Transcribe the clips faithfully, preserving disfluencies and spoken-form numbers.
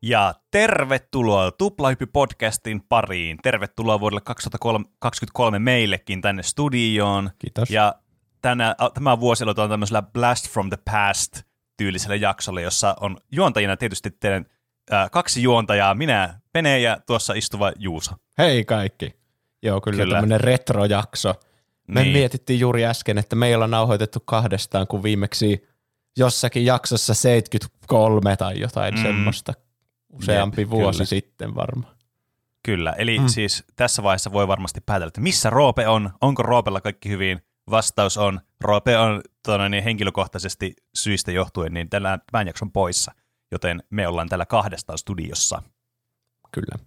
Ja tervetuloa Tuplahyppy-podcastin pariin. Tervetuloa vuodelle kaksituhattakaksikymmentäkolme meillekin tänne studioon. Kiitos. Ja tänä, tämä vuosi aloitetaan tämmöisellä Blast from the Past -tyylisellä jaksolla, jossa on juontajina tietysti teidän äh, kaksi juontajaa, minä, Pene, ja tuossa istuva Juuso. Hei kaikki. Joo, kyllä, kyllä. Tämmöinen retrojakso. Me niin. mietittiin juuri äsken, että meillä on nauhoitettu kahdestaan, kun viimeksi jossakin jaksossa seitsemänkymmentäkolme tai jotain mm. semmoista. Useampi Jep, vuosi kyllä. sitten varmaan. Kyllä, eli mm. siis tässä vaiheessa voi varmasti päätellä, että missä Roope on, onko Roopella kaikki hyvin. Vastaus on, Roope on tuonne, niin henkilökohtaisesti syistä johtuen niin tällä tämän jakson poissa, joten me ollaan täällä kahdestaan studiossa. Kyllä.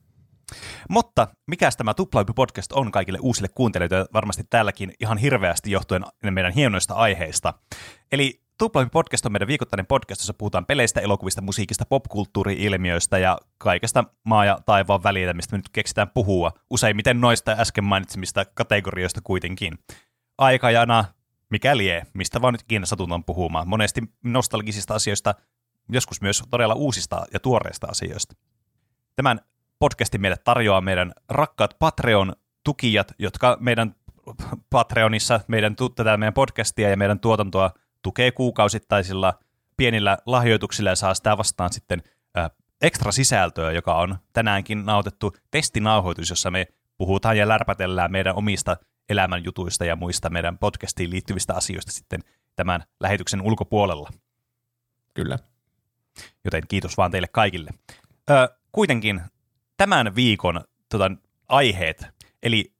Mutta mikäs tämä Tuplahyppy-podcast on kaikille uusille kuuntelijoille, varmasti täälläkin ihan hirveästi johtuen meidän hienoista aiheista. Eli Tuplahyppy-podcast on meidän viikoittainen podcast, jossa puhutaan peleistä, elokuvista, musiikista, popkulttuuri-ilmiöistä ja kaikesta maa ja taivaan välillä, mistä me nyt keksitään puhua. Useimmiten noista äsken mainitsemista kategorioista kuitenkin. Aikajana, mikä lie, mistä vaan nyt ikinä satutaan puhumaan. Monesti nostalgisista asioista, joskus myös todella uusista ja tuoreista asioista. Tämän podcastin meille tarjoaa meidän rakkaat Patreon-tukijat, jotka meidän Patreonissa meidän, tätä meidän podcastia ja meidän tuotantoa tukee kuukausittaisilla pienillä lahjoituksilla ja saa sitä vastaan sitten äh, ekstra sisältöä, joka on tänäänkin nauhoitettu testinauhoitus, jossa me puhutaan ja lärpätellään meidän omista elämänjutuista ja muista meidän podcastiin liittyvistä asioista sitten tämän lähetyksen ulkopuolella. Kyllä. Joten kiitos vaan teille kaikille. Ö, kuitenkin tämän viikon tota, aiheet, eli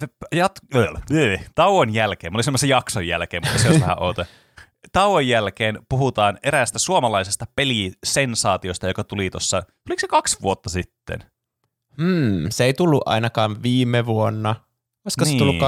jat- ö, tauon jälkeen, mä olin semmoisen jakson jälkeen, mutta se olisi vähän outo. Tauon jälkeen puhutaan eräästä suomalaisesta pelisensaatiosta, joka tuli tuossa, tuliko se kaksi vuotta sitten? Hmm, se ei tullut ainakaan viime vuonna. Olisiko niin. se tullut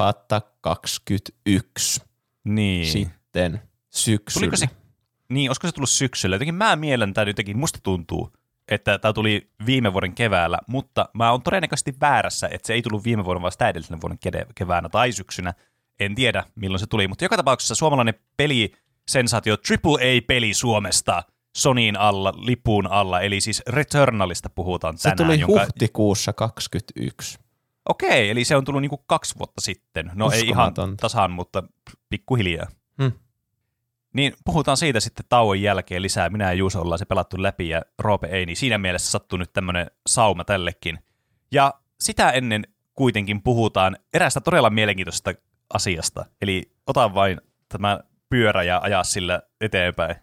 kaksituhattakaksikymmentäyksi niin. sitten syksyllä? Se, niin, olisiko se tullut syksyllä? Jotenkin mä mielen tai jotenkin musta tuntuu, että tämä tuli viime vuoden keväällä, mutta mä oon todennäköisesti väärässä, että se ei tullut viime vuoden, vaan sitä edellisen vuoden keväänä tai syksynä. En tiedä, milloin se tuli, mutta joka tapauksessa suomalainen pelisensaatio triple A-peli Suomesta Sonyin alla, lipun alla, eli siis Returnalista puhutaan tänään. Se tuli jonka... huhtikuussa kaksikymmentäyksi. Okei, eli se on tullut niinku kaksi vuotta sitten. No ei ihan tasan, mutta pikkuhiljaa. Hmm. Niin puhutaan siitä sitten tauon jälkeen lisää. Minä ja Juuso ollaan se pelattu läpi ja Roope ei, niin siinä mielessä sattuu nyt tämmöinen sauma tällekin. Ja sitä ennen kuitenkin puhutaan eräästä todella mielenkiintoisesta asiasta. Eli ota vain tämä pyörä ja ajaa sillä eteenpäin.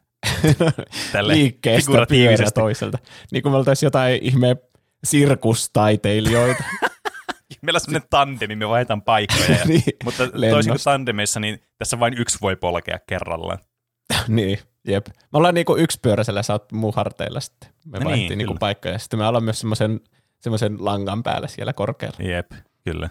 Liikkeestä pyörä toiselta. Niin kuin me oltaisiin jotain ihme sirkustaiteilijoita. Meillä on sellainen tandemi, me vaihdetaan paikkoja. niin, mutta toisin kuin tandemeissa, niin tässä vain yksi voi polkea kerrallaan. niin, jep. Me ollaan niinku yksipyöräisellä, sä oot muu harteilla sitten. Me no vaihdettiin niin, niinku paikkoja ja sitten me ollaan myös semmoisen, semmoisen langan päällä siellä korkealla. Jep, kyllä.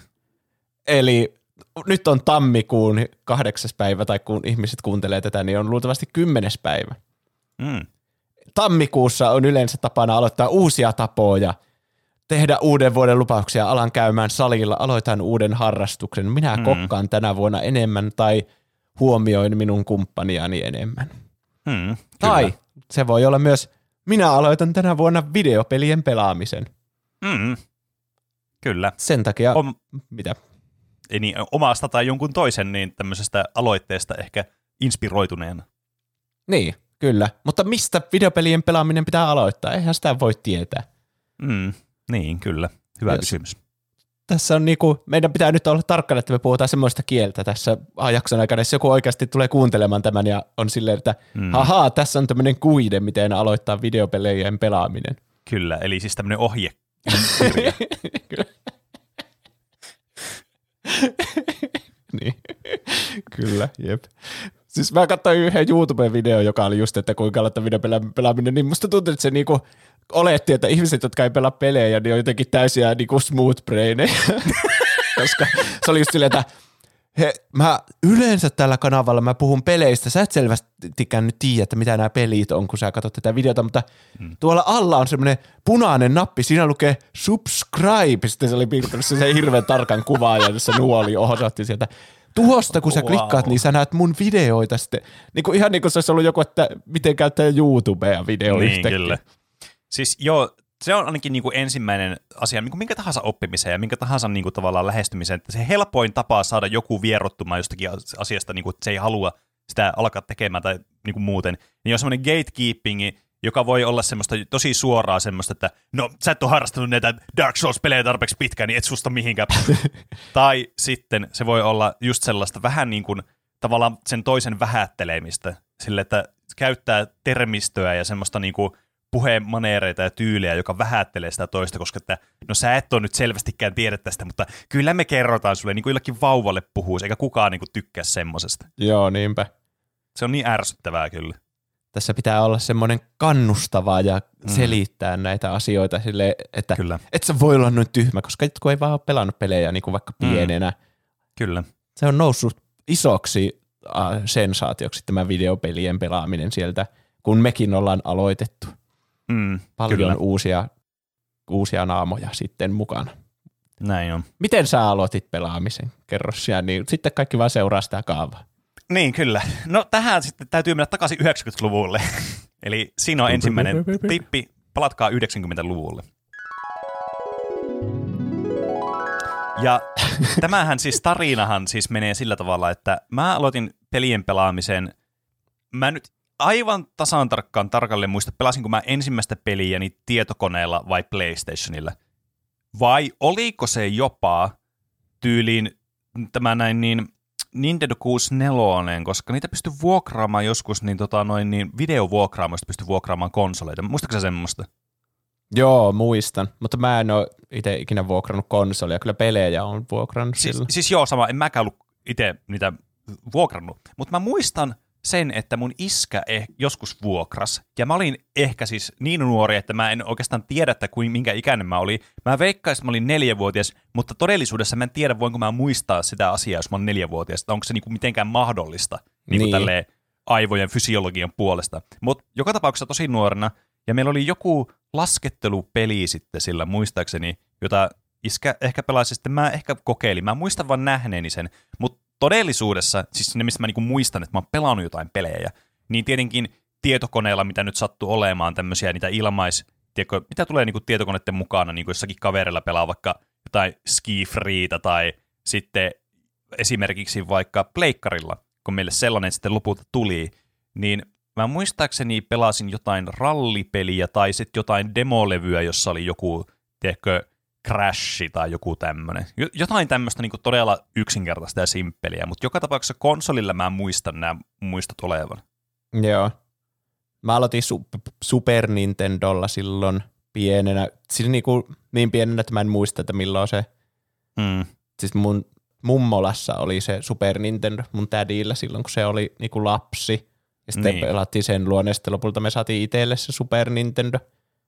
Eli nyt on tammikuun kahdeksas päivä, tai kun ihmiset kuuntelee tätä, niin on luultavasti kymmenes päivä. Mm. Tammikuussa on yleensä tapana aloittaa uusia tapoja, tehdä uuden vuoden lupauksia, alan käymään salilla, aloitan uuden harrastuksen. Minä mm. kokkaan tänä vuonna enemmän tai huomioin minun kumppaniani enemmän. Mm, tai se voi olla myös, minä aloitan tänä vuonna videopelien pelaamisen. Mm. Kyllä. Sen takia, Om- mitä? Ei niin, omasta tai jonkun toisen niin tämmöisestä aloitteesta ehkä inspiroituneena. Niin, kyllä. Mutta mistä videopelien pelaaminen pitää aloittaa? Eihän sitä voi tietää. Mm. Niin, kyllä. Hyvä yes. kysymys. Tässä on niinku, meidän pitää nyt olla tarkkana, että me puhutaan semmoista kieltä tässä jakson aikana, jos joku oikeasti tulee kuuntelemaan tämän ja on silleen, että mm. hahaa, tässä on tämmöinen kuide, miten aloittaa videopelien pelaaminen. Kyllä, eli siis tämmöinen ohje. Kyllä. niin. Kyllä, jep. Siis mä katsoin yhden YouTube-videon, joka oli just, että kuinka aloittaa videopelaaminen, niin musta tuntuu, että se niinku oletti, että ihmiset, jotka ei pelaa pelejä, niin on jotenkin täysiä niinku smooth braineja. Koska se oli just silleen, että he, mä yleensä tällä kanavalla mä puhun peleistä, sä et selvästikään nyt tiedä, että mitä nämä pelit on, kun sä katsot tätä videota, mutta mm. tuolla alla on semmoinen punainen nappi, siinä lukee subscribe, sitten se oli piirtänyt se hirveän tarkan kuvaa, ja jossa nuoli osoitti sieltä. Tuosta, kun sä wow. klikkaat, niin sä näet mun videoita sitten. Niin kuin, ihan niin kuin se olisi ollut joku, että miten käyttää YouTubea videoyhtäkkiä. Niin, kyllä. Siis joo, se on ainakin niin kuin ensimmäinen asia, niin kuin minkä tahansa oppimiseen ja minkä tahansa niin kuin tavallaan lähestymiseen, että se helpoin tapa saada joku vierottumaan jostakin asiasta, niin kuin, että se ei halua sitä alkaa tekemään tai niin kuin muuten, niin on semmoinen gatekeepingi, joka voi olla semmoista tosi suoraa semmoista, että no sä et ole harrastanut näitä Dark Souls-pelejä tarpeeksi pitkään, niin et susta mihinkään. Tai sitten se voi olla just sellaista vähän niin kuin tavallaan sen toisen vähättelemistä, sille että käyttää termistöä ja semmoista niin kuin puhemaneereita ja tyyliä, joka vähättelee sitä toista, koska että no sä et ole nyt selvästikään tiedä tästä, mutta kyllä me kerrotaan sulle, niin kuin jollakin vauvalle puhuisi, eikä kukaan niin kuin tykkää semmosesta. Joo, niinpä. Se on niin ärsyttävää kyllä. Tässä pitää olla semmoinen kannustava ja selittää mm. näitä asioita silleen, että kyllä. Et sä voi olla noin tyhmä, koska kun ei vaan ole pelannut pelejä niin kuin vaikka pienenä. Mm. Kyllä. Se on noussut isoksi äh, sensaatioksi tämä videopelien pelaaminen sieltä, kun mekin ollaan aloitettu. Mm, Paljon kyllä. uusia, uusia naamoja sitten mukana. Näin on. Miten sä aloitit pelaamisen? Kerro siellä, niin sitten kaikki vaan seuraa sitä kaavaa. Niin, kyllä. No tähän sitten täytyy mennä takaisin yhdeksänkymmentäluvulle. Eli siinä on ensimmäinen tippi. Palatkaa yhdeksänkymmentäluvulle. Ja tämähän siis tarinahan siis menee sillä tavalla, että mä aloitin pelien pelaamisen. Mä nyt aivan tasan tarkkaan tarkalleen muista, pelasinko mä ensimmäistä peliäni tietokoneella vai PlayStationilla. Vai oliko se jopa tyyliin tämä näin niin Nintendo kuusikymmentäneljä, koska niitä pystyi vuokraamaan joskus, niin, tota noin, niin videovuokraamoista pystyi vuokraamaan konsoleita. Muistatko sä semmoista? Joo, muistan, mutta mä en ole itse ikinä vuokrannut konsolia, kyllä pelejä on vuokrannut siis, silloin. Siis joo, sama, en mäkään ollut itse niitä vuokrannut, mutta mä muistan sen, että mun iskä eh, joskus vuokras, ja mä olin ehkä siis niin nuori, että mä en oikeastaan tiedä, että kuin, minkä ikäinen mä olin. Mä veikkaisin, että mä olin neljävuotias, mutta todellisuudessa mä en tiedä, voinko mä muistaa sitä asiaa, jos mä olin neljävuotias, että onko se niinku mitenkään mahdollista niin niin. Tälleen aivojen fysiologian puolesta. Mutta joka tapauksessa tosi nuorena, ja meillä oli joku laskettelupeli sitten sillä muistaakseni, jota iskä ehkä pelasi, sitten mä ehkä kokeilin. Mä muistan vaan nähneeni sen, mutta todellisuudessa, siis ne missä mä niinku muistan, että mä oon pelannut jotain pelejä, niin tietenkin tietokoneella, mitä nyt sattuu olemaan, tämmöisiä niitä ilmais, tiedätkö, mitä tulee niinku tietokoneiden mukana, niin kuin jossakin kaverilla pelaa vaikka jotain Ski-Freeta tai sitten esimerkiksi vaikka pleikkarilla, kun meille sellainen sitten lopulta tuli, niin mä muistaakseni pelasin jotain rallipeliä tai sitten jotain demolevyä, jossa oli joku, tiedätkö, Crash tai joku tämmöinen. Jotain tämmöistä niin kuin todella yksinkertaista ja simppeliä, mutta joka tapauksessa konsolilla mä muistan nämä muistot olevan. Joo. Mä aloitin su- Super Nintendolla silloin pienenä, siis niin, kuin, niin pienenä, että mä en muista, että milloin se, mm. siis mun mummolassa oli se Super Nintendo mun tädillä silloin, kun se oli niin kuin lapsi. Ja sitten niin. pelattiin sen luonne, ja sitten lopulta me saatiin itselle se Super Nintendo.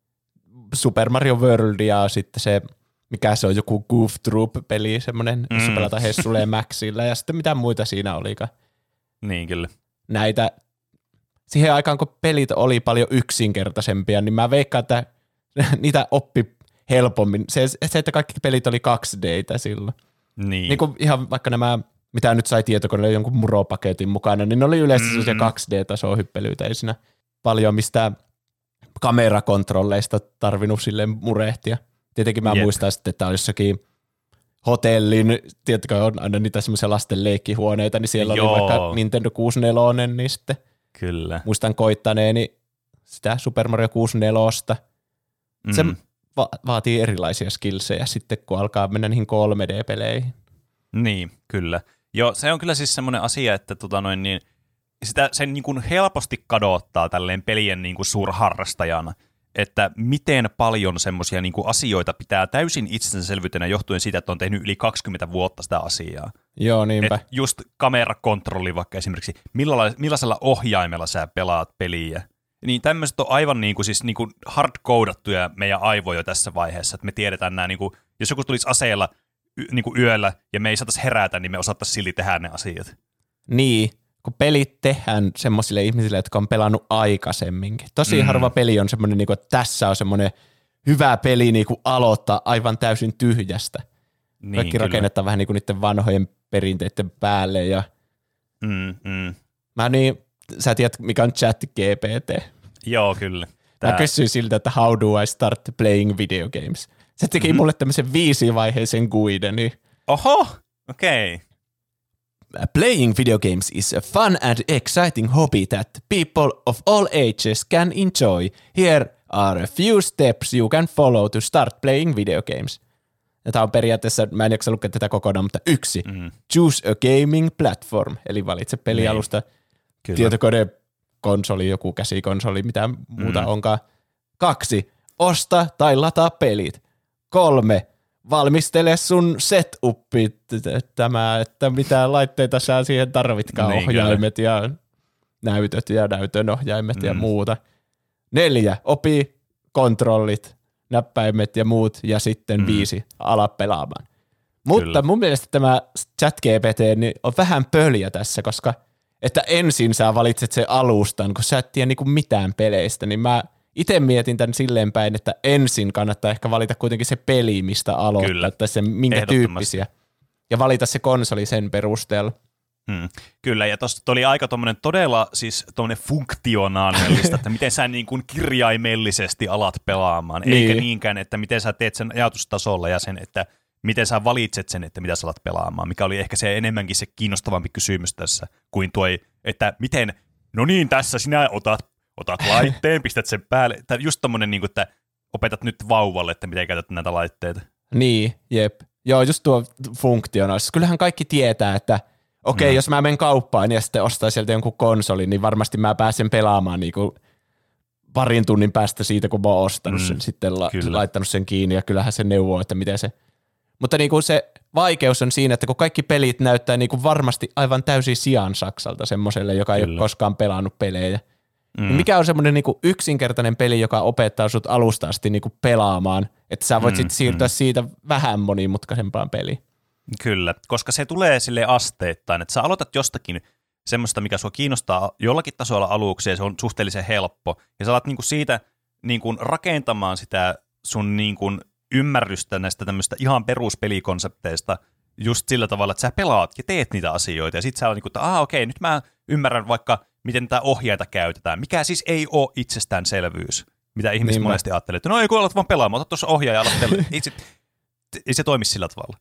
Super Mario World ja sitten se, mikä se on, joku Goof Troop-peli, semmoinen, mm. jossa pelataan Hessulle ja Maxilla, ja sitten mitä muita siinä olikaan. Niin, kyllä. Näitä, siihen aikaan kun pelit oli paljon yksinkertaisempia, niin mä veikkaan, että niitä oppi helpommin. Se, se että kaikki pelit oli kaksi D silloin. Niin. Niin kuin ihan vaikka nämä, mitä nyt sai tietokoneelle jonkun muropaketin mukana, niin ne oli yleensä mm. sellaisia kaksi D-tasoa hyppelyitä, ei siinä paljon mistään kamerakontrolleista tarvinnut silleen murehtia. Tietenkin mä Jep. muistan sitten, että on jossakin hotellin, tiedätkö, on aina niitä semmoisia lasten leikkihuoneita, niin siellä Joo. oli vaikka Nintendo kuusikymmentäneljä, niin sitten Kyllä. muistan koittaneeni sitä Super Mario kuusikymmentäneljä. Mm. Se va- vaatii erilaisia skillsejä sitten, kun alkaa mennä niihin kolme D-peleihin. Niin, kyllä. Joo, se on kyllä siis semmoinen asia, että tota noin niin, sitä sen niin kuin helposti kadottaa tälleen pelien niin kuin suurharrastajana, että miten paljon semmoisia niin kuin asioita pitää täysin itsensäselvyytenä johtuen siitä, että on tehnyt yli kaksikymmentä vuotta sitä asiaa. Joo, niinpä. Et just kamerakontrolli vaikka esimerkiksi, millaisella ohjaimella sä pelaat peliä. Niin tämmöiset on aivan niin kuin, siis niin kuin hardcodattuja meidän aivoja tässä vaiheessa, että me tiedetään nämä, niin kuin, jos joku tulisi aseella y- niin kuin yöllä ja me ei saataisi herätä, niin me osattaisiin silti tehdä ne asiat. Niin, kun pelit tehdään semmoisille ihmisille, jotka on pelannut aikaisemminkin. Tosi mm. harva peli on semmoinen, että tässä on semmoinen hyvä peli niin kuin aloittaa aivan täysin tyhjästä. Niin, kaikki kyllä. Rakennetaan vähän niin kuin niiden vanhojen perinteiden päälle. Ja mm, mm. Mä niin, sä tiedät, mikä on chat G P T. Joo, kyllä. Tää... Mä kysyin siltä, että how do I start playing video games? Se teki mm-hmm. mulle tämmöisen viisivaiheisen guiden. Niin... Oho, okei. Okay. Playing video games is a fun and exciting hobby that people of all ages can enjoy. Here are a few steps you can follow to start playing video games. Ja tämä on periaatteessa, mä en jaksa lukea tätä kokonaan, mutta yksi. Mm. Choose a gaming platform, eli valitse pelialusta, niin. Tietokone, konsoli, joku käsikonsoli, mitä muuta mm. onkaan. Kaksi. Osta tai lataa pelit. Kolme. Valmistele sun setupit, tämä, että mitä laitteita sä siihen tarvitkaan, niin, ohjaimet kyllä. ja näytöt ja näytönohjaimet mm. ja muuta. Neljä, opi kontrollit, näppäimet ja muut, ja sitten mm. viisi, ala pelaamaan. Mutta kyllä. mun mielestä tämä ChatGPT niin on vähän pöljä tässä, koska että ensin sä valitset sen alustan, kun sä et tiedä niinku mitään peleistä, niin mä itse mietin tämän silleen päin, että ensin kannattaa ehkä valita kuitenkin se peli, mistä aloittaa, kyllä. tai se minkä tyyppisiä, ja valita se konsoli sen perusteella. Hmm. Kyllä, ja tuossa oli aika tommonen todella siis tommonen funktionaalinen lista, että miten sä niin kuin kirjaimellisesti alat pelaamaan, niin. eikä niinkään, että miten sä teet sen ajatustasolla ja sen, että miten sä valitset sen, että mitä sä alat pelaamaan, mikä oli ehkä se enemmänkin se kiinnostavampi kysymys tässä, kuin tuo, että miten, no niin, tässä sinä otat Otat laitteen, pistät sen päälle. Tämä just tommonen, niin kuin, että opetat nyt vauvalle, että miten käytät näitä laitteita. Niin, jep. Joo, just tuo funktionaalisuus. Kyllähän kaikki tietää, että okei, okay, mm. jos mä menen kauppaan ja sitten ostaa sieltä jonkun konsolin, niin varmasti mä pääsen pelaamaan niin kuin parin tunnin päästä siitä, kun mä oon ostanut mm. sen, sitten la- laittanut sen kiinni, ja kyllähän se neuvoo, että miten se... Mutta niin kuin se vaikeus on siinä, että kun kaikki pelit näyttää niin kuin varmasti aivan täysin sijaan Saksalta semmoiselle, joka Kyllä. ei ole koskaan pelannut pelejä. Mm. Mikä on semmoinen niinku yksinkertainen peli, joka opettaa sut alusta asti niinku pelaamaan, että sä voit mm, sitten siirtyä mm. siitä vähän monimutkaisempaan peliin. Kyllä, koska se tulee sille asteittain, että sä aloitat jostakin semmoista, mikä sua kiinnostaa jollakin tasolla aluksi, ja se on suhteellisen helppo, ja sä alat niinku siitä niinku rakentamaan sitä sun niinku ymmärrystä näistä tämmöistä ihan peruspelikonsepteista just sillä tavalla, että sä pelaat ja teet niitä asioita, ja sit sä oot niinku, että ah okei, nyt mä ymmärrän vaikka miten tätä ohjaita käytetään, mikä siis ei ole itsestäänselvyys, mitä ihmiset niin monesti ajattelee, että no ei kun alat vaan pelaamaan, ota tuossa ohjaaja ja alat pelaamaan. Ei, ei se toimi sillä tavalla.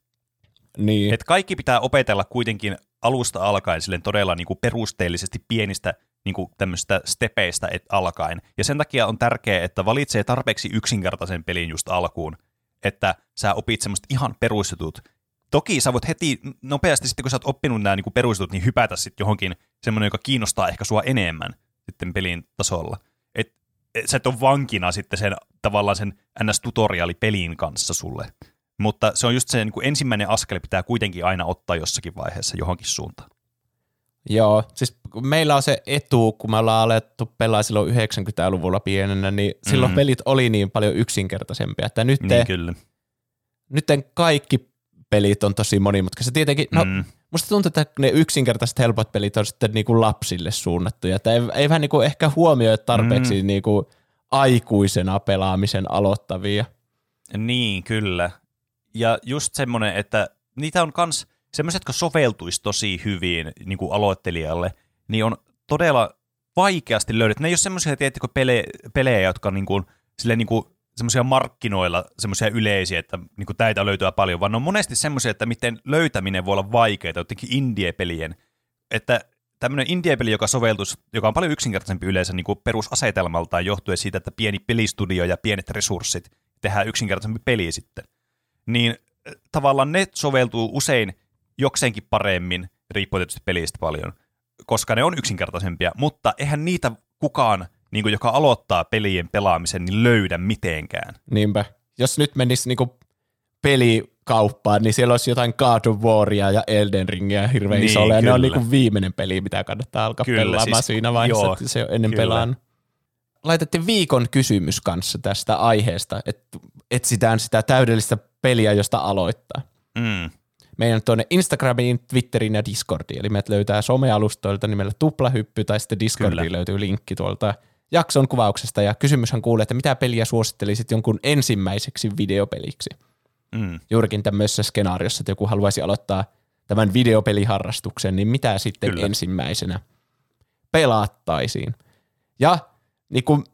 Niin. Et kaikki pitää opetella kuitenkin alusta alkaen silleen todella niinku perusteellisesti pienistä niinku tämmöistä stepeistä et alkaen. Ja sen takia on tärkeää, että valitsee tarpeeksi yksinkertaisen pelin just alkuun, että sä opit semmoista ihan perusjutut. Toki sä voit heti nopeasti sitten, kun sä oot oppinut nämä niin perusjutut, niin hypätä sitten johonkin semmoinen, joka kiinnostaa ehkä sua enemmän sitten pelin tasolla. Et, et sä et ole vankina sitten sen tavallaan sen N S-tutoriaalipelin kanssa sulle. Mutta se on just se niin kuin ensimmäinen askel pitää kuitenkin aina ottaa jossakin vaiheessa johonkin suuntaan. Joo, siis meillä on se etu, kun me ollaan alettu pelaa silloin yhdeksänkymmentäluvulla pienenä, niin silloin mm. pelit oli niin paljon yksinkertaisempia, että nyt, niin, kyllä. nyt kaikki pelit on tosi monimutkaisia. Tietenkin, no mm. musta tuntuu, että ne yksinkertaiset helpot pelit on sitten niinku lapsille suunnattuja, että ei, ei vähän niinku ehkä huomioi tarpeeksi mm. niinku aikuisena pelaamisen aloittavia. Niin, kyllä. Ja just semmoinen, että niitä on kans semmoiset, jotka soveltuisi tosi hyvin niin kuin aloittelijalle, niin on todella vaikeasti löydetty. Ne ei ole semmoisia, tiedättekö, pelejä, pelejä jotka on niin kuin, silleen niin kuin semmoisia markkinoilla, semmoisia yleisiä, että niin kuin täitä löytyy paljon, vaan ne on monesti semmoisia, että miten löytäminen voi olla vaikeaa, jotenkin indie-pelien. Että tämmöinen indie-peli, joka soveltuisi, joka on paljon yksinkertaisempi yleensä niin kuin perusasetelmaltaan johtuen siitä, että pieni pelistudio ja pienet resurssit tehdään yksinkertaisempi peli sitten, niin tavallaan ne soveltuu usein jokseenkin paremmin, riippuen tietysti pelistä paljon, koska ne on yksinkertaisempia, mutta eihän niitä kukaan, niin kuin, joka aloittaa pelien pelaamisen, niin löydä mitenkään. Niinpä. Jos nyt menisi niin kuin pelikauppaan, niin siellä olisi jotain God of Waria ja Elden Ringia hirveän niin, isolla, ja kyllä. Ne on niin kuin viimeinen peli, mitä kannattaa alkaa kyllä, pelaamaan siis, siinä vaiheessa, joo, että se on ennen pelaan. Laitettiin viikon kysymys kanssa tästä aiheesta, että etsitään sitä täydellistä peliä, josta aloittaa. Mm. Meidän tuonne Instagramiin, Twitteriin ja Discordiin, eli meidät löytää somealustoilta nimellä Tuplahyppy, tai sitten Discordiin Kyllä. löytyy linkki tuolta jakson kuvauksesta, ja kysymyshän kuulee, että mitä peliä suosittelisit jonkun ensimmäiseksi videopeliksi? Mm. Juurikin tämmöisessä skenaariossa, että joku haluaisi aloittaa tämän videopeliharrastuksen, niin mitä sitten Kyllä. ensimmäisenä pelattaisiin? Ja niin kuin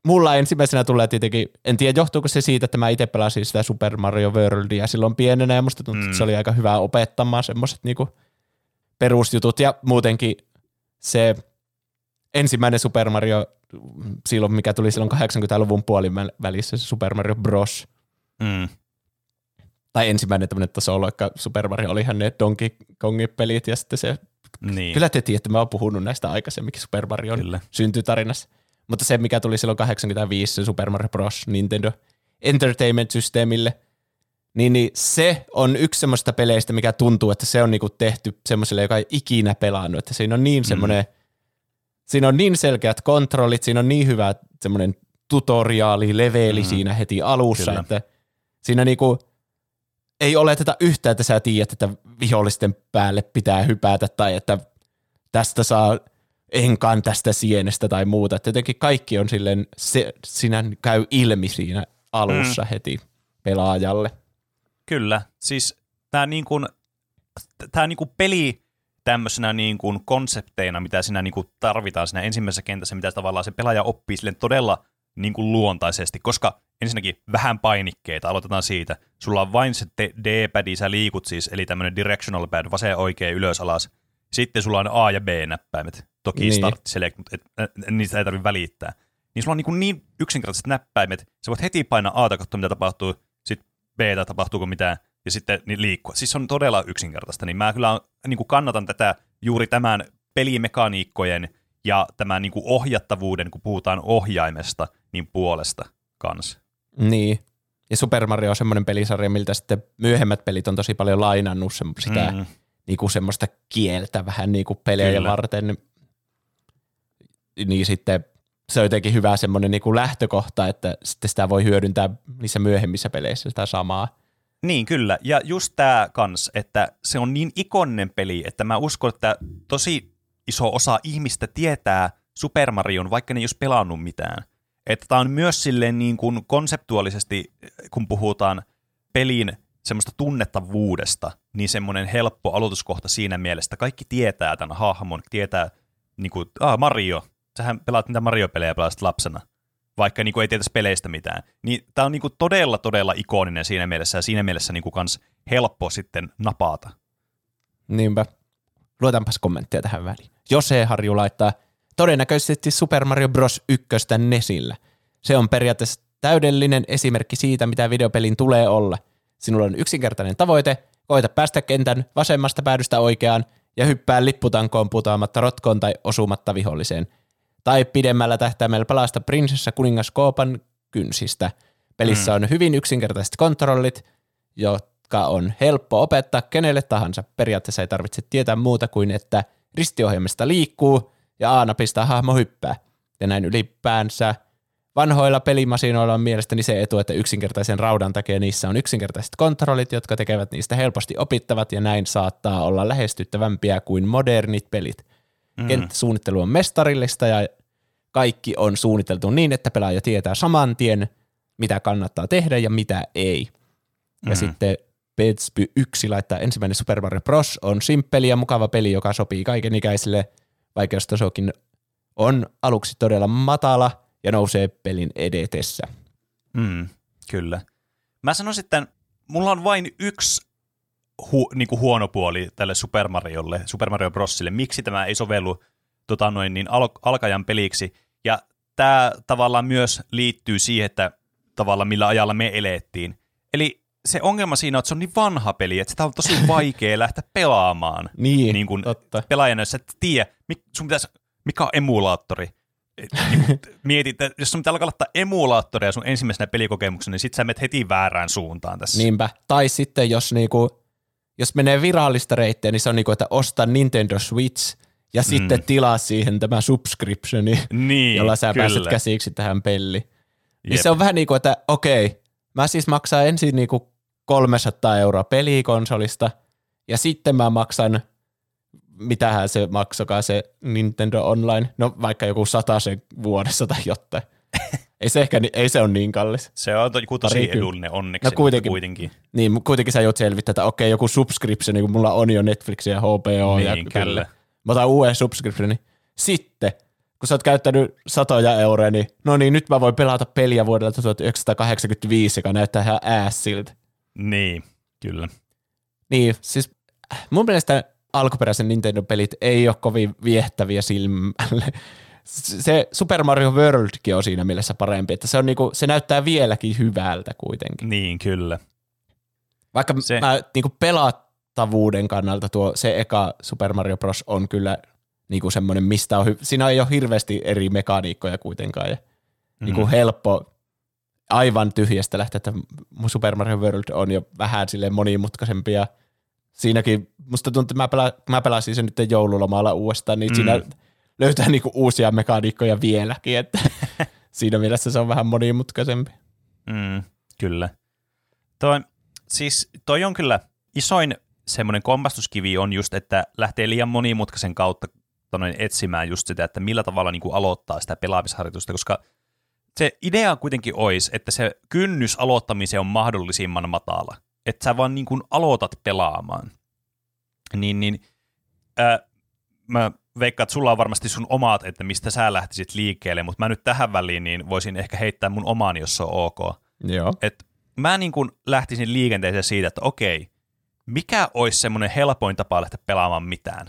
mulla ensimmäisenä tulee tietenkin, en tiedä johtuuko se siitä, että mä itse pelasin sitä Super Mario Worldia silloin pienenä ja musta tuntuu, mm. että se oli aika hyvä opettamaan semmoiset niinku perusjutut ja muutenkin se ensimmäinen Super Mario, silloin mikä tuli silloin kahdeksankymmentäluvun puolin välissä, se Super Mario Bros. Mm. Tai ensimmäinen tämmöinen tasoloikka Super Mario, olihan ne Donkey Kongin pelit ja sitten se, niin. Kyllä te tiedätte, mä oon puhunut näistä aikaisemminkin Super Marion Kyllä. syntytarinassa. Mutta se, mikä tuli silloin kahdeksankymmentäviisi, se Super Mario Bros. Nintendo Entertainment-systeemille, niin, niin se on yksi semmoista peleistä, mikä tuntuu, että se on niinku tehty semmoiselle, joka ei ikinä pelannut. Että siinä on niin semmoinen, mm. siinä on niin selkeät kontrollit, siinä on niin hyvä semmoinen tutoriaali, leveli mm. siinä heti alussa, Kyllä. että siinä niinku ei oleteta yhtään, että sä tiedät, että vihollisten päälle pitää hypätä tai että tästä saa enkan tästä sienestä tai muuta. Että jotenkin kaikki on silleen, se, sinä käy ilmi siinä alussa mm. heti pelaajalle. Kyllä, siis tämä niin kuin, tää niin kuin peli tämmöisenä niin kuin konsepteina, mitä siinä niin kuin tarvitaan siinä ensimmäisessä kentässä, mitä tavallaan se pelaaja oppii silleen todella niin kuin luontaisesti, koska ensinnäkin vähän painikkeita, aloitetaan siitä. Sulla on vain se D-pad, sä liikut siis, eli tämmöinen directional pad, vasen oikein ylös alas. Sitten sulla on A- ja B-näppäimet. Toki niin. Start select, mutta et, et, niistä ei tarvitse välittää. Niin sulla on niin, niin yksinkertaiset näppäimet, sä voit heti painaa A-ta, katsoa mitä tapahtuu, sitten B-tä, tapahtuuko mitään, ja sitten niin liikkua. Siis se on todella yksinkertaista, niin mä kyllä niin kuin kannatan tätä juuri tämän pelimekaniikkojen ja tämän niin kuin ohjattavuuden, kun puhutaan ohjaimesta, niin puolesta kanssa. Niin, ja Super Mario on semmoinen pelisarja, miltä sitten myöhemmät pelit on tosi paljon lainannut sitä mm. niinku semmoista kieltä vähän niinku pelejä Kyllä. varten. Niin sitten se on jotenkin hyvä semmoinen niinku lähtökohta, että sitten sitä voi hyödyntää niissä myöhemmissä peleissä sitä samaa. Niin, kyllä. Ja just tämä kans, että se on niin ikoninen peli, että mä uskon, että tosi iso osa ihmistä tietää Super Marion, vaikka ne ei olisi pelannut mitään. Että tämä on myös silleen niin kuin konseptuaalisesti, kun puhutaan pelin semmoista tunnettavuudesta, niin semmoinen helppo aloituskohta siinä mielessä. Kaikki tietää tämän hahmon, tietää, niin kuin, ah Mario, sähän pelaat niitä Mario-pelejä pelasit lapsena, vaikka niin kuin ei tietäisi peleistä mitään. Niin tämä on niin kuin todella, todella ikoninen siinä mielessä ja siinä mielessä niin kuin kans helppo sitten napata. Niinpä. Luetaanpas kommentteja tähän väliin. Jose Harju laittaa, todennäköisesti Super Mario Bros. Ykköstä Nesillä. Se on periaatteessa täydellinen esimerkki siitä, mitä videopelin tulee olla. Sinulla on yksinkertainen tavoite, koita päästä kentän vasemmasta päädystä oikeaan ja hyppää lipputankoon putoamatta rotkoon tai osumatta viholliseen. Tai pidemmällä tähtäimellä pelasta prinsessa kuningas Koopan kynsistä. Pelissä on hyvin yksinkertaiset kontrollit, jotka on helppo opettaa kenelle tahansa. Periaatteessa ei tarvitse tietää muuta kuin, että ristiohjelmista liikkuu ja A-napista hahmo hyppää. Ja näin ylipäänsä vanhoilla pelimasinoilla on mielestäni se etu, että yksinkertaisen raudan takia niissä on yksinkertaiset kontrollit, jotka tekevät niistä helposti opittavat ja näin saattaa olla lähestyttävämpiä kuin modernit pelit. Mm. Kenttäsuunnittelu on mestarillista ja kaikki on suunniteltu niin, että pelaaja tietää saman tien, mitä kannattaa tehdä ja mitä ei. Ja mm. sitten Petsby yksi laittaa ensimmäinen Super Mario Bros. On simppeli ja mukava peli, joka sopii kaikenikäisille. Vaikeustasokin on aluksi todella matala ja nousee pelin edetessä. Mm, kyllä. Mä sanoisin, että mulla on vain yksi hu, niin kuin huono puoli tälle Super Mariolle, Super Mario Brosille. Miksi tämä ei sovellu tota noin, niin al- alkajan peliksi? Ja tämä tavallaan myös liittyy siihen, että tavallaan millä ajalla me elettiin. Eli se ongelma siinä on, että se on niin vanha peli, että sitä on tosi vaikea lähteä pelaamaan. Niin, niin kuin totta. Pelaajana, jos et tiedä, sun pitäisi, mikä on emulaattori. Niin mietit, että jos sun pitää alkaa laittaa emulaattoria sun ensimmäisenä pelikokemuksena, niin sit sä menet heti väärään suuntaan tässä. Niinpä. Tai sitten jos, niinku, jos menee virallista reittiä, niin se on niinku, että osta Nintendo Switch ja mm. sitten tilaa siihen tämä subscriptioni, niin, jolla sä kyllä. pääset käsiksi tähän peliin. Niin se on vähän niin kuin, että okei, mä siis maksan ensin niinku kolmesataa euroa pelikonsolista ja sitten mä maksan, mitähän se maksokaa se Nintendo Online, no vaikka joku satasen vuodessa tai jotain. Ei se ehkä, ei se ole niin kallis. Se on joku tosi edullinen onneksi, no kuitenkin, kuitenkin. Niin, kuitenkin sä joudut selvittää, että okei, joku subscription, niin kuin mulla on jo Netflix ja H B O niin, ja kyllä. Mä otan uuden subscriptionin. Sitten kun sä oot käyttänyt satoja euroja, niin no niin, nyt mä voin pelata peliä vuodelta tuhatyhdeksänsataakahdeksankymmentäviisi, joka näyttää ihan äässiltä. Niin, kyllä. Niin, siis mun mielestä alkuperäisen Nintendo-pelit ei ole kovin viehtäviä silmälle. Se Super Mario Worldkin on siinä mielessä parempi, että se, on niinku, se näyttää vieläkin hyvältä kuitenkin. Niin, kyllä. Vaikka se. mä niinku pelattavuuden kannalta tuo se eka Super Mario Bros. On kyllä niinku semmoinen, mistä on hy- siinä ei ole hirveästi eri mekaniikkoja kuitenkaan ja mm-hmm. niinku helppo aivan tyhjästä lähteä, että Super Mario World on jo vähän silleen monimutkaisempi ja siinäkin musta tuntuu, että mä, pela- mä pelasin sen nyt joululomalla uudestaan, niin mm. siinä löytää niinku uusia mekaniikkoja vieläkin, että siinä mielessä se on vähän monimutkaisempi. Mm, kyllä. Toi, siis toi on kyllä isoin semmoinen kompastuskivi on just, että lähtee liian monimutkaisen kautta etsimään just sitä, että millä tavalla niin kuin aloittaa sitä pelaamisharjoitusta, koska se idea kuitenkin olisi, että se kynnys aloittamiseen on mahdollisimman matala, että sä vaan niin kuin aloitat pelaamaan. Niin, niin ää, mä veikkaan, että sulla on varmasti sun omat, että mistä sä lähtisit liikkeelle, mutta mä nyt tähän väliin niin voisin ehkä heittää mun omaan, jos se on ok. Joo. Et mä niin kuin lähtisin liikenteeseen siitä, että okei, mikä olisi semmoinen helpoin tapa lähteä pelaamaan mitään?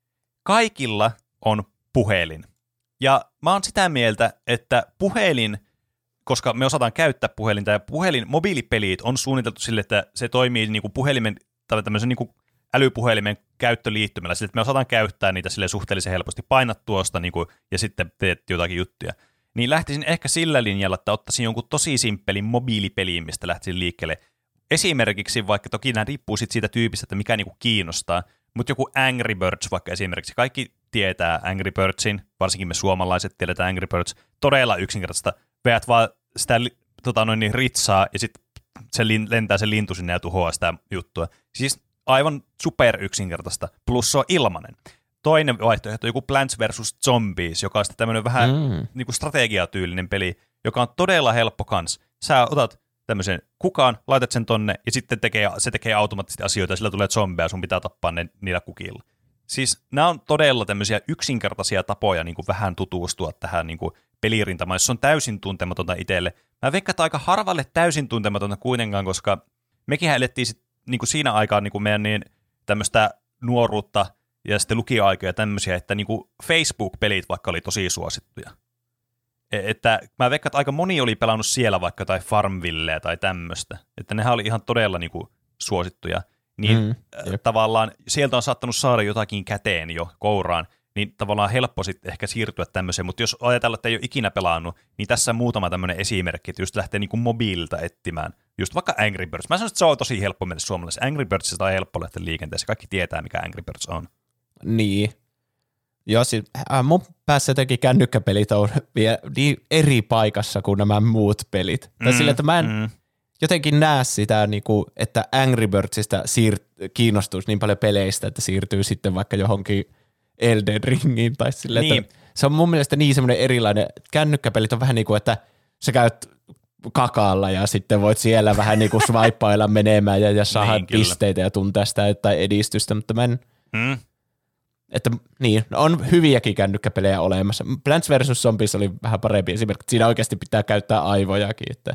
Kaikilla on puhelin. Ja mä oon sitä mieltä, että puhelin, koska me osataan käyttää puhelinta, ja puhelin, mobiilipelit on suunniteltu sille, että se toimii niin kuin puhelimen, tai tämmöisen niin kuin älypuhelimen käyttöliittymällä, sille, että me osataan käyttää niitä sille suhteellisen helposti, painat tuosta niin kuin, ja sitten teet jotakin juttuja. Niin lähtisin ehkä sillä linjalla, että ottaisin jonkun tosi simppelin mobiilipeliin, mistä lähtisin liikkeelle. Esimerkiksi, vaikka toki nämä riippuu sit siitä tyypistä, että mikä niinku kiinnostaa, mutta joku Angry Birds vaikka esimerkiksi. Kaikki tietää Angry Birdsin, varsinkin me suomalaiset tiedetään Angry Birds. Todella yksinkertaista. Veät vaan sitä tota noin, niin ritsaa ja sitten se lentää se lintu sinne ja tuhoaa sitä juttua. Siis aivan super yksinkertaista, plus se on ilmanen. Toinen vaihtoehto on joku Plants versus. Zombies, joka on sitten tämmöinen vähän mm. niinku strategiatyylinen peli, joka on todella helppo kans. Sä otat tämmöisen kukaan, laitat sen tonne ja sitten tekee, se tekee automaattisesti asioita ja sillä tulee zombeja, sun pitää tappaa ne niillä kukilla. Siis nämä on todella tämmöisiä yksinkertaisia tapoja niin kuin vähän tutustua tähän niin kuin pelirintamaan, jos se on täysin tuntematonta itselle. Mä veikkaan, että aika harvalle täysin tuntematonta kuitenkaan, koska mekin elettiin sit, niin kuin siinä aikaan niin kuin meidän niin tämmöistä nuoruutta ja sitten lukioaikoja tämmöisiä, että niin kuin Facebook-pelit vaikka oli tosi suosittuja. Että mä veikkaan, että aika moni oli pelannut siellä vaikka tai Farmvilleä tai tämmöistä. Että nehän oli ihan todella niin kuin suosittuja. Niin mm, tavallaan sieltä on saattanut saada jotakin käteen jo kouraan, niin tavallaan helppo sitten ehkä siirtyä tämmöiseen. Mutta jos ajatellaan, että ei ole ikinä pelannut, niin tässä on muutama tämmöinen esimerkki, että just lähtee niin kuin mobiililta etsimään. Just vaikka Angry Birds. Mä sanon, että se on tosi helppo mennä suomalaisessa. Angry Birdsista on helppo lähteä liikenteeseen. Kaikki tietää, mikä Angry Birds on. Niin. Joo, siis, äh, mun päässä jotenkin kännykkäpelit on vielä niin eri paikassa kuin nämä muut pelit. Mm, tai sille, että mä en mm. jotenkin näe sitä, niin kuin, että Angry Birdsista siir- kiinnostus niin paljon peleistä, että siirtyy sitten vaikka johonkin Elden Ringiin. Tai sille, niin. Että se on mun mielestä niin semmoinen erilainen. Kännykkäpelit on vähän niin kuin, että sä käyt kakaalla ja sitten voit siellä vähän niin kuin swipeailla menemään ja, ja saada niin, pisteitä ja tuntea sitä tai edistystä, mutta mä en... Mm. Että niin, on hyviäkin kännykkäpelejä olemassa. Plants versus. Zombies oli vähän parempi esimerkiksi. Siinä oikeasti pitää käyttää aivojakin. Että.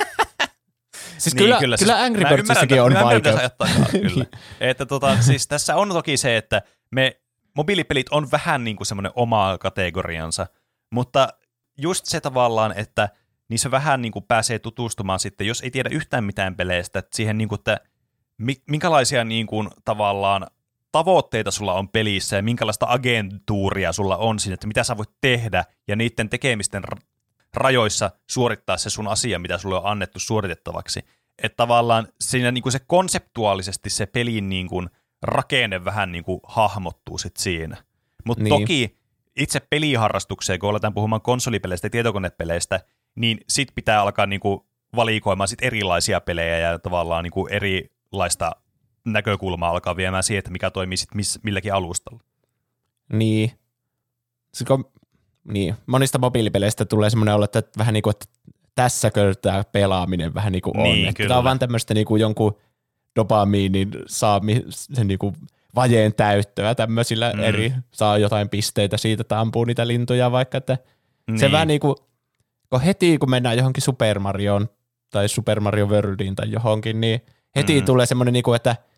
Siis niin, kyllä, kyllä, kyllä Angry Birdsissäkin on vaikea. Kyllä. Että tota, siis tässä on toki se, että me mobiilipelit on vähän niin kuin semmoinen oma kategoriansa, mutta just se tavallaan, että niissä vähän niin kuin pääsee tutustumaan sitten, jos ei tiedä yhtään mitään peleistä, että siihen niin kuin, että minkälaisia niin kuin tavallaan tavoitteita sulla on pelissä ja minkälaista agentuuria sulla on siinä, että mitä sä voit tehdä ja niiden tekemisten rajoissa suorittaa se sun asia, mitä sulle on annettu suoritettavaksi. Että tavallaan siinä niin kuin se konseptuaalisesti se pelin niin kuin rakenne vähän niin kuin hahmottuu sit siinä. Mutta niin. Toki itse peliharrastukseen, kun aletaan puhumaan konsolipeleistä ja tietokonepeleistä, niin sit pitää alkaa niin kuin valikoimaan sit erilaisia pelejä ja tavallaan niin kuin erilaista näkökulmaa alkaa viemään siihen, että mikä toimii sitten miss, milläkin alustalla. Niin. Siko, niin. Monista mobiilipeleistä tulee semmoinen olo, että vähän niin kuin, että tässäkö tämä pelaaminen vähän niin kuin on. Niin, tämä on vaan tämmöistä niin kuin jonkun dopamiinin saamisen niin kuin vajeen täyttöä tämmöisillä mm. eri, saa jotain pisteitä siitä, että ampuu niitä lintuja vaikka, että niin. Se vähän niin kuin, kun heti kun mennään johonkin Super Marioon tai Super Mario Worldiin tai johonkin, niin heti mm. tulee semmoinen, niin kuin, että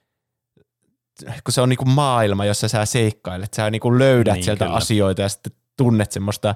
kun se on niin kuin maailma, jossa sä seikkailet, sä niin kuin löydät niin, sieltä kyllä. asioita ja sitten tunnet semmoista,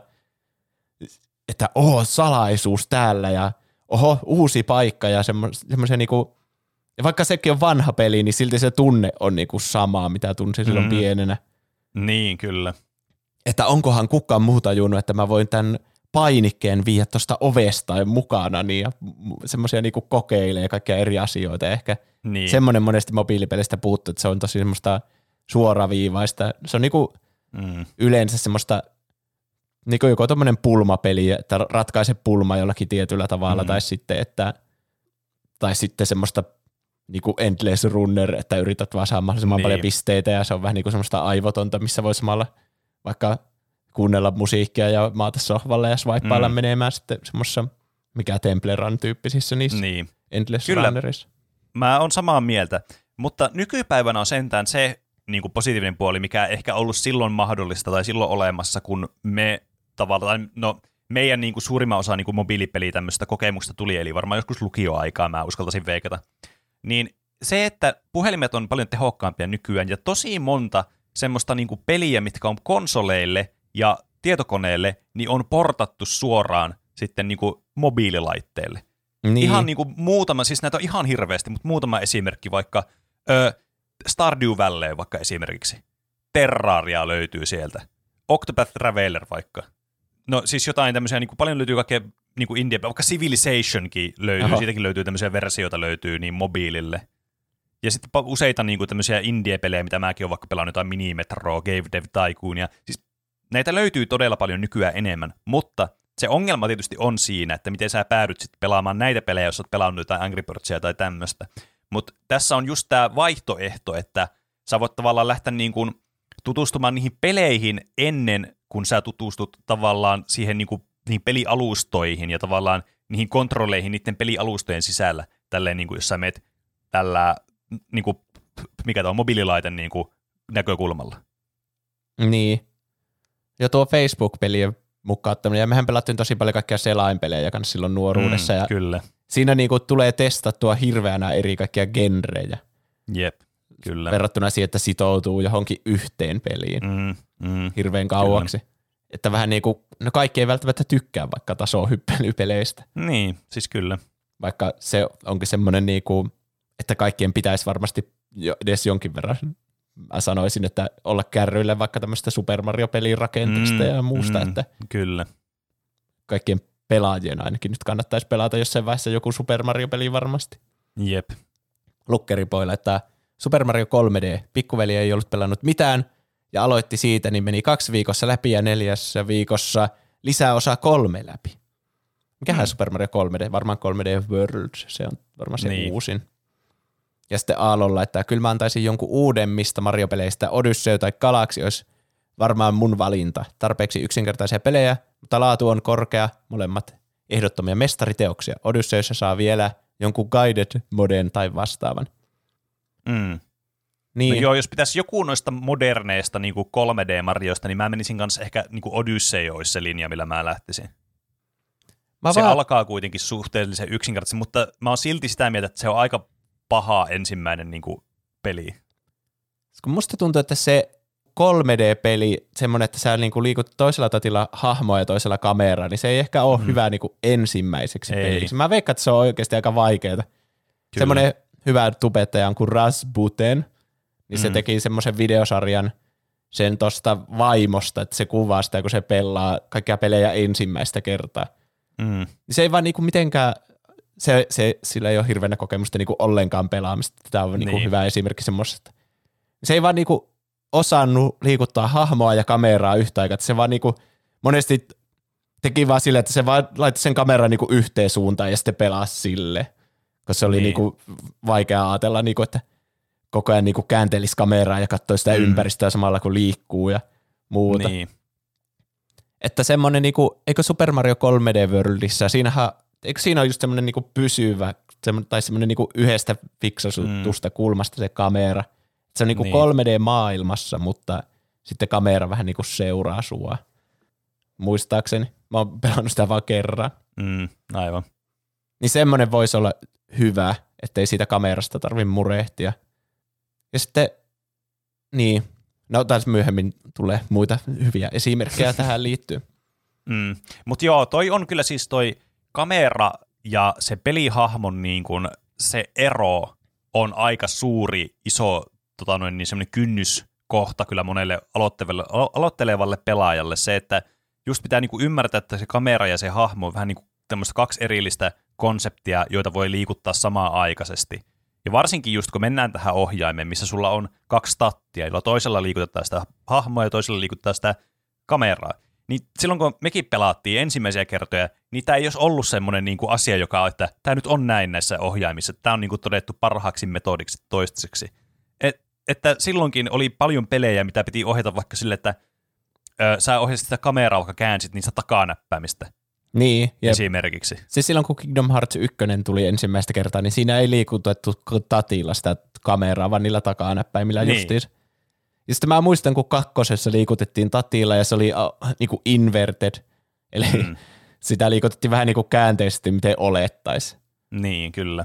että oho, salaisuus täällä ja oho, uusi paikka ja semmoisia niinku, ja vaikka sekin on vanha peli, niin silti se tunne on niinku samaa, mitä tunsin silloin mm. pienenä. Niin, kyllä. Että onkohan kukaan muu tajunnut, että mä voin tämän painikkeen viedä tuosta ovesta mukana niin ja semmoisia niinku kokeilee kaikkia eri asioita. Ehkä niin. Semmoinen monesti mobiilipelistä puuttuu, että se on tosi semmoista suoraviivaista. Se on niinku mm. yleensä semmoista niin kuin joko tommoinen pulmapeli, että ratkaise pulma jollakin tietyllä tavalla, mm. tai sitten, että, tai sitten semmoista niin kuin endless runner, että yrität vaan saada mahdollisimman niin. paljon pisteitä, ja se on vähän niin kuin semmoista aivotonta, missä voi samalla vaikka kuunnella musiikkia ja maata sohvalle ja swipeilla mm. menemään sitten semmoisessa, mikä Temple Run-tyyppisissä niissä niin. endless Kyllä. runnerissa. Mä oon samaa mieltä, mutta nykypäivänä on sentään se niin kuin positiivinen puoli, mikä ehkä ollut silloin mahdollista tai silloin olemassa, kun me tavallaan, no meidän niin kuin suurimman osa niin kuin mobiilipeliä tämmöistä kokemuksesta tuli, eli varmaan joskus lukioaikaa mä uskaltaisin veikata, niin se, että puhelimet on paljon tehokkaampia nykyään ja tosi monta semmoista niin kuin peliä, mitkä on konsoleille ja tietokoneelle, niin on portattu suoraan sitten niin kuin mobiililaitteelle. Niin. Ihan niin kuin muutama, siis näitä on ihan hirveästi, mutta muutama esimerkki vaikka ö, Stardew Valley vaikka esimerkiksi. Terraria löytyy sieltä. Octopath Traveler vaikka. No siis jotain tämmöisiä, niin kuin paljon löytyy kaikkea niin kuin indie, vaikka Civilizationkin löytyy, Oho. Siitäkin löytyy tämmöisiä versioita löytyy niin mobiilille. Ja sitten useita niin kuin tämmöisiä indie-pelejä, mitä mäkin olen vaikka pelannut, jotain Minimetroa, Cave Dev Tycoonia. Siis näitä löytyy todella paljon nykyään enemmän, mutta se ongelma tietysti on siinä, että miten sä päädyt sitten pelaamaan näitä pelejä, jos olet pelannut jotain Angry Birdsia tai tämmöistä. Mutta tässä on just tämä vaihtoehto, että sä voit tavallaan lähteä niin kuin tutustumaan niihin peleihin ennen kuin sä tutustut tavallaan siihen niin kuin, niihin pelialustoihin ja tavallaan niihin kontrolleihin niiden pelialustojen sisällä, tälleen niin kuin, jos sä meet tällä, niin kuin, mikä tämä on, mobiililaiten niin kuin, näkökulmalla. Niin. Ja tuo Facebook-pelien mukaan, ja mehän pelattiin tosi paljon kaikkia selainpelejä kanssa silloin nuoruudessa. Mm, ja kyllä. Siinä niinku tulee testattua hirveänä eri kaikkia genrejä. Jep, kyllä. Verrattuna siihen, että sitoutuu johonkin yhteen peliin mm, mm, hirveän kauaksi. Kyllä. Että vähän niinku, no kaikki ei välttämättä tykkää vaikka tasohyppelypeleistä. Niin, siis kyllä. Vaikka se onkin semmoinen niinku, että kaikkien pitäisi varmasti jo, edes jonkin verran, mä sanoisin, että olla kärryillä vaikka tämmöistä Super Mario-pelin rakenteesta mm, ja muusta, mm, että kyllä. Kaikkien pelaajien ainakin nyt kannattaisi pelata jossain vaiheessa joku Super Mario-peli varmasti. Jep. Lukkeripoilla, että Super Mario kolme D, pikkuveli ei ollut pelannut mitään ja aloitti siitä, niin meni kaksi viikossa läpi ja neljässä viikossa lisäosa kolme läpi. Mikähän mm. Super Mario kolme D? Varmaan kolme D World, se on varmaan se niin. uusin. Ja sitten Aallolla, että kyllä mä antaisin jonkun uudemmista Mario-peleistä, Odyssey tai Galaxy olisi varmaan mun valinta. Tarpeeksi yksinkertaisia pelejä, mutta laatu on korkea, molemmat ehdottomia mestariteoksia. Odysseyssä saa vielä jonkun guided moden tai vastaavan. Mm. Niin. No joo, jos pitäisi joku noista moderneista niin kuin kolme D-Marioista, niin mä menisin kanssa ehkä niin kuin Odyssey olisi se linja, millä mä lähtisin. Mä se vaan alkaa kuitenkin suhteellisen yksinkertaisesti, mutta mä oon silti sitä mieltä, että se on aika paha ensimmäinen niin kuin, peli. Kun musta tuntuu, että se kolme D-peli, semmoinen, että sä niin kuin liikut toisella tatilla hahmoa ja toisella kameraa, niin se ei ehkä ole mm. hyvä niin kuin ensimmäiseksi ei. peliksi. Mä veikkaan, että se on oikeasti aika vaikeaa. Semmoinen hyvä tubettaja kuin Rasputin, niin mm. se teki semmoisen videosarjan sen tosta vaimosta, että se kuvaa sitä, kun se pelaa kaikkia pelejä ensimmäistä kertaa. Mm. Se ei vaan niinku mitenkään, se, se, sillä ei ole hirveänä kokemusta niinku ollenkaan pelaamista. Tämä on niinku niin. hyvä esimerkki semmoisesta. Se ei vaan niinku osannut liikuttaa hahmoa ja kameraa yhtä aikaa, että se vaan niinku monesti teki vaan silleen, että se vaan laittoi sen kameran niinku yhteen suuntaan ja sitten pelasi sille, koska se oli niin. niinku vaikea ajatella, niinku, että koko ajan niinku kääntelisi kameraa ja katsoi sitä mm. ympäristöä samalla kun liikkuu ja muuta. Niin. Että semmoinen, niinku, eikö Super Mario kolme D Worldissa, siinähän, eikö siinä ole just semmoinen niinku pysyvä, semmoinen, tai semmoinen niinku yhdestä fiksasutusta mm. kulmasta se kamera, Se on niinku Niin. kolme D-maailmassa, mutta sitten kamera vähän niinku seuraa sua. Muistaakseni. Mä oon pelannut sitä vaan kerran. Mm, aivan. Niin semmoinen voisi olla hyvä, ettei siitä kamerasta tarvitse murehtia. Ja sitten, niin, no taas myöhemmin tulee muita hyviä esimerkkejä tähän liittyen. Mm. Mutta joo, toi on kyllä siis toi kamera ja se pelihahmon niin kun, se ero on aika suuri, iso tota noin, niin semmoinen kynnyskohta kyllä monelle aloittelevalle, aloittelevalle pelaajalle. Se, että just pitää niin kuin ymmärtää, että se kamera ja se hahmo on vähän niin kuin tämmöistä kaksi erillistä konseptia, joita voi liikuttaa samaan aikaisesti. Ja varsinkin just kun mennään tähän ohjaimeen, missä sulla on kaksi stattia, jolla toisella liikutetaan sitä hahmoa ja toisella liikuttaa sitä kameraa. Niin silloin kun mekin pelaattiin ensimmäisiä kertoja, niin tämä ei olisi ollut semmoinen niin kuin asia, joka on, että tämä nyt on näin näissä ohjaimissa. Tämä on niin kuin todettu parhaaksi metodiksi toistaiseksi. Et, että silloinkin oli paljon pelejä, mitä piti ohjata vaikka sille, että ö, sä ohjasit sitä kameraa, vaikka käänsit niistä takanäppäimistä. Niin, jep. Esimerkiksi. Siis silloin, kun Kingdom Hearts yksi tuli ensimmäistä kertaa, niin siinä ei liikutettu tatilla sitä kameraa, vaan niillä takanäppäimillä niin. justiis. Ja sitten mä muistan, kun kakkosessa liikutettiin tatilla ja se oli uh, niinku inverted, eli mm. sitä liikutettiin vähän niin kuin käänteisesti, miten olettaisi. Niin, kyllä.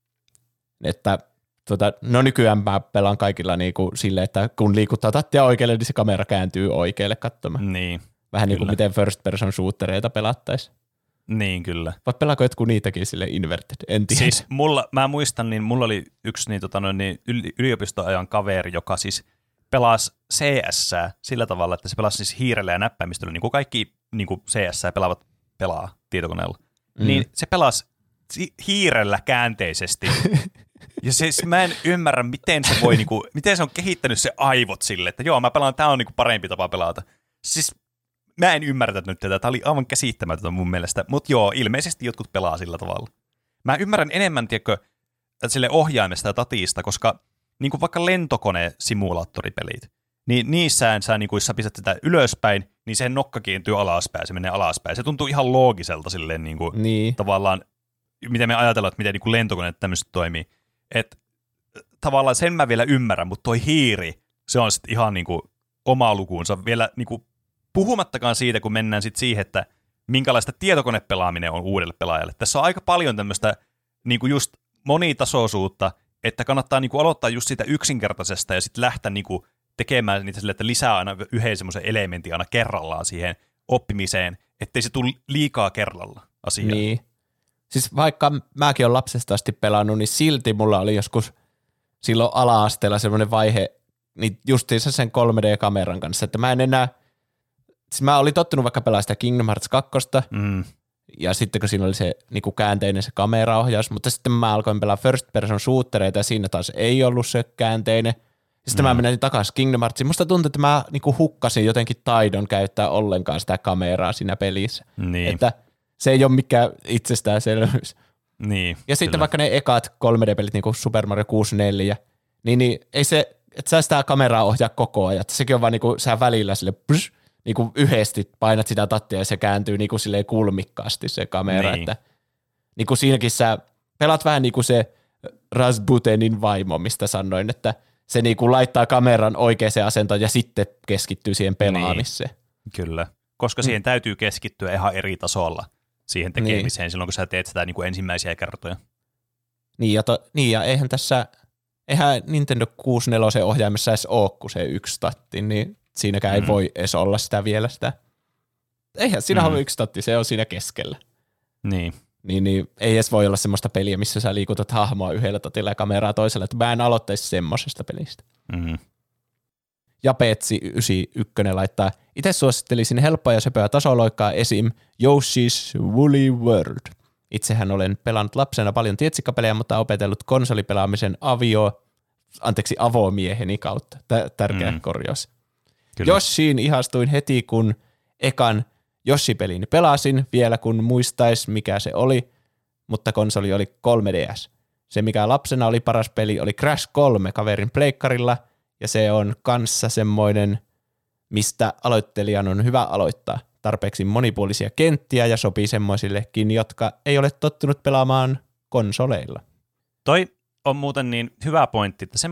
Että tota, no nykyään mä pelaan kaikilla niinku silleen, että kun liikuttaa tattia oikealle, niin se kamera kääntyy oikealle katsomaan. Niin. Vähän niin kuin miten first person shootereita pelattaisiin. Niin, kyllä. Vai pelaako jotkut niitäkin sille inverted? En tiedä. Siis mulla, mä muistan, niin mulla oli yksi niin, tota, niin, yliopistoajan kaveri, joka siis pelasi C S:ää sillä tavalla, että se pelasi siis hiirellä ja näppäimistöllä, niin kuin kaikki niin kuin C S:ää pelaavat pelaa tietokoneella. Mm. Niin se pelasi hiirellä käänteisesti. Ja siis mä en ymmärrä, miten se voi, niin kuin, miten se on kehittänyt se aivot sille, että joo, mä pelaan, tää on niin kuin parempi tapa pelata. Siis mä en ymmärtänyt tätä, tää oli aivan käsittämätöntä mun mielestä, mutta joo, ilmeisesti jotkut pelaa sillä tavalla. Mä ymmärrän enemmän, tiedätkö, sille ohjaimesta ja tatista, koska niin kuin vaikka lentokone-simulaattoripelit, niin niissään sä, niin kuin, jos sä pistät sitä ylöspäin, niin sen nokka kiintyy alaspäin, se menee alaspäin. Se tuntuu ihan loogiselta silleen niin kuin, niin. tavallaan, miten me ajatellaan, että miten niin kuin lentokoneet tämmöiset toimii. Että tavallaan sen mä vielä ymmärrän, mutta toi hiiri, se on sitten ihan niin kuin oma lukuunsa vielä niin kuin puhumattakaan siitä, kun mennään sitten siihen, että minkälaista tietokonepelaaminen on uudelle pelaajalle. Tässä on aika paljon tämmöistä niin kuin just monitasoisuutta, että kannattaa niin kuin aloittaa just siitä yksinkertaisesta ja sitten lähteä niin kuin tekemään niitä sille, että lisää aina yhden semmoisen elementin aina kerrallaan siihen oppimiseen, ettei se tule liikaa kerralla asiaan. Niin. Siis vaikka mäkin olen lapsesta asti pelannut, niin silti mulla oli joskus silloin ala-asteella semmoinen vaihe, niin justiinsa sen kolme D-kameran kanssa, että mä en enää, siis mä olin tottunut vaikka pelaa sitä Kingdom Hearts kaksi, mm. ja sitten kun siinä oli se niin kuin käänteinen se kameraohjaus, mutta sitten mä alkoin pelaa first person shootereita, ja siinä taas ei ollut se käänteinen. Ja sitten mm. mä menin takaisin Kingdom Heartsiin. Musta tuntui, että mä niin kuin hukkasin jotenkin taidon käyttää ollenkaan sitä kameraa siinä pelissä. Niin. Että se ei ole mikään itsestäänselvyys. Niin, ja sitten kyllä. vaikka ne ekat kolme D-pelit, niin kuin Super Mario kuusikymmentäneljä, niin, niin ei se, että sä sitä kameraa ohjaa koko ajan. Että sekin on vaan niin kuin sä välillä sille psh, niin kuin yhdesti painat sitä tattia ja se kääntyy niin kuin silleen kulmikkaasti se kamera. Niin. Että niin kuin siinäkin sä pelat vähän niin kuin se Rasputenin vaimo, mistä sanoin, että se niin kuin laittaa kameran oikeaan asentoon ja sitten keskittyy siihen pelaamiseen. Niin. Kyllä, koska siihen mm. täytyy keskittyä ihan eri tasolla siihen tekemiseen niin. silloin, kun sä teet sitä niin kuin ensimmäisiä kertoja. Niin ja, to, niin ja eihän tässä, eihän Nintendo kuusikymmentäneljä ohjaimessa edes ole kuin se yksi statti, niin siinäkään mm. ei voi edes olla sitä vielä sitä. Eihän siinä mm. ole yksi statti, se on siinä keskellä. Niin. Niin, niin ei edes voi olla semmoista peliä, missä sä liikutat hahmoa yhdellä tatilla ja kameraa toisella, että mä en aloittaisi semmoisesta pelistä. Mm. Ja Petsi yhdeksänkymmentäyksi laittaa, itse suosittelisin helppoa ja söpöä tasoloikkaa esim. Yoshi's Woolly World. Itsehän olen pelannut lapsena paljon tietsikkapelejä, mutta opetellut konsolipelaamisen avio, anteeksi avomieheni kautta. T- tärkeä mm. korjaus. Kyllä. Yoshiin ihastuin heti, kun ekan Yoshi-pelin pelasin vielä, kun muistais mikä se oli, mutta konsoli oli kolme D S. Se, mikä lapsena oli paras peli, oli Crash kolme kaverin pleikkarilla, ja se on kanssa semmoinen, mistä aloittelijan on hyvä aloittaa. Tarpeeksi monipuolisia kenttiä ja sopii semmoisillekin, jotka ei ole tottunut pelaamaan konsoleilla. Toi on muuten niin hyvä pointti, että semmoista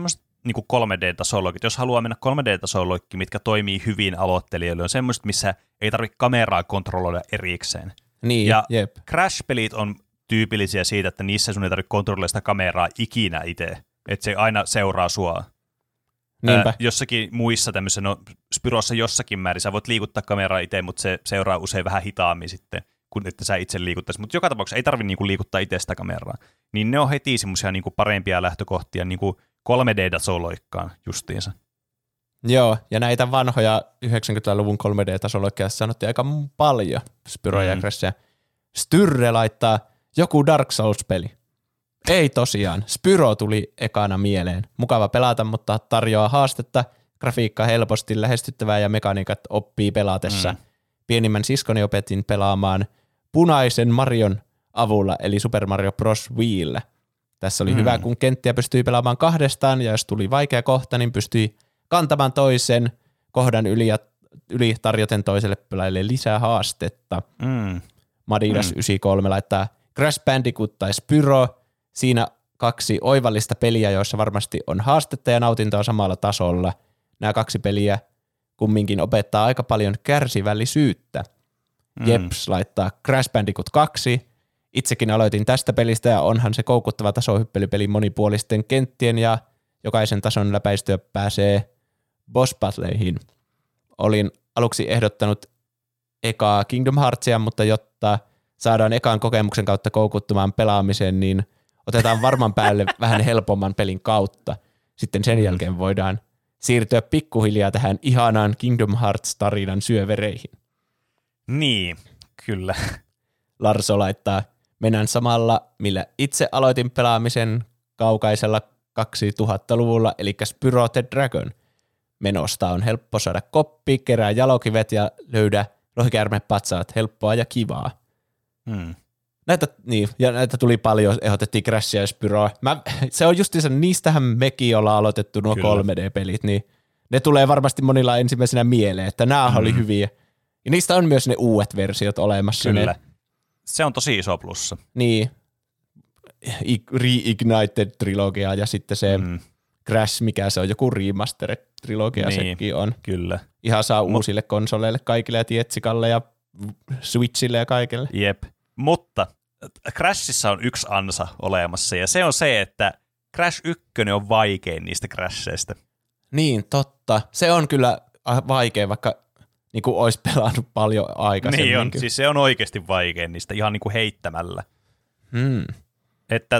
niinku kolme D-tasoloikit. Jos haluaa mennä kolme D-tasoloikkiin, mitkä toimii hyvin aloittelijoille, on semmoiset, missä ei tarvitse kameraa kontrolloida erikseen. Niin, ja jep. Crash-pelit on tyypillisiä siitä, että niissä sun ei tarvitse kontrolloida sitä kameraa ikinä itse. Että se aina seuraa sua. Niinpä. Äh, jossakin muissa tämmöisissä, no Spyrossa jossakin määrin, sä voit liikuttaa kameraa itse, mutta se seuraa usein vähän hitaammin sitten, kun että sä itse liikuttaisi. Mutta joka tapauksessa ei tarvitse niinku liikuttaa itse sitä kameraa. Niin ne on heti semmoisia niinku parempia lähtökohtia niinku kolme D-tasoloikkaan justiinsa. Joo, ja näitä vanhoja yhdeksänkymmentäluvun kolme D-tasoloikkia sanottiin aika paljon, Spyro ja Mm. Crashia. Styrre laittaa joku Dark Souls-peli. Ei tosiaan, Spyro tuli ekana mieleen. Mukava pelata, mutta tarjoaa haastetta, grafiikka helposti lähestyttävää ja mekaniikat oppii pelatessa. Mm. Pienimmän siskoni opetin pelaamaan punaisen Marion avulla, eli Super Mario Bros. Wiillä. Tässä oli Mm. hyvä, kun kenttiä pystyi pelaamaan kahdestaan, ja jos tuli vaikea kohta, niin pystyi kantamaan toisen kohdan yli ja yli tarjoten toiselle pelaajalle lisää haastetta. Mm. Madidas Mm. yhdeksänkymmentäkolme laittaa Crash Bandicoot tai Spyro. Siinä kaksi oivallista peliä, joissa varmasti on haastetta ja nautintoa samalla tasolla. Nämä kaksi peliä kumminkin opettaa aika paljon kärsivällisyyttä. Mm. Jeps laittaa Crash Bandicoot kaksi. Itsekin aloitin tästä pelistä ja onhan se koukuttava tasohyppelypeli monipuolisten kenttien ja jokaisen tason läpäistyä pääsee boss battleihin. Olin aluksi ehdottanut ekaa Kingdom Heartsia, mutta jotta saadaan ekan kokemuksen kautta koukuttumaan pelaamiseen, niin otetaan varman päälle vähän helpomman pelin kautta. Sitten sen jälkeen voidaan siirtyä pikkuhiljaa tähän ihanaan Kingdom Hearts-tarinan syövereihin. Niin, kyllä. Larso laittaa, mennään samalla, millä itse aloitin pelaamisen kaukaisella kaksituhattaluvulla, eli Spyro the Dragon. Menosta on helppo saada koppi, kerää jalokivet ja löydä lohikäärmepatsaat, helppoa ja kivaa. Mm. Näitä, niin, ja näitä tuli paljon, ehdotettiin Crashia ja Spyroa. Mä, se on justiinsa, niistähän mekin ollaan aloitettu nuo Kyllä. kolme D-pelit, niin ne tulee varmasti monilla ensimmäisenä mieleen, että nämä mm. oli hyviä. Ja niistä on myös ne uudet versiot olemassa. Kyllä. Ne, Se on tosi iso plussa. niin, Reignited-trilogia ja sitten se Mm. Crash, mikä se on, joku remaster-trilogia Niin. sekin on. Kyllä. Ihan saa Mut- uusille konsoleille kaikille ja Tietsikalle ja Switchille ja kaikille. Jep. Mutta Crashissa on yksi ansa olemassa, ja se on se, että Crash yksi on vaikein niistä Crasheista. Niin, totta. Se on kyllä vaikea, vaikka niin kuin olisi pelannut paljon aikaisemmin. Niin on, siis se on oikeasti vaikein niistä ihan niin kuin heittämällä. Hmm. Että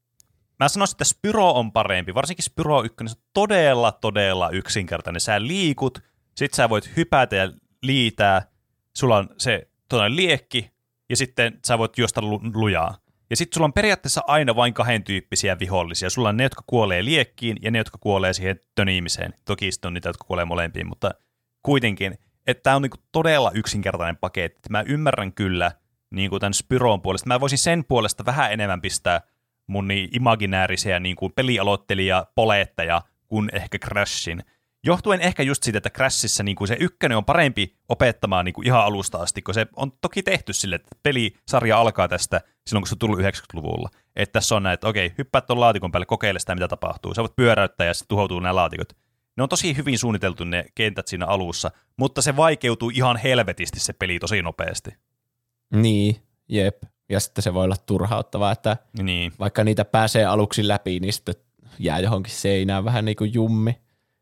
mä sanoisin, että Spyro on parempi, varsinkin Spyro yksi, se on todella, todella yksinkertainen. Sä liikut, sit sä voit hypätä ja liitää, sulla on se tuollainen liekki, ja sitten sä voit juosta lu- lujaa. Ja sitten sulla on periaatteessa aina vain kahden tyyppisiä vihollisia. Sulla on ne, jotka kuolee liekkiin, ja ne, jotka kuolee siihen töniimiseen. Toki sitten on niitä, jotka kuolee molempiin, mutta kuitenkin, että tämä on niinku todella yksinkertainen paketti. Mä ymmärrän kyllä niinku tämän Spyron puolesta. Mä voisin sen puolesta vähän enemmän pistää mun niin imaginäärisiä niinku pelialoittelija poleetteja kuin ehkä Crashin. Johtuen ehkä just siitä, että Crashissa niinku se ykkönen on parempi opettamaan niinku ihan alusta asti, kun se on toki tehty sille, että pelisarja alkaa tästä silloin, kun se on tullut yhdeksänkymmentäluvulla. Että tässä on näin, että okei, hyppää tuon laatikon päälle, kokeile sitä, mitä tapahtuu. Sä voit pyöräyttää ja sitten tuhoutuu nämä laatikot. Ne on tosi hyvin suunniteltu ne kentät siinä alussa, mutta se vaikeutuu ihan helvetisti se peli tosi nopeasti. Niin, jep. Ja sitten se voi olla turhauttavaa, että Niin. vaikka niitä pääsee aluksi läpi, niin sitten jää johonkin seinään vähän niin kuin jummi.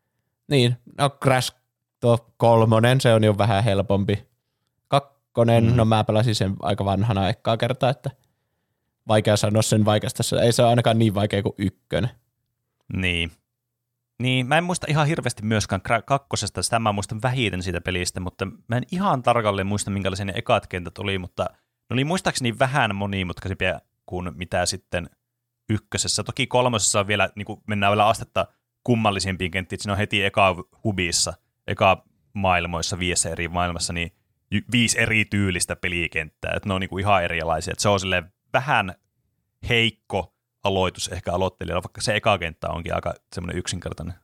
Niin, no Crash tuo kolmonen, se on jo vähän helpompi. Kakkonen, mm. no mä pelasin sen aika vanhana ekkaa kertaa, että vaikea sanoa sen vaikeasta. Ei se ole ainakaan niin vaikea kuin ykkönen. Niin. Niin, mä en muista ihan hirveästi myöskään kakkosesta, sitä mä muistan vähiten siitä pelistä, mutta mä en ihan tarkalleen muista, minkälaisia ne ekat kentät oli, mutta ne oli muistaakseni vähän monimutkaisempia kuin mitä sitten ykkösessä. Toki kolmosessa on vielä, niin kuin mennään vielä astetta kummallisimpiin kenttiin, että siinä on heti eka hubissa, eka maailmoissa, viisi eri maailmassa, niin viisi eri tyylistä pelikenttää, että ne on niin kuin ihan erilaisia. Että se on silleen vähän heikko aloitus ehkä aloittelijalla, vaikka se eka kenttä onkin aika semmoinen yksinkertainen.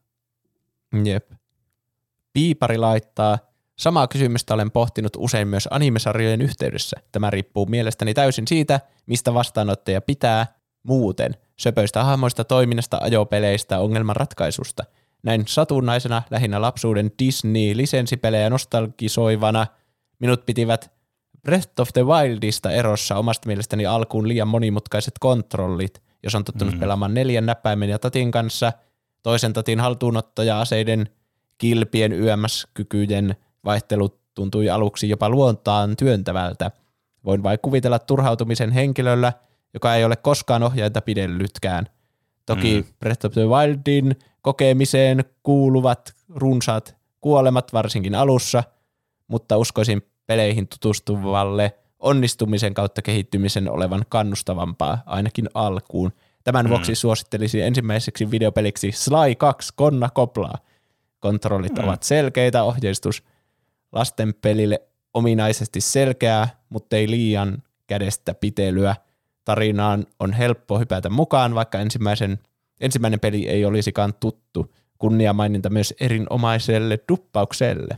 Jep. Piipari laittaa, samaa kysymystä olen pohtinut usein myös animesarjojen yhteydessä. Tämä riippuu mielestäni täysin siitä, mistä vastaanottaja pitää. muuten söpöistä hahmoista, toiminnasta, ajopeleistä, ongelmanratkaisusta. Näin satunnaisena, lähinnä lapsuuden Disney-lisenssipelejä nostalgisoivana minut pitivät Breath of the Wildista erossa omasta mielestäni alkuun liian monimutkaiset kontrollit, jos on tottunut mm. pelaamaan neljän näppäimen ja tatin kanssa, toisen tatin haltuunotto ja aseiden kilpien yömmäskykyjen vaihtelu tuntui aluksi jopa luontaan työntävältä. Voin vain kuvitella turhautumisen henkilöllä, joka ei ole koskaan ohjainta pidellytkään. Toki mm. Breath of the Wildin kokemiseen kuuluvat runsaat kuolemat varsinkin alussa, mutta uskoisin peleihin tutustuvalle onnistumisen kautta kehittymisen olevan kannustavampaa ainakin alkuun. Tämän mm. vuoksi suosittelisin ensimmäiseksi videopeliksi Sly kaksi Konna Koplaa. Kontrollit mm. ovat selkeitä, ohjeistus lasten pelille ominaisesti selkeää, mutta ei liian kädestä pitelyä. Tarinaan on helppo hypätä mukaan, vaikka ensimmäisen, ensimmäinen peli ei olisikaan tuttu. Kunnia maininta myös erinomaiselle duppaukselle.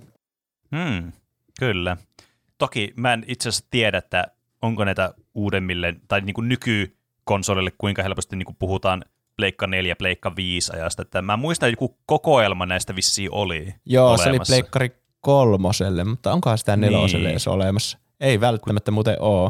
Hmm, kyllä. Toki mä en itse asiassa tiedä, että onko näitä uudemmille tai niin kuin nykykonsolille kuinka helposti niin kuin puhutaan Pleikka neljä, Pleikka viisi ajasta. Että mä muistan, että joku kokoelma näistä vissiin oli Joo, olemassa. Se oli Pleikkari kolmoselle, mutta onkohan sitä neloselle niin edes olemassa? Ei välttämättä muuten ole.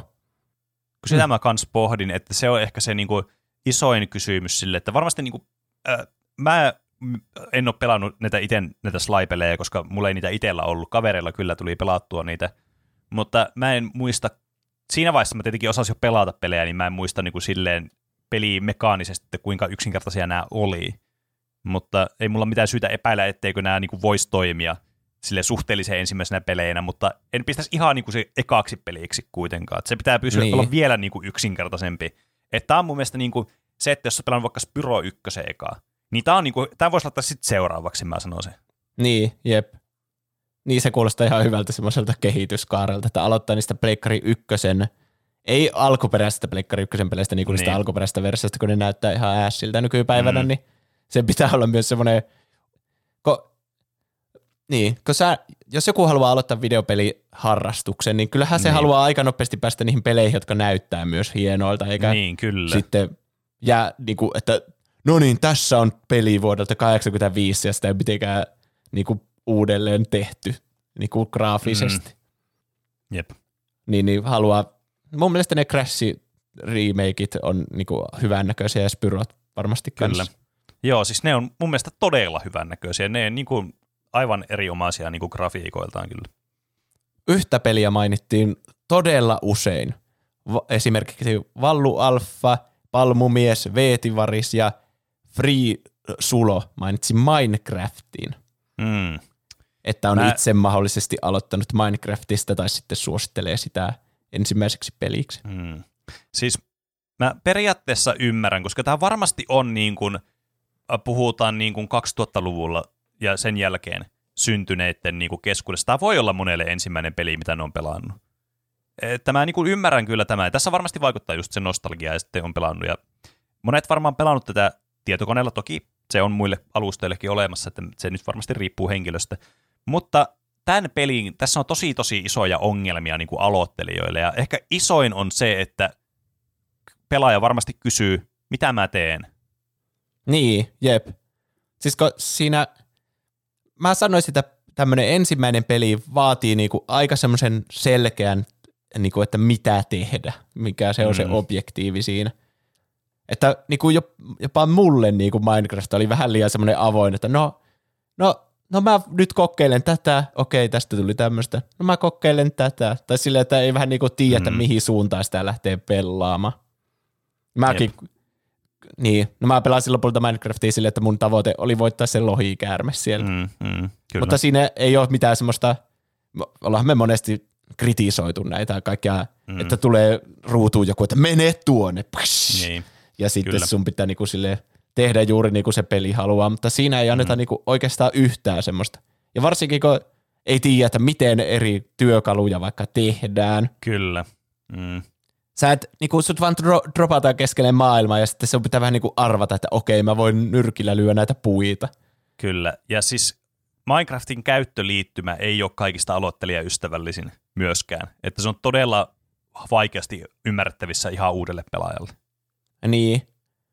Kun sitä hmm. mä kans pohdin, että se on ehkä se niin kuin isoin kysymys sille, että varmasti niin kuin, äh, mä en ole pelannut näitä itse näitä Sly-pelejä, koska mulla ei niitä itsellä ollut. Kavereilla kyllä tuli pelattua niitä, mutta mä en muista, siinä vaiheessa mä tietenkin osasin jo pelata pelejä, niin mä en muista niin kuin silleen pelimekaanisesti, että kuinka yksinkertaisia nämä oli. Mutta ei mulla mitään syytä epäillä, etteikö nämä niin kuin voisi toimia sille suhteellisen ensimmäisenä peleinä, mutta en pistäisi ihan niin kuin se ekaaksi peliksi kuitenkaan. Että se pitää pysyä niin. olla vielä niin kuin yksinkertaisempi. Että tämä on mun mielestä niin kuin se, että jos sä pelannut vaikka Spyro ykkösen ekaa, niin tämä, on niin kuin, tämä voisi laittaa sitten seuraavaksi, mä sanon sen. Niin, jep. Niin se kuulostaa ihan hyvältä semmoiselta kehityskaarelta, että aloittaa niistä Pleikkari ykkösen, ei alkuperäisestä Pleikkari ykkösen peleistä, niin kuin niin. niistä alkuperäisestä versiosta, kun ne näyttää ihan ässiltä nykypäivänä, mm. niin se pitää olla myös semmoinen, ko, niin, kun sä, jos joku haluaa aloittaa videopeliharrastuksen, niin kyllähän se niin. haluaa aika nopeasti päästä niihin peleihin, jotka näyttää myös hienoilta, eikä niin, kyllä. sitten jää niin kuin, että no niin, tässä on peli vuodelta kahdeksankymmentäviisi ja sitä ei mitenkään niin kuin uudelleen tehty niin kuin graafisesti. Mm. Jep. Niin, niin haluaa, mun mielestä ne Crash-remakeit on niin kuin hyvännäköisiä ja Spyrot varmasti kanssa. Kyllä. Joo, siis ne on mun mielestä todella hyvännäköisiä. Ne on niin kuin aivan erinomaisia niin kuin grafiikoiltaan kyllä. Yhtä peliä mainittiin todella usein. Va- esimerkiksi Vallu Alpha, Palmumies, Veetivaris ja Free Sulo mainitsi Minecraftin. Mm. Että on Mä... itse mahdollisesti aloittanut Minecraftista tai sitten suosittelee sitä ensimmäiseksi peliksi. Mm. Siis mä periaatteessa ymmärrän, koska tämä varmasti on niin kuin, puhutaan niin kuin kaksituhattaluvulla ja sen jälkeen syntyneiden niin kuin keskuudessa. Tämä voi olla monelle ensimmäinen peli, mitä ne on pelannut. Että mä niin kuin ymmärrän kyllä tämä. Tässä varmasti vaikuttaa just se nostalgia ja sitten on pelannut. Ja monet varmaan pelannut tätä tietokoneella. Toki se on muille alustoillekin olemassa, että se nyt varmasti riippuu henkilöstä. Mutta tämän pelin, tässä on tosi tosi isoja ongelmia niin kuin aloittelijoille. Ja ehkä isoin on se, että pelaaja varmasti kysyy, mitä mä teen. Niin, jep. Siis kun siinä, mä sanoisin, että tämmöinen ensimmäinen peli vaatii niinku aika semmoisen selkeän, niinku, että mitä tehdä, mikä se on mm. se objektiivi siinä. Että niinku jopa mulle niinku Minecraft oli vähän liian semmoinen avoin, että no, no, no mä nyt kokeilen tätä, okei tästä tuli tämmöistä, no mä kokeilen tätä. Tai silleen, että ei vähän niinku tiedä, mm. mihin suuntaan sitä lähtee pelaamaan. Mäkin, Jep. niin, no mä pelasin lopulta Minecraftia silleen, että mun tavoite oli voittaa se lohikäärme siellä. Mm, mm, Mutta siinä ei ole mitään semmoista, ollaan me monesti kritisoitu näitä kaikkia, mm. että tulee ruutuun joku, että mene tuonne, niin, ja sitten kyllä. sun pitää niinku silleen tehdä juuri niin kuin se peli haluaa, mutta siinä ei anneta mm. niinku oikeastaan yhtään semmoista. Ja varsinkin kun ei tiedä, että miten eri työkaluja vaikka tehdään. Kyllä. Mm. Sä et, niinku sut vaan dro- dropataan keskelle maailmaa ja sitten sun pitää vähän niinku arvata, että okei mä voin nyrkillä lyödä näitä puita. Kyllä, ja siis Minecraftin käyttöliittymä ei ole kaikista aloittelijaystävällisin myöskään, että se on todella vaikeasti ymmärrettävissä ihan uudelle pelaajalle. Niin,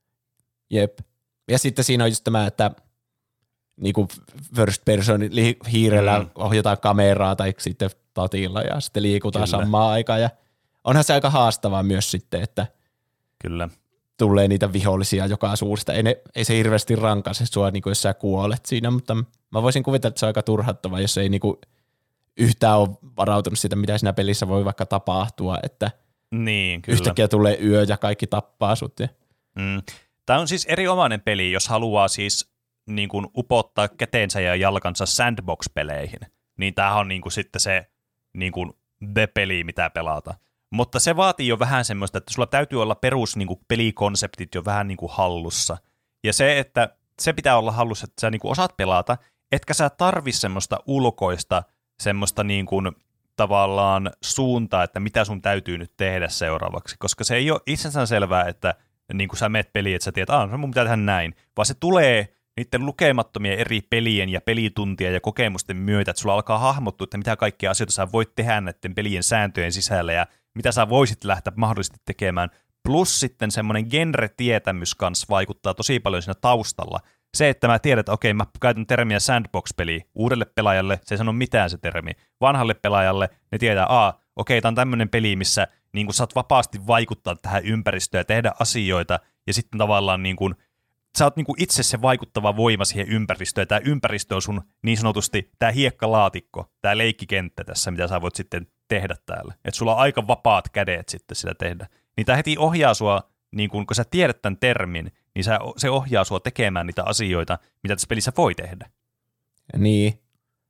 jep. Ja sitten siinä on just tämä, että niinku first person hiirellä mm. ohjataan kameraa tai sitten tatilla ja sitten liikutaan Kyllä. samaan aikaan. Ja onhan se aika haastavaa myös sitten, että Kyllä. tulee niitä vihollisia joka suusta. Ei, ne, ei se hirveästi rankaise sua, niin kuin jos sä kuolet siinä, mutta mä voisin kuvitella, että se on aika turhauttavaa, jos ei niin kuin yhtään ole varautunut siitä, mitä siinä pelissä voi vaikka tapahtua, että niin, kyllä. yhtäkkiä tulee yö ja kaikki tappaa sut. Mm. Tämä on siis erinomainen peli, jos haluaa siis niin kuin upottaa käteensä ja jalkansa sandbox-peleihin, niin tämähän on niin kuin sitten se niin kuin the peli, mitä pelata. Mutta se vaatii jo vähän semmoista, että sulla täytyy olla perus niin kuin pelikonseptit jo vähän niin kuin hallussa. Ja se, että se pitää olla hallussa, että sä niin kuin osaat pelata, etkä sä tarvi semmoista ulkoista, semmoista niin kuin tavallaan suuntaa, että mitä sun täytyy nyt tehdä seuraavaksi. Koska se ei ole itsensään selvää, että niin kuin sä meet peliin, että sä tiedät, että mun pitää tehdä näin, vaan se tulee niiden lukemattomien eri pelien ja pelituntien ja kokemusten myötä, että sulla alkaa hahmottua, että mitä kaikkia asioita sä voit tehdä näiden pelien sääntöjen sisällä ja mitä sä voisit lähteä mahdollisesti tekemään. Plus sitten semmoinen genre-tietämys kanssa vaikuttaa tosi paljon siinä taustalla. Se, että mä tiedän, että okei, mä käytän termiä sandbox-peli uudelle pelaajalle, se ei sano mitään se termi. Vanhalle pelaajalle ne tietää, aa, okei, tää on tämmöinen peli, missä niin kun saat vapaasti vaikuttaa tähän ympäristöön ja tehdä asioita, ja sitten tavallaan niin kun, sä oot niin kun itse se vaikuttava voima siihen ympäristöön, ja tämä ympäristö on sun niin sanotusti tämä hiekkalaatikko, tämä leikkikenttä tässä, mitä sä voit sitten tehdä täällä. Että sulla on aika vapaat kädet sitten sitä tehdä. Niin tämä heti ohjaa sua, niin kun, kun sä tiedät tämän termin, niin sä, se ohjaa sua tekemään niitä asioita, mitä tässä pelissä voi tehdä. Niin.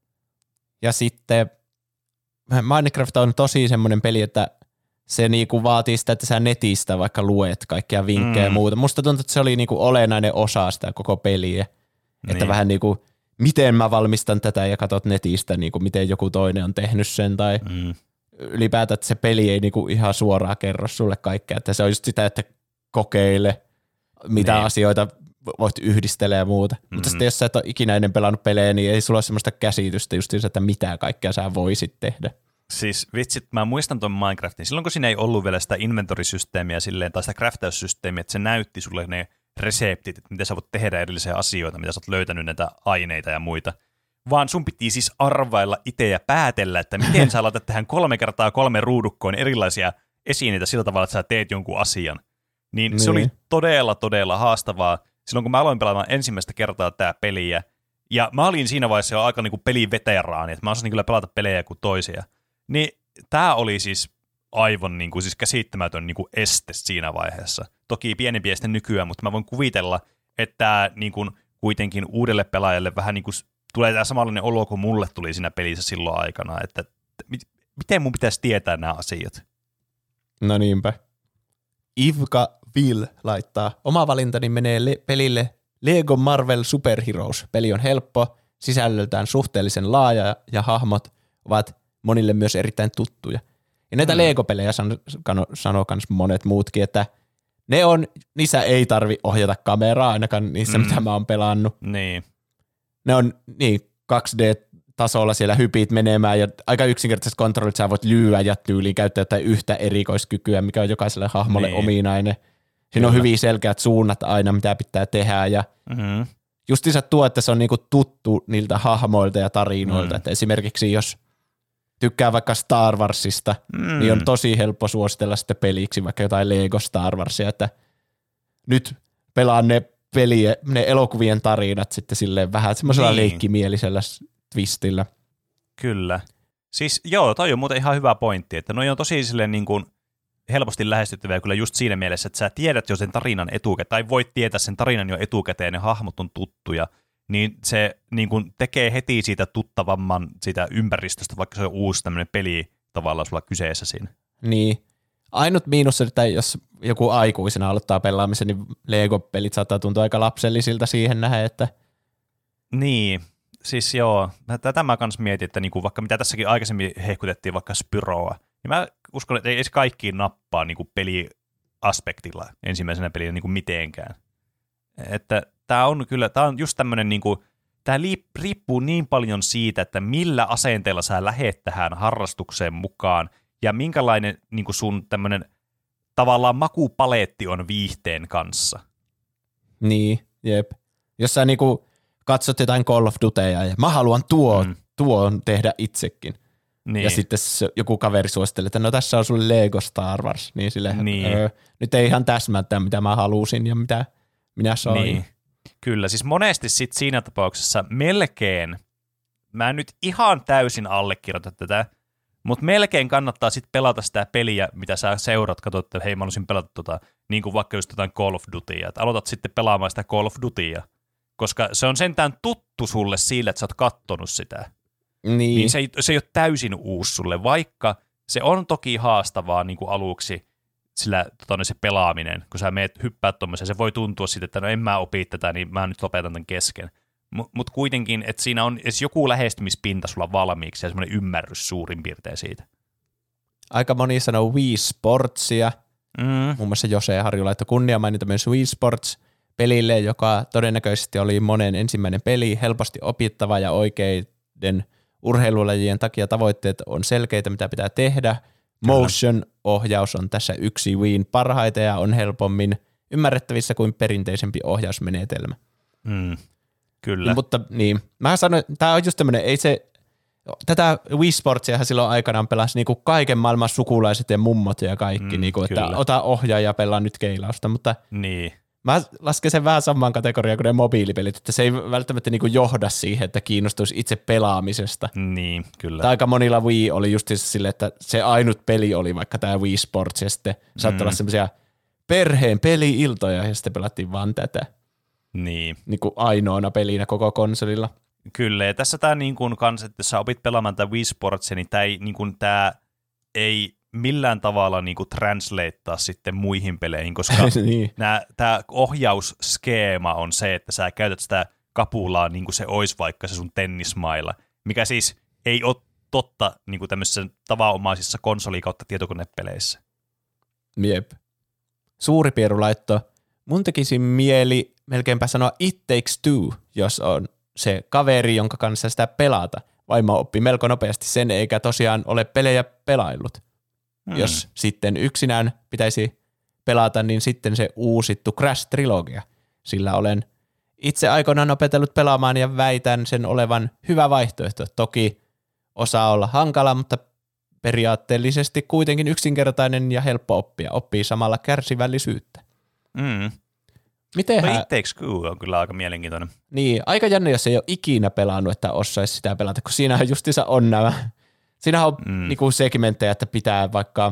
Ja sitten Minecraft on tosi semmoinen peli, että se niinku vaatii sitä, että sä netistä vaikka luet kaikkia vinkkejä mm. ja muuta. Musta tuntuu, että se oli niinku olennainen osa sitä koko peliä. Niin. Että vähän niinku, miten mä valmistan tätä ja katsot netistä, niinku, miten joku toinen on tehnyt sen. Tai mm. ylipäätään, että se peli ei niinku ihan suoraan kerro sulle kaikkea. Että se on just sitä, että kokeile, mitä niin. asioita voit yhdistellä ja muuta. Mm-hmm. Mutta sitten jos sä et ole ikinä ennen pelannut pelejä, niin ei sulla ole semmoista käsitystä just siitä, että mitä kaikkea sä voisit tehdä. Siis vitsit, mä muistan tuon Minecraftin. Silloin kun siinä ei ollut vielä sitä inventorisysteemiä silleen, tai sitä craftaussysteemiä, että se näytti sulle ne reseptit, että miten sä voit tehdä erillisiä asioita, mitä sä oot löytänyt näitä aineita ja muita. Vaan sun piti siis arvailla itse ja päätellä, että miten sä laitat tähän kolme kertaa kolme ruudukkoon erilaisia esineitä sillä tavalla, että sä teet jonkun asian. Niin, niin se oli todella, todella haastavaa. Silloin kun mä aloin pelaamaan ensimmäistä kertaa tää peliä, ja mä olin siinä vaiheessa jo aika niinku peliveteraani, että mä osasin kyllä pelata pelejä kuin toisia. Niin tää oli siis aivan niinku, siis käsittämätön niinku este siinä vaiheessa. Toki pienempi este nykyään, mutta mä voin kuvitella, että niinku kuitenkin uudelle pelaajalle vähän niinku tulee tää samanlainen olo kuin mulle tuli siinä pelissä silloin aikana, että miten mun pitäisi tietää nämä asiat? No niinpä. Ivka Will laittaa, oma valintani menee le- pelille Lego Marvel Super Heroes. Peli on helppo, sisällöltään suhteellisen laaja ja hahmot ovat monille myös erittäin tuttuja. Ja näitä mm. Lego-pelejä san- sanoo myös monet muutkin, että ne on, niissä ei tarvi ohjata kameraa, ainakaan niissä, mm. mitä mä oon pelannut. Niin. Ne on niin kaksi D-tasolla siellä hypit menemään ja aika yksinkertaiset kontrollit, sä voit lyödä ja tyyliin käyttää jotain yhtä erikoiskykyä, mikä on jokaiselle hahmolle niin. ominainen. Siinä Kyllä. on hyvin selkeät suunnat aina, mitä pitää tehdä ja mm-hmm. justiinsa tuo, että se on niinku tuttu niiltä hahmoilta ja tarinoilta. Mm. Että esimerkiksi jos tykkää vaikka Star Warsista, mm. niin on tosi helppo suositella sitten peliksi vaikka jotain Lego Star Warsia, että nyt pelaan ne peliä, ne elokuvien tarinat sitten silleen vähän semmoisella niin. leikkimielisellä twistillä. Kyllä. Siis joo, toi on muuten ihan hyvä pointti, että noi on tosi silleen niin kuin helposti lähestyttäviä kyllä just siinä mielessä, että sä tiedät jo sen tarinan etukäteen, tai voit tietää sen tarinan jo etukäteen, ne hahmot on tuttuja, niin se niin kuin tekee heti siitä tuttavamman siitä ympäristöstä, vaikka se on uusi tämmöinen peli tavallaan sulla kyseessä siinä. Niin. Ainut miinus, että jos joku aikuisena aloittaa pelaamisen, niin Lego-pelit saattaa tuntua aika lapsellisilta siihen nähdä, että niin, siis joo, tätä mä kans mietin, että niinku vaikka mitä tässäkin aikaisemmin hehkutettiin vaikka Spyroa, niin mä uskon, että ei edes kaikkiin nappaa niinku peliaspektilla ensimmäisenä pelinä niinku mitenkään. Että tää on kyllä, tää on just tämmönen niinku, tää riippuu niin paljon siitä, että millä asenteella sä lähet tähän harrastukseen mukaan ja minkälainen niinku sun tämmönen tavallaan makupaleetti on viihteen kanssa. Niin, jep. Jos sä niinku katsot jotain Call of Dutyja ja mä haluan tuo, mm. tuon tehdä itsekin. Niin. Ja sitten joku kaveri suosittelee, että no tässä on sulle Lego Star Wars. Niin silleen, niin. Öö, nyt ei ihan täsmältä mitä mä halusin ja mitä minä soin. Niin. Kyllä, siis monesti sit siinä tapauksessa melkein, mä en nyt ihan täysin allekirjoita tätä, mutta melkein kannattaa sitten pelata sitä peliä, mitä sä seurat, katsot, että hei mä haluaisin pelata tota, niin kuin vaikka just jotain Call of Dutya, että aloitat sitten pelaamaan sitä Call of Dutya, koska se on sentään tuttu sulle sillä, että sä oot kattonut sitä. Niin. Niin se ei, se ei ole täysin uusi sulle, vaikka se on toki haastavaa niin kuin aluksi sillä tota, se pelaaminen, kun sä meet hyppäät tuommoisen, se voi tuntua siitä, että no en mä opi tätä, niin mä nyt lopetan tämän kesken. Mutta mut kuitenkin, että siinä on edes joku lähestymispinta sulla valmiiksi ja semmoinen ymmärrys suurin piirtein siitä. Aika moni sanoo Wii Sportsia. Mm. Muun muassa Jose Harju laittoi kunnia mainita myös Wii Sports pelille, joka todennäköisesti oli monen ensimmäinen peli, helposti opittava ja oikeiden urheilulajien takia tavoitteet on selkeitä, mitä pitää tehdä. Motion-ohjaus on tässä yksi Wiin parhaita ja on helpommin ymmärrettävissä kuin perinteisempi ohjausmenetelmä. Mm. Kyllä. Mutta niin, mä sanoin, tää on just tämmönen, ei se, tätä Wii Sportsiahan silloin aikanaan pelasi niinku kaiken maailman sukulaiset ja mummot ja kaikki, mm, niinku, että ota ohjaa ja pelaa nyt keilausta, mutta niin. Mä lasken sen vähän samaan kategoriaan kuin ne mobiilipelit, että se ei välttämättä niinku johda siihen, että kiinnostuisi itse pelaamisesta. Niin, kyllä. Tai aika monilla Wii oli just silleen, että se ainut peli oli vaikka tämä Wii Sports, ja sitten mm. saattoi olla semmoisia perheen peli-iltoja, ja sitten pelattiin vaan tätä. Niin. Niin kuin ainoana pelinä koko konsolilla. Kyllä, ja tässä tämä niin kuin kans, että jos sä opit pelaamaan tätä Wii Sportsia, niin tämä ei, niin kuin, tämä ei millään tavalla niin kuin translatea sitten muihin peleihin, koska niin. nämä, tämä ohjausskeema on se, että sä käytät sitä kapulaa niin kuin se olisi vaikka se sun tennismailla, mikä siis ei ole totta niin kuin tämmöisissä tavanomaisissa konsoli- kautta tietokonepeleissä. Jep. Suuri Pieru laitto. Mun tekisi mieli melkeinpä sanoa It Takes Two, jos on se kaveri, jonka kanssa sitä pelata. Vaimo oppi melko nopeasti sen, eikä tosiaan ole pelejä pelaillut. Hmm. Jos sitten yksinään pitäisi pelata, niin sitten se uusittu Crash-trilogia. Sillä olen itse aikoinaan opetellut pelaamaan ja väitän sen olevan hyvä vaihtoehto. Toki osaa olla hankala, mutta periaatteellisesti kuitenkin yksinkertainen ja helppo oppia. Oppii samalla kärsivällisyyttä. Mm. Mitenhän... No It Takes Two on kyllä aika mielenkiintoinen. Niin, aika jännä, jos ei ole ikinä pelannut, että osaisi sitä pelata, kun siinähän justiinsa on nämä. Siinähän on mm. niinku segmenttejä, että pitää vaikka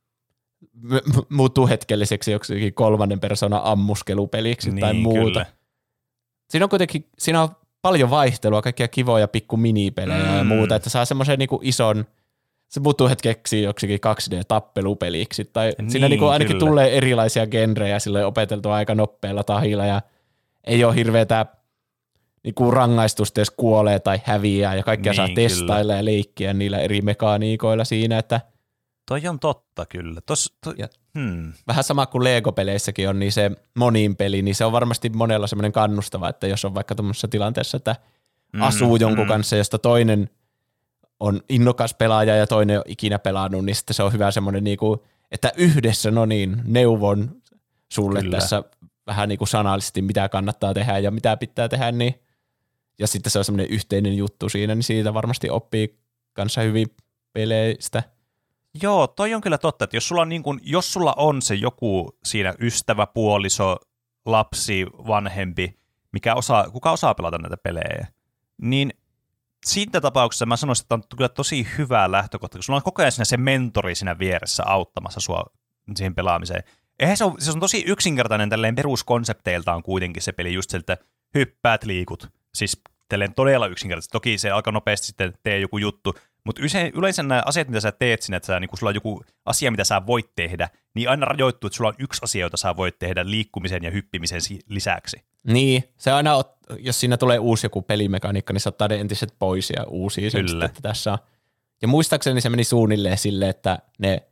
m- m- muuttuu hetkelliseksi joksikin kolmannen persoonan ammuskelupeliksi niin, tai muuta. Kyllä. Siinä on kuitenkin, siinä on paljon vaihtelua, kaikkia kivoja pikku minipelejä mm. ja muuta, että saa semmoisen niinku ison, se muuttuu hetkeksi joksikin kaksi D-tappelupeliksi, tai niin, siinä niinku ainakin kyllä. tulee erilaisia genrejä silleen opeteltua aika nopealla tahilla, ja ei ole hirveätä niinku rangaistusta, jos kuolee tai häviää, ja kaikkea niin, saa testailla kyllä. ja leikkiä niillä eri mekaniikoilla siinä, että toi on totta kyllä. Tos, to, ja, hmm. vähän sama kuin Lego-peleissäkin on, niin se monin peli, niin se on varmasti monella semmoinen kannustava, että jos on vaikka tuommoisessa tilanteessa, että mm, asuu jonkun mm. kanssa, josta toinen on innokas pelaaja ja toinen ei ole ikinä pelannut, niin sitten se on hyvä semmoinen, niinku, että yhdessä no niin, neuvon sulle kyllä. tässä vähän niin kuin sanallisesti, mitä kannattaa tehdä ja mitä pitää tehdä, niin ja sitten se on semmoinen yhteinen juttu siinä, niin siitä varmasti oppii kanssa hyvin peleistä. Joo, toi on kyllä totta, että jos sulla on, niin kuin, jos sulla on se joku siinä ystävä, puoliso, lapsi, vanhempi, mikä osaa, kuka osaa pelata näitä pelejä, niin siitä tapauksessa mä sanoisin, että on kyllä tosi hyvä lähtökohta, kun sulla on koko ajan siinä se mentori siinä vieressä auttamassa sua siihen pelaamiseen. Eihän se, on, se on tosi yksinkertainen tälleen peruskonsepteiltaan kuitenkin se peli just sieltä hyppäät, liikut. Siis tälleen todella yksinkertaisesti. Toki se aika nopeasti sitten tee joku juttu, mutta yleensä nämä asiat, mitä sä teet siinä, että sä, niin kun sulla on joku asia, mitä sä voit tehdä, niin aina rajoittuu, että sulla on yksi asia, jota sä voit tehdä liikkumisen ja hyppimisen lisäksi. Niin, se aina, jos siinä tulee uusi joku pelimekaniikka, niin se ottaa ne entiset pois ja uusia sen sitten, että tässä on. Ja muistaakseni se meni suunnilleen silleen, että ne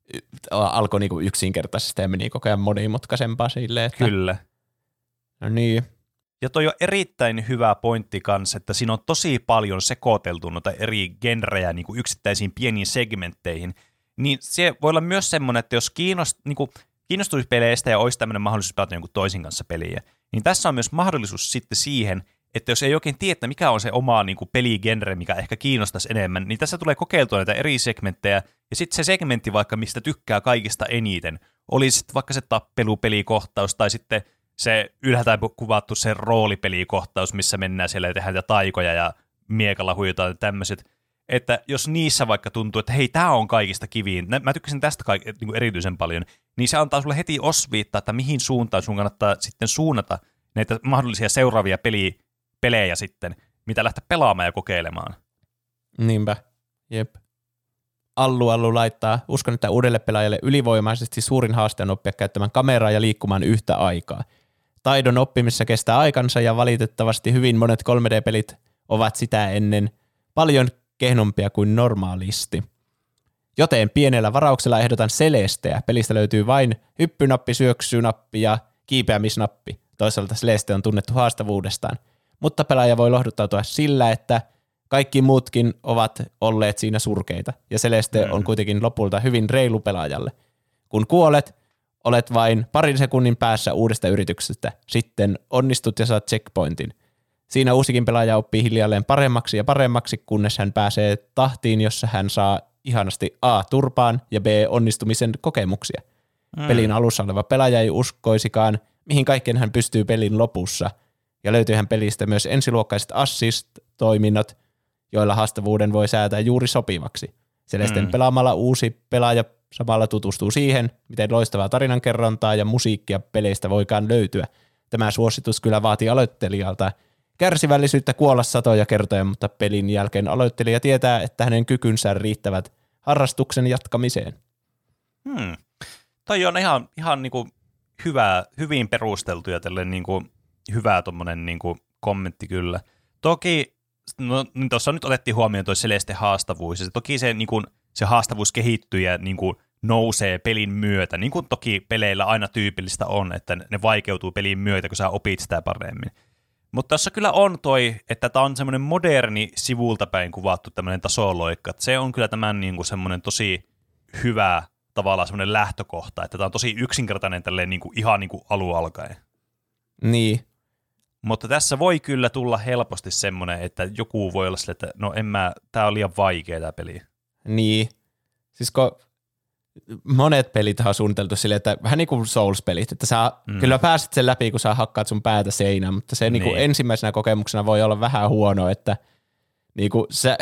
alkoi niinku yksinkertaisesti ja meni koko ajan monimutkaisempaa silleen. Että kyllä. No niin. Ja toi on erittäin hyvä pointti kanssa, että siinä on tosi paljon sekoiteltu noita eri genrejä niin kuin yksittäisiin pieniin segmentteihin, niin se voi olla myös semmoinen, että jos kiinnost, niin kuin, kiinnostuisi peleistä ja olisi tämmöinen mahdollisuus pelata jonkun toisin kanssa peliä, niin tässä on myös mahdollisuus sitten siihen, että jos ei oikein tiedä, mikä on se oma niin kuin peligenre, mikä ehkä kiinnostaisi enemmän, niin tässä tulee kokeiltua näitä eri segmenttejä, ja sitten se segmentti vaikka, mistä tykkää kaikista eniten, olisi vaikka se tappelupelikohtaus, tai sitten se ylhäältä kuvattu se roolipelikohtaus, missä mennään siellä ja tehdään niitä taikoja ja miekalla huijutaan ja tämmöiset, että jos niissä vaikka tuntuu, että hei, tämä on kaikista kiviin, mä tykkäsin tästä kaik- niin kuin erityisen paljon, niin se antaa sulle heti osviittaa, että mihin suuntaan sun kannattaa sitten suunnata näitä mahdollisia seuraavia peliä, pelejä sitten, mitä lähteä pelaamaan ja kokeilemaan. Niinpä, jep. Allu Allu laittaa, uskon, että uudelle pelaajalle ylivoimaisesti suurin haaste on oppia käyttämään kameraa ja liikkumaan yhtä aikaa. Taidon oppimisessa kestää aikansa ja valitettavasti hyvin monet kolme D-pelit ovat sitä ennen paljon kehnompia kuin normaalisti. Joten pienellä varauksella ehdotan Celesteä. Pelistä löytyy vain hyppynappi, syöksynappi ja kiipeämisnappi. Toisaalta Celeste on tunnettu haastavuudestaan. Mutta pelaaja voi lohduttautua sillä, että kaikki muutkin ovat olleet siinä surkeita. Ja Celeste mm. on kuitenkin lopulta hyvin reilu pelaajalle. Kun kuolet, olet vain parin sekunnin päässä uudesta yrityksestä. Sitten onnistut ja saat checkpointin. Siinä uusikin pelaaja oppii hiljalleen paremmaksi ja paremmaksi, kunnes hän pääsee tahtiin, jossa hän saa ihanasti A. turpaan ja B. onnistumisen kokemuksia. Mm. Pelin alussa oleva pelaaja ei uskoisikaan, mihin kaikkeen hän pystyy pelin lopussa. Ja löytyyhän pelistä myös ensiluokkaiset assist-toiminnot, joilla haastavuuden voi säätää juuri sopivaksi. Celesten mm. pelaamalla uusi pelaaja samalla tutustuu siihen, miten loistavaa tarinankerrontaa ja musiikkia peleistä voikaan löytyä. Tämä suositus kyllä vaatii aloittelijalta kärsivällisyyttä kuolla satoja kertoja, mutta pelin jälkeen aloittelija tietää, että hänen kykynsä riittävät harrastuksen jatkamiseen. Hmm. Toi on ihan, ihan niinku hyvä, hyvin perusteltu ja niinku hyvä tommonen niinku kommentti kyllä. Toki no, tuossa nyt otettiin huomioon tuo Celeste haastavuus, ja se, toki se, niinku, se haastavuus kehittyy ja niinku, nousee pelin myötä, niin kuin toki peleillä aina tyypillistä on, että ne vaikeutuu pelin myötä, kun sä opit sitä paremmin. Mutta tässä kyllä on toi, että tämä on semmoinen moderni sivulta päin kuvattu tämmöinen tasoloikka, että se on kyllä tämän niinku semmoinen tosi hyvä tavallaan semmoinen lähtökohta, että tämä on tosi yksinkertainen tälleen niinku ihan niinku alun alkaen. Niin. Mutta tässä voi kyllä tulla helposti semmoinen, että joku voi olla sille, että no en mä, tää on liian vaikea tää peli. Niin. Siis kun monet pelit on suunniteltu silleen, että vähän niin kuin Souls-pelit, että sä mm. kyllä pääset sen läpi, kun sä hakkaat sun päätä seinään, mutta se niin. Niin kuin ensimmäisenä kokemuksena voi olla vähän huono, että niin kuin se,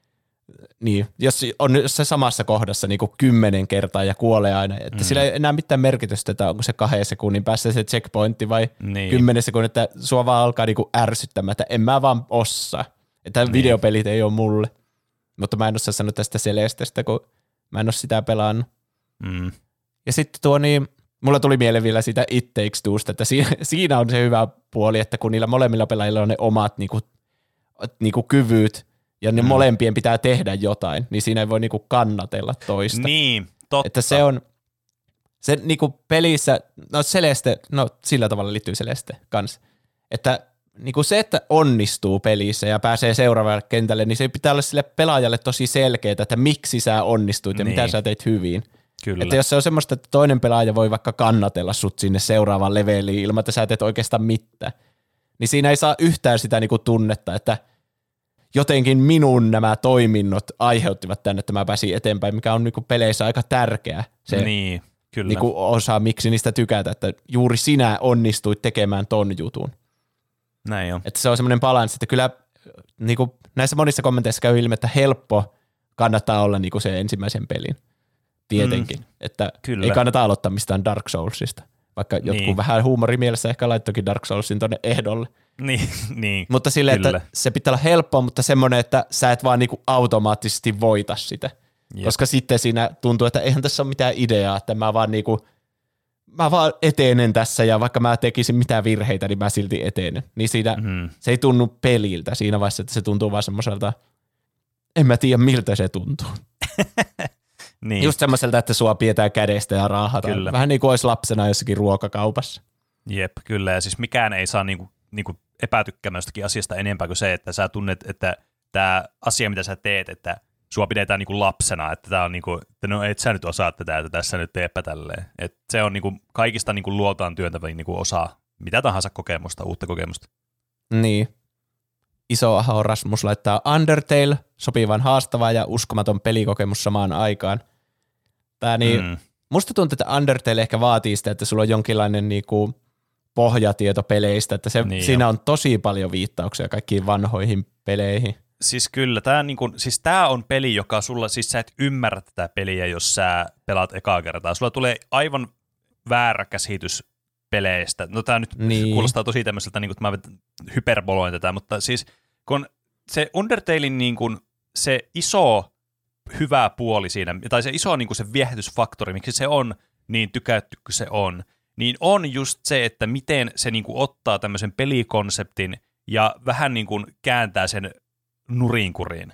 niin, jos on se samassa kohdassa niin kuin kymmenen kertaa ja kuolee aina, että mm. sillä ei enää mitään merkitystä, että onko se kahden sekunnin päässä se checkpointti vai niin. kymmenen sekunnin, että sua vaan alkaa niin kuin ärsyttämään, että en mä vaan osaa, että niin. videopelit ei ole mulle, mutta mä en osaa sanoa tästä Celestestä, kun mä en ole sitä pelannut. Mm. Ja sitten tuo niin, mulla tuli mieleen vielä siitä It Takes Twosta, että siinä, siinä on se hyvä puoli, että kun niillä molemmilla pelaajilla on ne omat niinku, niinku kyvyt, ja ne mm. molempien pitää tehdä jotain, niin siinä ei voi niinku kannatella toista. Niin, totta. Että se on, se niinku pelissä, no Celeste, no sillä tavalla liittyy Celeste kanssa, että niinku se, että onnistuu pelissä ja pääsee seuraavalle kentälle, niin se pitää olla sille pelaajalle tosi selkeää, että miksi sä onnistuit ja niin. mitä sä teit hyvin. Kyllä. Että jos se on semmoista, että toinen pelaaja voi vaikka kannatella sut sinne seuraavaan leveliin ilman, että sä teet oikeastaan mitään, niin siinä ei saa yhtään sitä niinku tunnetta, että jotenkin minun nämä toiminnot aiheuttivat tänne, että mä pääsin eteenpäin, mikä on niinku peleissä aika tärkeä se niin, kyllä. Niinku osa, miksi niistä tykätä, että juuri sinä onnistuit tekemään ton jutun. Näin on. Että se on semmoinen balanssi, että kyllä niinku, näissä monissa kommenteissa käy ilmi, että helppo kannattaa olla niinku se ensimmäisen pelin. Tietenkin, mm, että kyllä. Ei kannata aloittaa mistään Dark Soulsista, vaikka niin. jotkut vähän huumorimielessä ehkä laittokin Dark Soulsin tonne ehdolle. Niin, niin. Mutta silleen, kyllä. että se pitää olla helppoa, mutta semmoinen, että sä et vaan niinku automaattisesti voita sitä. Jep. Koska sitten siinä tuntuu, että eihän tässä ole mitään ideaa, että mä vaan niinku, mä vaan etenen tässä ja vaikka mä tekisin mitään virheitä, niin mä silti etenen. Niin siinä mm. se ei tunnu peliltä siinä vaiheessa, että se tuntuu vaan semmoiselta, en mä tiedä miltä se tuntuu. Niin. Just semmoiselta, että sua pidetään kädestä ja raahataan. Kyllä. Vähän niin kuin olisi lapsena jossakin ruokakaupassa. Jep, kyllä. Ja siis mikään ei saa niinku, niinku epätykkäämään jostakin asiasta enempää kuin se, että sä tunnet, että tämä asia, mitä sä teet, että sua pidetään niinku lapsena, että tää on niinku, että no et sä nyt osaa tätä, että tässä nyt teepä tälleen. Että se on niinku kaikista niinku luotaan työntävin niinku osa mitä tahansa kokemusta, uutta kokemusta. Niin. Iso Aho Rasmus laittaa Undertale, sopivan haastava ja uskomaton pelikokemus samaan aikaan. Tää niin, mm. musta tuntuu, että Undertale ehkä vaatii sitä, että sulla on jonkinlainen niinku pohjatieto peleistä, että se, niin siinä jo. on tosi paljon viittauksia kaikkiin vanhoihin peleihin. Siis kyllä, tää, niinku, siis tää on peli, joka sulla, siis sä et ymmärrä tätä peliä, jos sä pelaat ekaa kertaa. Sulla tulee aivan väärä käsitys peleistä. No tää nyt niin. kuulostaa tosi tämmöiseltä, niin kuin, että mä hyperboloin tätä, mutta siis kun se Undertalein niin kuin, se iso hyvä puoli siinä, tai se iso niin kuin se viehätysfaktori, miksi se on niin tykätty kuin se on, niin on just se, että miten se niin kuin ottaa tämmöisen pelikonseptin ja vähän niin kuin kääntää sen nurinkuriin.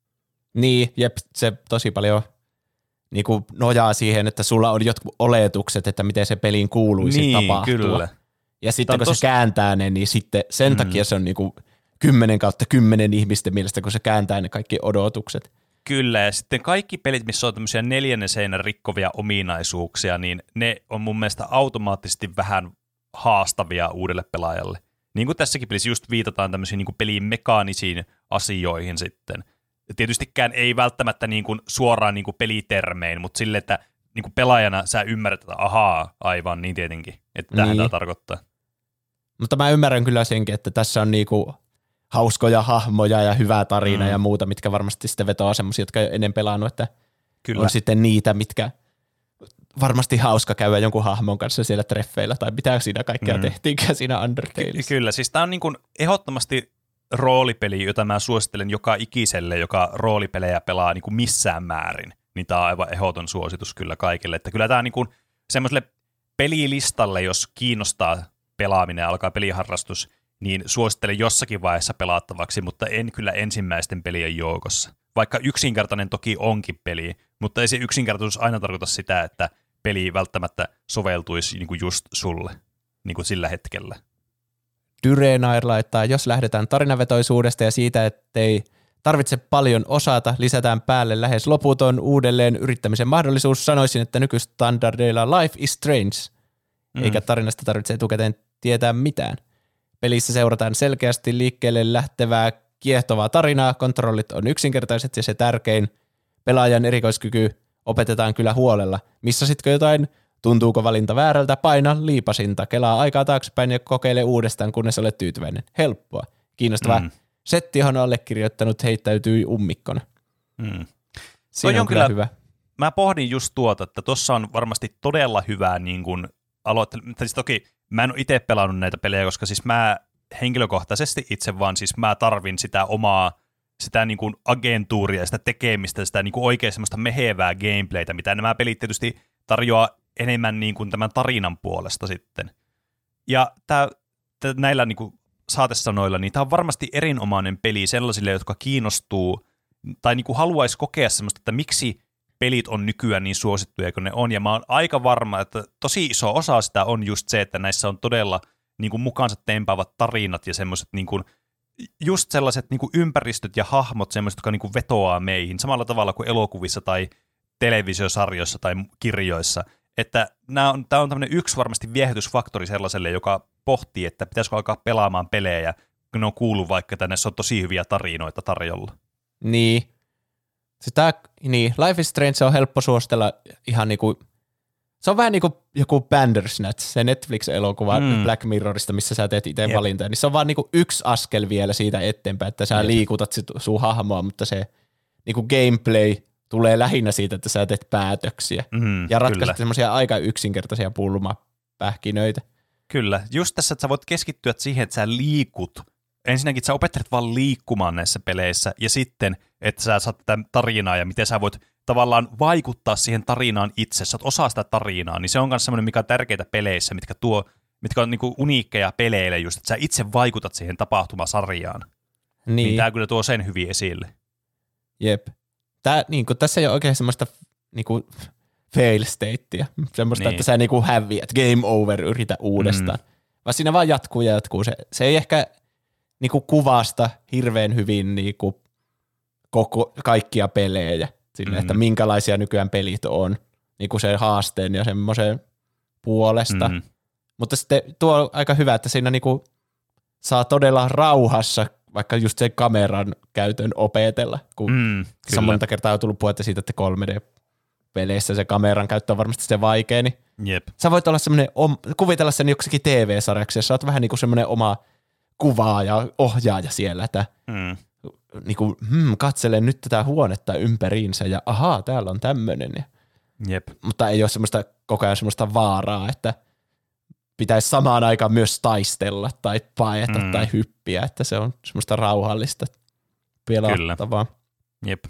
Niin, jep, se tosi paljon niin kuin nojaa siihen, että sulla on jotkut oletukset, että miten se peliin kuuluisi niin, tapahtua. Kyllä. Ja sitten kun tos... se kääntää ne, niin sitten sen mm. takia se on niin kuin kymmenen kautta kymmenen ihmisten mielestä, kun se kääntää ne kaikki odotukset. Kyllä, ja sitten kaikki pelit, missä on tämmöisiä neljännen seinän rikkovia ominaisuuksia, niin ne on mun mielestä automaattisesti vähän haastavia uudelle pelaajalle. Niin kuin tässäkin pelissä just viitataan tämmöisiin niin kuin pelin mekaanisiin asioihin sitten. Ja tietystikään ei välttämättä niin kuin suoraan niin kuin pelitermein, mutta sille, että niin kuin pelaajana sä ymmärrät, että ahaa, aivan, niin tietenkin, että tähän niin. tämä tarkoittaa. Mutta mä ymmärrän kyllä senkin, että tässä on niinku hauskoja hahmoja ja hyvää tarinaa mm. ja muuta, mitkä varmasti sitten vetoaa semmoisia, jotka ei ole ennen pelannut, että kyllä. on sitten niitä, mitkä varmasti hauska käydä jonkun hahmon kanssa siellä treffeillä, tai mitä siinä kaikkea mm. tehtiinkään siinä Undertaleissa. Ky- kyllä, siis tää on niin kuin ehdottomasti roolipeli, jota mä suosittelen joka ikiselle, joka roolipelejä pelaa niin kuin missään määrin, niin tää on aivan ehdoton suositus kyllä kaikille, että kyllä tää on niin kuin semmoiselle pelilistalle, jos kiinnostaa pelaaminen ja alkaa peliharrastus, niin suosittelen jossakin vaiheessa pelaattavaksi, mutta en kyllä ensimmäisten pelien joukossa. Vaikka yksinkertainen toki onkin peli, mutta ei se yksinkertaisuus aina tarkoita sitä, että peli välttämättä soveltuisi niin kuin just sulle niin kuin sillä hetkellä. Dyrenair laittaa, jos lähdetään tarinavetoisuudesta ja siitä, ettei tarvitse paljon osata, lisätään päälle lähes loputon uudelleen yrittämisen mahdollisuus. Sanoisin, että nykystandardeilla life is strange, mm. eikä tarinasta tarvitse etukäteen tietää mitään. Pelissä seurataan selkeästi liikkeelle lähtevää kiehtovaa tarinaa, kontrollit on yksinkertaiset ja se tärkein. Pelaajan erikoiskyky opetetaan kyllä huolella. Missasitkö jotain? Tuntuuko valinta väärältä? Paina liipasinta. Kelaa aikaa taaksepäin ja kokeile uudestaan, kunnes olet tyytyväinen. Helppoa. Kiinnostava mm. setti, johon allekirjoittanut heittäytyi ummikkona. Mm. Siinä on, on kyllä hyvä. Mä pohdin just tuota, että tuossa on varmasti todella hyvää niin kuin aloittelu. Siis toki mä en ole itse pelannut näitä pelejä, koska siis mä henkilökohtaisesti itse vaan siis mä tarvin sitä omaa sitä niin kuin agentuuria, sitä tekemistä, sitä niin kuin oikein semmoista mehevää gameplaytä, mitä nämä pelit tietysti tarjoaa enemmän niin kuin tämän tarinan puolesta sitten. Ja tää, tää, näillä niin kuin saatesanoilla, niin tämä on varmasti erinomainen peli sellaisille, jotka kiinnostuu tai niin kuin haluaisi kokea semmoista, että miksi pelit on nykyään niin suosittuja kuin ne on, ja mä oon aika varma, että tosi iso osa sitä on just se, että näissä on todella niin kuin mukaansa tempaavat tarinat ja semmoiset niin kuin just sellaiset niin kuin ympäristöt ja hahmot, semmoiset, jotka niin kuin vetoaa meihin, samalla tavalla kuin elokuvissa tai televisiosarjoissa tai kirjoissa, että nämä on, tämä on tämmöinen yksi varmasti viehätysfaktori sellaiselle, joka pohtii, että pitäisikö alkaa pelaamaan pelejä, kun ne on kuullut vaikka, että näissä on tosi hyviä tarinoita tarjolla. Niin. Sitä, niin, Life is Strange on helppo suositella ihan niinku, se on vähän niin kuin joku Bandersnatch, se Netflix-elokuva mm. Black Mirrorista, missä sä teet itse yep. valintoja, niin se on vaan niinku yksi askel vielä siitä eteenpäin, että sä yep. liikutat sit sun hahmoa, mutta se niinku gameplay tulee lähinnä siitä, että sä teet päätöksiä mm, ja ratkaiset semmoisia aika yksinkertaisia pulmapähkinöitä. Kyllä, just tässä, että sä voit keskittyä siihen, että sä liikut. Ensinnäkin, että sä opettelet vaan liikkumaan näissä peleissä, ja sitten, että sä saat tätä tarinaa, ja miten sä voit tavallaan vaikuttaa siihen tarinaan itse, sä oot osa sitä tarinaa, niin se on myös semmoinen, mikä on tärkeää peleissä, mitkä, tuo, mitkä on niinku uniikkeja peleille just, että sä itse vaikutat siihen tapahtumasarjaan. Niin. niin tää kyllä tuo sen hyvin esille. Jep. Tää, niin kun, tässä ei ole oikein semmoista niin kuin fail statea, semmoista, niin. että sä niin kuin häviät, game over, yritä uudestaan. Mm. Vaan siinä vaan jatkuu ja jatkuu. Se, se ei ehkä niin kuin kuvasta hirveän hyvin niin kuin koko, kaikkia pelejä, sille, mm. että minkälaisia nykyään pelit on, niin kuin sen haasteen ja semmoisen puolesta. Mm. Mutta sitten tuo on aika hyvä, että siinä niinku saa todella rauhassa vaikka just sen kameran käytön opetella, kun mm, monta kertaa on tullut puhetta siitä, että kolme D-peleissä se kameran käyttö on varmasti se vaikea, niin Jep. sä voit olla semmoinen, kuvitella sen joksikin T V-sarjaksi, ja sä oot vähän niin kuin semmoinen oma kuvaa ja ohjaaja siellä, että mm. niin kuin, hmm, katselen nyt tätä huonetta ympäriinsä, ja ahaa, täällä on tämmöinen. Jep. Mutta ei ole semmoista koko ajan semmoista vaaraa, että pitäisi samaan aikaan myös taistella tai paeta mm. tai hyppiä, että se on semmoista rauhallista pelattavaa. Jep.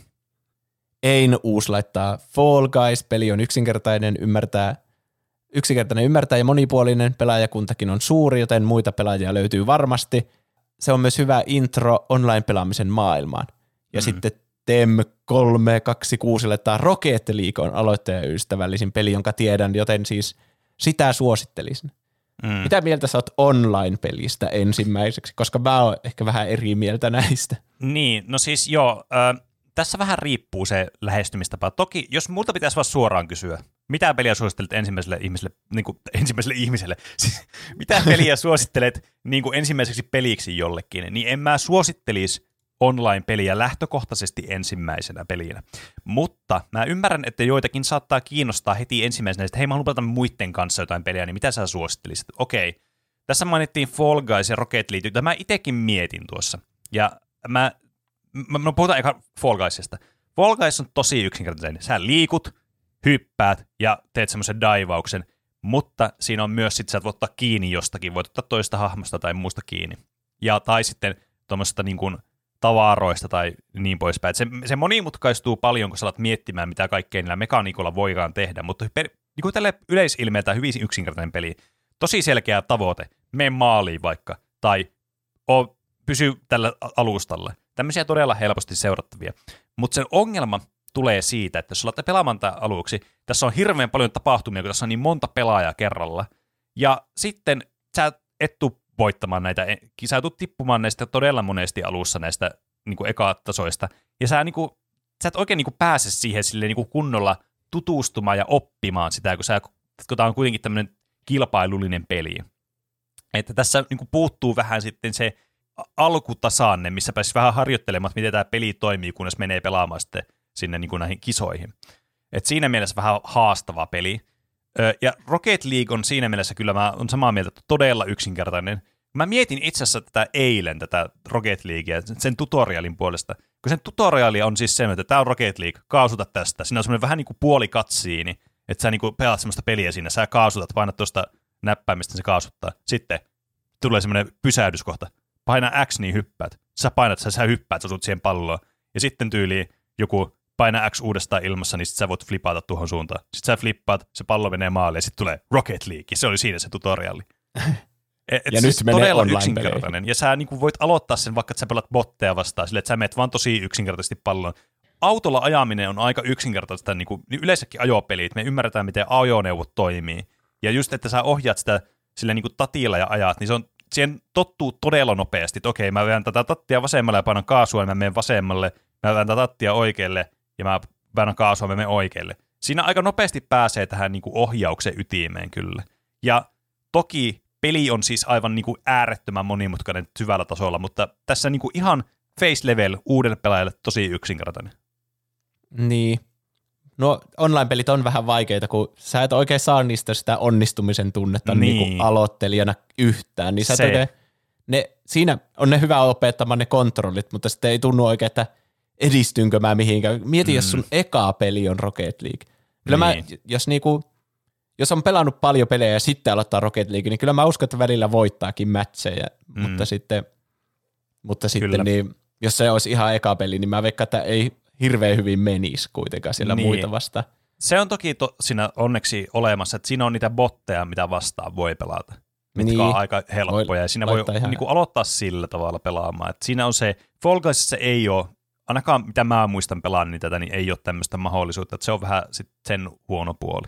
Ein Uus laittaa Fall Guys, peli on yksinkertainen, ymmärtää, yksinkertainen ymmärtää ja monipuolinen, pelaajakuntakin on suuri, joten muita pelaajia löytyy varmasti. Se on myös hyvä intro online-pelaamisen maailmaan. Ja mm. sitten T E M kolme kaksikymmentäkuusi laittaa Rocket League on aloittajaystävällisin peli, jonka tiedän, joten siis sitä suosittelisin. Mm. Mitä mieltä sä oot online-pelistä ensimmäiseksi, koska mä oon ehkä vähän eri mieltä näistä. Niin, no siis joo, äh, tässä vähän riippuu se lähestymistapa. Toki, jos multa pitäisi vaan suoraan kysyä, mitä peliä suosittelet ensimmäiselle ihmiselle, niin kuin ensimmäiselle ihmiselle, siis mitä peliä suosittelet niin kuin ensimmäiseksi peliksi jollekin, niin en mä suosittelisi online-peliä lähtökohtaisesti ensimmäisenä pelinä. Mutta mä ymmärrän, että joitakin saattaa kiinnostaa heti ensimmäisenä, että hei, mä haluan pelata muiden kanssa jotain peliä, niin mitä sä suosittelisit? Okei, tässä mainittiin Fall Guys ja Rocket League, jota mä itekin mietin tuossa. Ja mä, mä, mä puhutaan eka Fall Guysista. Fall Guys on tosi yksinkertainen. Sä liikut, hyppäät ja teet semmoisen daivauksen, mutta siinä on myös, sit sä voit ottaa kiinni jostakin, voit ottaa toista hahmosta tai muusta kiinni. Ja tai sitten tuommoista niin kuin tavaroista tai niin poispäin. Se, se monimutkaistuu paljon, kun sä alat miettimään, mitä kaikkea niillä mekaniikolla voidaan tehdä, mutta per, niin kuin tälle yleisilmeeltä hyvin yksinkertainen peli. Tosi selkeä tavoite. Mene maaliin vaikka, tai o, pysy tällä alustalla. Tämmöisiä todella helposti seurattavia. Mutta sen ongelma tulee siitä, että jos olette pelaamaan tämän aluksi, tässä on hirveän paljon tapahtumia, kun tässä on niin monta pelaajaa kerralla. Ja sitten sä et tuu voittamaan näitä, sä tulet tippumaan näistä todella monesti alussa näistä niin kuin ekatasoista, ja sä, niin kuin, sä et oikein niin kuin pääse siihen silleen, niin kuin kunnolla tutustumaan ja oppimaan sitä, kun, sä, kun tämä on kuitenkin tämmöinen kilpailullinen peli. Että tässä niin kuin puuttuu vähän sitten se alkutasanne, missä pääsisi vähän harjoittelemaan, miten tämä peli toimii, kunnes menee pelaamaan sitten sinne niin kuin näihin kisoihin. Et siinä mielessä vähän haastava peli. Ja Rocket League on siinä mielessä kyllä, mä on samaa mieltä, että todella yksinkertainen. Mä mietin itse asiassa tätä eilen, tätä Rocket Leaguea, sen tutorialin puolesta. Kun sen tutoriali on siis se, että tämä on Rocket League, kaasuta tästä. Siinä on semmoinen vähän niin kuin puoli katsiini, että sä niin kuin pelaat semmoista peliä siinä, sä kaasutat, painat tuosta näppäimistä, se kaasuttaa. Sitten tulee semmoinen pysähdyskohta. Paina X, niin hyppäät. Sä painat, sä, sä hyppäät, sä osut siihen palloon. Ja sitten tyyliin joku paina X uudestaan ilmassa, niin sit sä voit flippata tuohon suuntaan. Sitten sä flippaat, se pallo menee maalle ja sitten tulee Rocket League. Se oli siinä se tutoriali. Et, et ja siis nyt menee todella online yksinkertainen. Ja sä niin voit aloittaa sen, vaikka että sä pelat botteja vastaan, sille, että sä menet vaan tosi yksinkertaisesti palloon. Autolla ajaminen on aika yksinkertaista, niin kuin yleensäkin ajopelit. Me ymmärretään, miten ajoneuvot toimii. Ja just, että sä ohjaat sitä sille niin kuin tatilla ja ajat, niin se on, siihen tottuu todella nopeasti, että okei, mä vedän tätä tattia vasemmalle ja painan kaasua, ja mä menen vasemmalle, mä vedän tätä tattia oikealle, ja mä painan kaasua, mä menen oikealle. Siinä aika nopeasti pääsee tähän niin kuin ohjauksen ytimeen kyllä. Ja toki peli on siis aivan niin kuin äärettömän monimutkainen syvällä tasolla, mutta tässä niin kuin ihan face level uudelle pelaajalle tosi yksinkertainen. Niin. No online-pelit on vähän vaikeita, kun sä et oikein saa niistä sitä onnistumisen tunnetta niin. Niin kuin aloittelijana yhtään. Niin sä oikein, ne, siinä on ne hyvä opettamaan ne kontrollit, mutta sitten ei tunnu oikein, että edistynkö mä mihinkään. Mieti, mm. jos sun eka peli on Rocket League. Kyllä niin. mä, jos niinku... Jos on pelannut paljon pelejä ja sitten aloittaa Rocket League, niin kyllä mä uskon, että välillä voittaakin matcheja, mm. mutta sitten, mutta sitten niin, jos se olisi ihan eka peli, niin mä veikkaan, että ei hirveän hyvin menisi kuitenkaan siellä niin. muita vastaan. Se on toki to, siinä onneksi olemassa, että siinä on niitä botteja, mitä vastaan voi pelata, mitkä niin. on aika helppoja, ja siinä voi niinku aloittaa sillä tavalla pelaamaan. Et siinä on se, Fall Guysissa ei ole, ainakaan mitä mä muistan pelaan niin tätä, niin ei ole tämmöistä mahdollisuutta, että se on vähän sit sen huono puoli.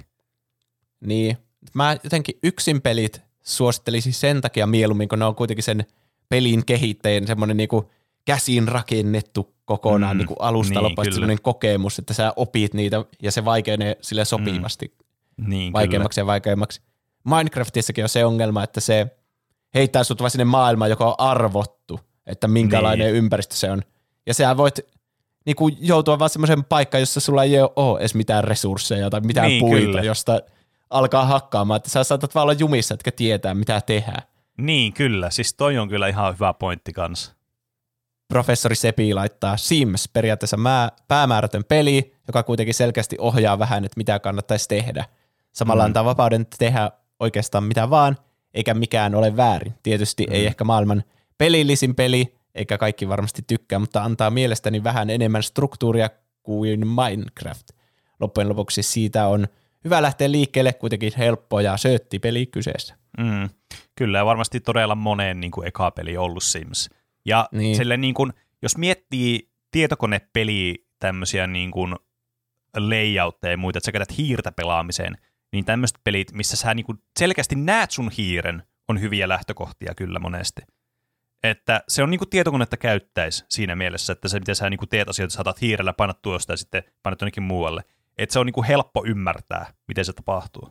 Niin, mä jotenkin yksin pelit suosittelisin sen takia mieluummin, kun ne on kuitenkin sen pelin kehittäjän semmoinen niinku käsin rakennettu kokonaan Mm, niin kuin alusta niin, loppuun, sellainen kokemus, että sä opit niitä ja se vaikenee sille sopivasti Mm, niin, vaikeammaksi ja vaikeammaksi. Minecraftissakin on se ongelma, että se heittää sut vaan sinne maailmaan, joka on arvottu, että minkälainen Niin. ympäristö se on. Ja sä voit niin kuin joutua vaan semmoisen paikkaan, jossa sulla ei ole edes mitään resursseja tai mitään Niin, puita, kyllä. josta alkaa hakkaamaan, että sä saatat vaan olla jumissa, etkä tietää, mitä tehdään. Niin, kyllä. Siis toi on kyllä ihan hyvä pointti kanssa. Professori Sepi laittaa Sims, periaatteessa mää, päämäärätön peli, joka kuitenkin selkeästi ohjaa vähän, että mitä kannattaisi tehdä. Samalla mm. antaa vapauden tehdä oikeastaan mitä vaan, eikä mikään ole väärin. Tietysti mm. ei ehkä maailman pelillisin peli, eikä kaikki varmasti tykkää, mutta antaa mielestäni vähän enemmän struktuuria kuin Minecraft. Loppujen lopuksi siitä on hyvä lähteä liikkeelle, kuitenkin helppo ja söötti peli kyseessä. Mm. Kyllä, ja varmasti todella moneen niin kuin eka peli ollut Sims. Ja niin. sille, niin kuin, jos miettii tietokonepeliä tämmöisiä niin kuin layoutteja ja muita, että sä käytät hiirtä pelaamiseen, niin tämmöiset pelit, missä sä niin kuin selkeästi näet sun hiiren, on hyviä lähtökohtia kyllä monesti. Että se on niin kuin tietokonetta käyttäisi siinä mielessä, että se miten sä niin kuin teet asioita, saatat hiirellä, painat tuosta ja sitten painat jonnekin muualle. Että se on niin kuin helppo ymmärtää, miten se tapahtuu.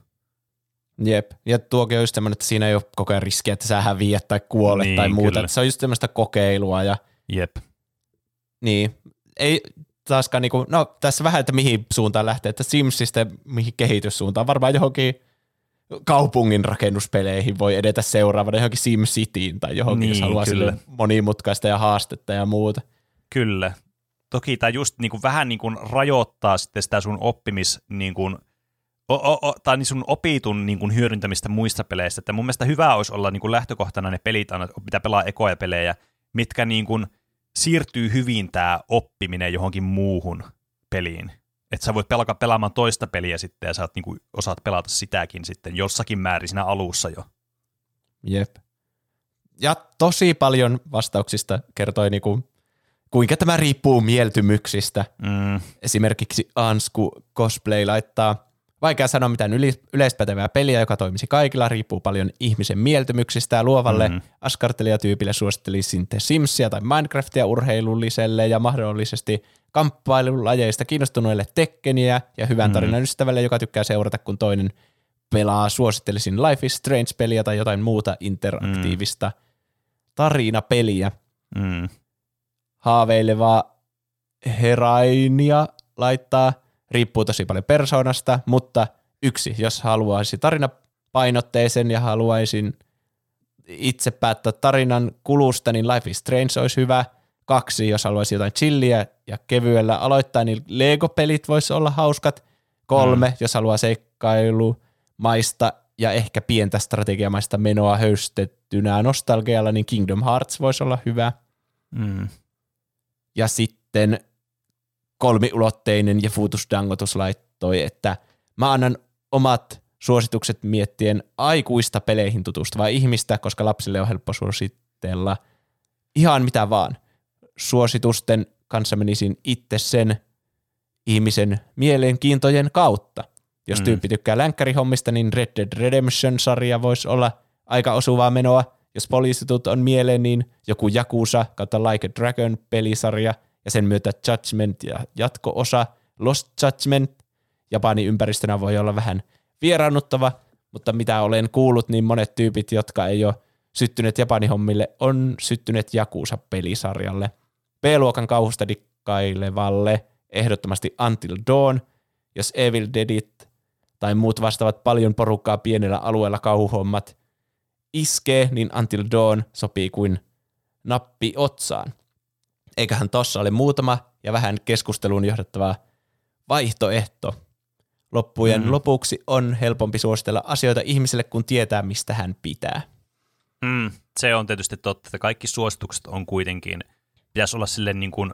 Jep, ja tuokin on just semmoinen, että siinä ei ole koko ajan riskiä, että sä häviät tai kuolet niin, tai muuta. kyllä. Se on just semmoista kokeilua ja Jep. niin, ei taaskaan niinku, no tässä vähän, että mihin suuntaan lähtee, että Simsistä mihin kehityssuuntaan, varmaan johonkin kaupungin rakennuspeleihin voi edetä seuraavana, johonkin SimCityin tai johonkin, niin, jos haluaa sille monimutkaista ja haastetta ja muuta. Kyllä. Toki tämä just niinku vähän niinku rajoittaa sitten sitä sun oppimis, niinku, o, o, o, tai niin sun opitun niinku hyödyntämistä muista peleistä. Että mun mielestä hyvä olisi olla niinku lähtökohtana ne pelit, mitä pelaa ekoja pelejä, mitkä niinku siirtyy hyvin tämä oppiminen johonkin muuhun peliin. Että sä voit pelata pelaamaan toista peliä sitten ja sä oot, niinku, osaat pelata sitäkin sitten jossakin määrin siinä alussa jo. Jep. Ja tosi paljon vastauksista kertoi, niinku, kuinka tämä riippuu mieltymyksistä. Mm. Esimerkiksi Ansku Cosplay laittaa, vaikea sanoa mitään yli, yleispätevää peliä, joka toimisi kaikilla, riippuu paljon ihmisen mieltymyksistä ja luovalle mm. askartelijatyypille suosittelisin The Simsia tai Minecraftia urheilulliselle ja mahdollisesti kamppailulajeista kiinnostuneille Tekkeniä ja hyvän tarinan mm. ystävälle, joka tykkää seurata, kun toinen pelaa. Suosittelisin Life is Strange-peliä tai jotain muuta interaktiivista mm. tarinapeliä. Mm. Haaveilevaa Herainia laittaa, riippuu tosi paljon persoonasta, mutta yksi, jos haluaisi tarinapainotteisen ja haluaisin itse päättää tarinan kulusta, niin Life is Strange olisi hyvä. Kaksi, jos haluaisi jotain chilliä ja kevyellä aloittaa, niin Lego-pelit voisi olla hauskat. Kolme, mm. jos haluaa seikkailumaista ja ehkä pientä strategiamaista menoa höystettynä nostalgialla, niin Kingdom Hearts voisi olla hyvä. Mm. Ja sitten kolmiulotteinen ja Futus Dangotus laittoi, että mä annan omat suositukset miettien aikuista peleihin tutustuvaa ihmistä, koska lapsille on helppo suositella ihan mitä vaan. Suositusten kanssa menisin itse sen ihmisen mielenkiintojen kautta. Jos mm. tyyppi tykkää länkkärihommista, niin Red Dead Redemption-sarja voisi olla aika osuvaa menoa. Jos poliisitut on mieleen, niin joku Yakuza kautta Like a Dragon-pelisarja ja sen myötä Judgment ja jatko-osa Lost Judgment. Japanin ympäristönä voi olla vähän vieraannuttava, mutta mitä olen kuullut, niin monet tyypit, jotka ei ole syttyneet Japanihommille, on syttyneet Yakuza-pelisarjalle. B-luokan kauhusta dikkailevalle ehdottomasti Until Dawn, jos Evil Deadit tai muut vastaavat paljon porukkaa pienellä alueella kauhuhommat iskee, niin Until Dawn sopii kuin nappi otsaan. Eiköhän tossa ole muutama ja vähän keskusteluun johdattava vaihtoehto. Loppujen mm. lopuksi on helpompi suositella asioita ihmiselle, kun tietää, mistä hän pitää. Mm, se on tietysti totta, että kaikki suositukset on kuitenkin, pitäisi olla silleen niin kuin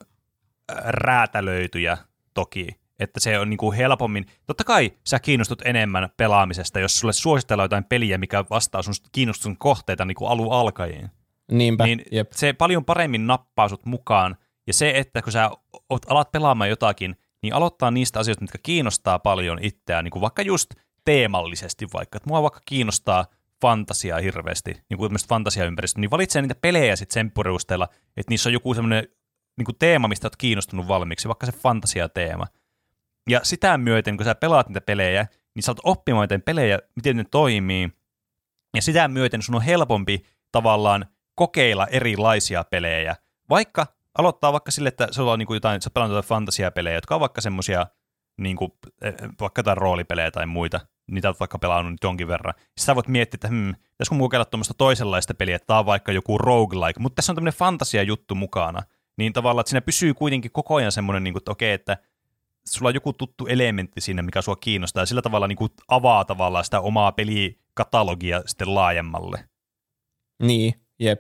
räätälöityjä toki, että se on niin kuin helpommin. Totta kai sä kiinnostut enemmän pelaamisesta, jos sulle suositellaan jotain peliä, mikä vastaa sun kiinnostuksen kohteita niin kuin alun alkajiin. Niinpä, niin jep. Se paljon paremmin nappaa sut mukaan, ja se, että kun sä alat pelaamaan jotakin, niin aloittaa niistä asioista, mitkä kiinnostaa paljon itseään, niin kuin vaikka just teemallisesti vaikka, että mua vaikka kiinnostaa fantasiaa hirveästi, niin kuin tämmöistä fantasiaympäristöä, niin valitsee niitä pelejä sitten sen perusteella, että niissä on joku semmoinen niin kuin teema, mistä olet kiinnostunut valmiiksi, vaikka se fantasiateema. Ja sitä myöten, kun sä pelaat niitä pelejä, niin sä oot oppimaan miten pelejä, miten ne toimii, ja sitä myöten sun on helpompi tavallaan kokeilla erilaisia pelejä. Vaikka aloittaa vaikka sille, että sulla on niin kuin jotain, sä pelaat jotain fantasiapelejä, jotka on vaikka semmosia, niin kuin, vaikka jotain roolipelejä tai muita, niitä olet vaikka pelannut nyt jonkin verran. Sitten sä voit miettiä, että hmm, pitäisikö mun kokeilla tuommoista toisenlaista peliä, että tää on vaikka joku roguelike, mutta tässä on tämmöinen fantasia-juttu mukana. Niin tavallaan, että siinä pysyy kuitenkin koko ajan semmoinen, niin kuin, että okei, että sulla on joku tuttu elementti siinä, mikä sua kiinnostaa, ja sillä tavalla niin kuin avaa tavallaan sitä omaa pelikatalogia sitten laajemmalle. Niin, jep.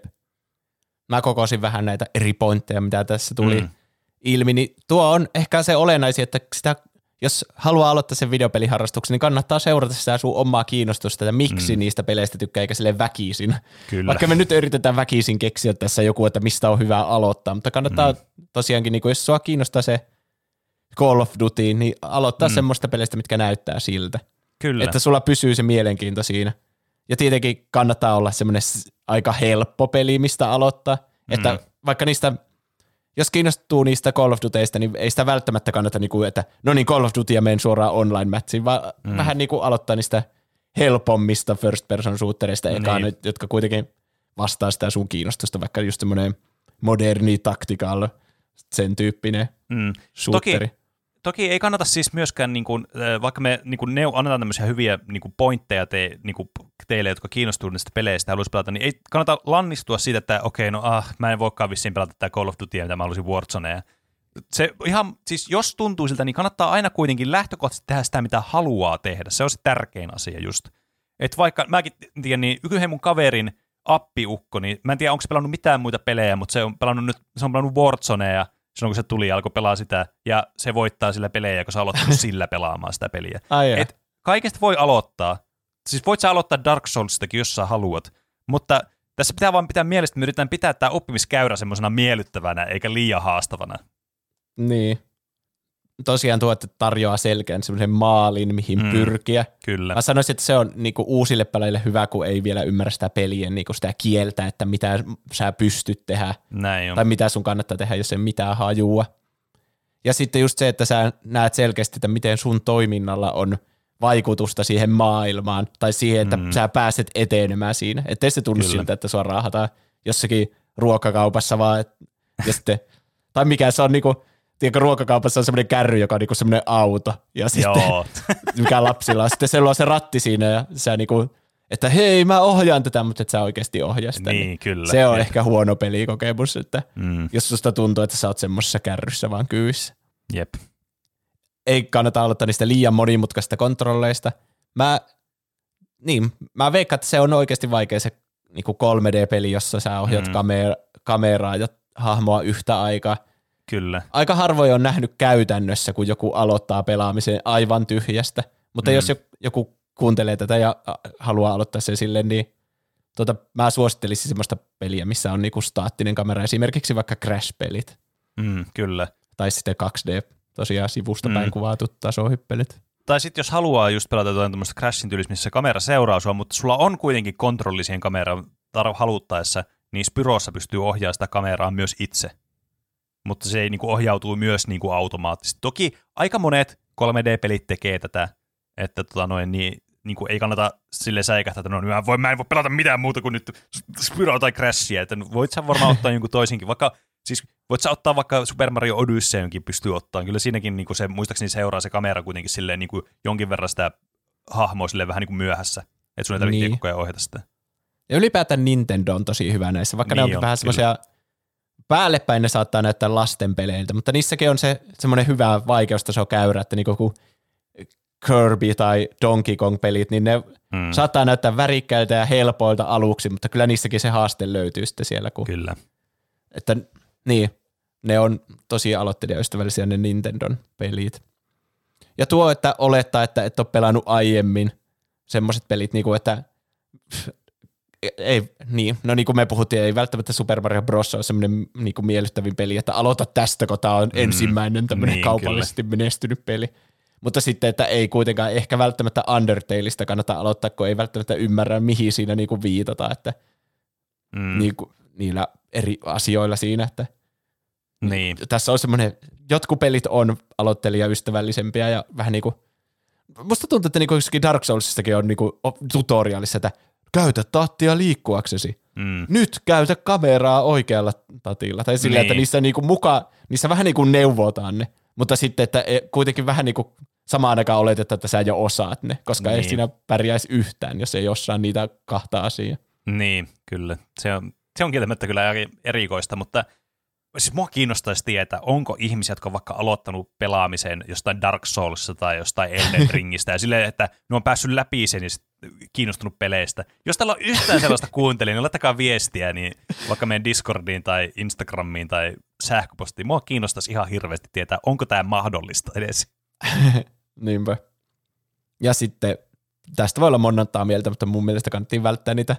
Mä kokosin vähän näitä eri pointteja, mitä tässä tuli mm. ilmi, niin tuo on ehkä se olennaisin, että sitä, jos haluaa aloittaa sen videopeliharrastuksen, niin kannattaa seurata sitä sun omaa kiinnostusta, että miksi mm. niistä peleistä tykkää, eikä silleen väkisin. Kyllä. Vaikka me nyt yritetään väkisin keksiä tässä joku, että mistä on hyvä aloittaa, mutta kannattaa mm. tosiaankin, niin jos sua kiinnostaa se Call of Duty, niin aloittaa mm. semmoista peleistä, mitkä näyttää siltä. Kyllä. Että sulla pysyy se mielenkiinto siinä. Ja tietenkin kannattaa olla semmoinen aika helppo peli, mistä aloittaa. Mm. Että vaikka niistä, jos kiinnostuu niistä Call of Dutyista, niin ei sitä välttämättä kannata, niinku, että no niin Call of Duty ja menen suoraan online-matchiin, vaan mm. vähän niin kuin aloittaa niistä helpommista first person shooterista ekaan, niin. jotka kuitenkin vastaa sitä sun kiinnostusta, vaikka just semmoinen moderni tactical, sen tyyppinen mm. shooteri. Toki. Toki ei kannata siis myöskään, niin kuin, vaikka me niin kuin neu- annetaan tämmöisiä hyviä niin kuin pointteja te, niin kuin teille, jotka kiinnostuu niistä peleistä ja haluaisi pelata, niin ei kannata lannistua siitä, että okei, no ah, mä en voikaan vissiin pelata tätä Call of Dutya, mitä mä haluaisin Warzonea. Se ihan, siis jos tuntuu siltä, niin kannattaa aina kuitenkin lähtökohtaisesti tehdä sitä, mitä haluaa tehdä. Se on se tärkein asia just. Että vaikka, mäkin tiedän, niin yhden mun kaverin appiukko, niin mä en tiedä, onko se pelannut mitään muita pelejä, mutta se on pelannut nyt, se on pelannut Warzonea, silloin kun se tuli ja alkoi pelaa sitä, ja se voittaa sillä pelejä, kun sä aloittanut sillä pelaamaan sitä peliä. Et kaikesta voi aloittaa. Siis voit sä aloittaa Dark Soulsistakin, jos sä haluat, mutta tässä pitää vaan pitää mielessä, että me yritetään pitää tämä oppimiskäyrä semmoisena miellyttävänä, eikä liian haastavana. Niin. Tosiaan tuo, että tarjoaa selkeän semmoisen maalin, mihin mm, pyrkiä. Kyllä. Mä sanoisin, että se on niinku uusille peleille hyvä, kun ei vielä ymmärrä sitä pelien niinku sitä kieltä, että mitä sä pystyt tehdä. Näin on. Tai mitä sun kannattaa tehdä, jos ei mitään hajua. Ja sitten just se, että sä näet selkeästi, että miten sun toiminnalla on vaikutusta siihen maailmaan, tai siihen, että mm. sä pääset etenemään siinä. Ettei se tunnu siltä, että sua raahataan jossakin ruokakaupassa vaan. Et, ja sitten, tai mikä se on niinku, tiedätkö, ruokakaupassa on semmoinen kärry, joka on niinku semmoinen auto, ja sitten mikä lapsilla on. Sitten siellä on se ratti siinä, ja sä niinku, että hei, mä ohjaan tätä, mutta et sä oikeasti ohjaa sitä. Niin, niin kyllä. Se on Jep. ehkä huono pelikokemus, että mm. jos susta tuntuu, että sä oot semmoisessa kärryssä vaan kyyssä. Jep. Ei kannata aloittaa niistä liian monimutkaisista kontrolleista. Mä, niin, mä veikkaan, että se on oikeasti vaikea se niinku kolme D-peli, jossa sä ohjaat mm. kamer- kameraa ja hahmoa yhtä aikaa. Kyllä. Aika harvoin on nähnyt käytännössä, kun joku aloittaa pelaamisen aivan tyhjästä. Mutta mm. jos joku kuuntelee tätä ja haluaa aloittaa sen silleen, niin tota, mä suosittelisin semmoista peliä, missä on niinku staattinen kamera, esimerkiksi vaikka Crash-pelit. Mm, kyllä. Tai sitten kaksi D, tosiaan sivusta päin mm. kuvaatut tasohyppelyt. Tai sitten jos haluaa just pelata jotain tämmöistä Crashin tyylistä, missä kamera seuraa sua, mutta sulla on kuitenkin kontrolli siihen kameraan tar- haluttaessa, niin Spyrossa pystyy ohjaamaan sitä kameraa myös itse. Mutta se ei niinku ohjautuu myös niinku automaattisesti. Toki aika monet kolme D-pelit tekee tätä, että tota noin, niin, niinku ei kannata sille säikähtää, että no, mä, voi, mä en voi pelata mitään muuta kuin nyt Spyroa tai Crashia. Että voit sä varmaan ottaa jonkun toisinkin, vaikka siis voit sä ottaa vaikka Super Mario Odysseyinkin pystyy ottaa. Kyllä siinäkin niinku se, muistaakseni seuraa se kamera kuitenkin silleen niinku jonkin verran sitä hahmoa silleen vähän niinku myöhässä, että sun ei tarvitse niin koko ajan ohjata sitä. Ja ylipäätään Nintendo on tosi hyvä näissä, vaikka niin ne on, on vähän semmoisia päällepäin ne saattaa näyttää lasten peleiltä, mutta niissäkin on se semmoinen hyvä vaikeustaso käyrä, että niinku kun Kirby tai Donkey Kong-pelit, niin ne mm. saattaa näyttää värikkäiltä ja helpoilta aluksi, mutta kyllä niissäkin se haaste löytyy sitten siellä. Kun, kyllä. Että niin, ne on tosi aloittelijaystävällisiä ne Nintendon pelit. Ja tuo, että olettaa, että et ole pelannut aiemmin semmoiset pelit, niin kuin että ei, niin, no niin kuin me puhuttiin, ei välttämättä Super Mario Bros. Ole semmoinen niin kuin miellyttävin peli, että aloita tästä, kun tämä on mm, ensimmäinen tämmöinen niin, kaupallisesti kyllä. menestynyt peli. Mutta sitten, että ei kuitenkaan ehkä välttämättä Undertaleista kannata aloittaa, kun ei välttämättä ymmärrä, mihin siinä niin kuin viitata, että mm. niin kuin, niillä eri asioilla siinä, että Niin. Tässä on semmoinen, jotkut pelit on aloittelijaystävällisempiä ja vähän niin kuin, musta tuntuu, että niin kuin Dark Soulsistakin on niin kuin tutorialissa, että käytä tattia liikkuaksesi. Mm. Nyt käytä kameraa oikealla tatilla. Tai sillä, niin. että niissä, niin kuin muka, niissä vähän niin kuin neuvotaan ne, mutta sitten, että kuitenkin vähän niin kuin samaan aikaan oletetaan, että sä jo osaat ne, koska niin. ei siinä pärjäisi yhtään, jos ei osaa niitä kahta asiaa. Niin, kyllä. Se on, se on kieltämättä kyllä erikoista, mutta siis mua kiinnostaisi tietää, onko ihmisiä, jotka on vaikka aloittanut pelaamisen jostain Dark Soulsista tai jostain Elden Ringistä ja silleen, että ne on päässyt läpi sen ja kiinnostunut peleistä. Jos täällä on yhtään sellaista kuuntelijaa, niin laittakaa viestiä niin vaikka meidän Discordiin tai Instagramiin tai sähköpostiin. Mua kiinnostaisi ihan hirveästi tietää, onko tämä mahdollista edes. Niinpä. Ja sitten tästä voi olla montaa mieltä, mutta mun mielestä kannattiin välttää niitä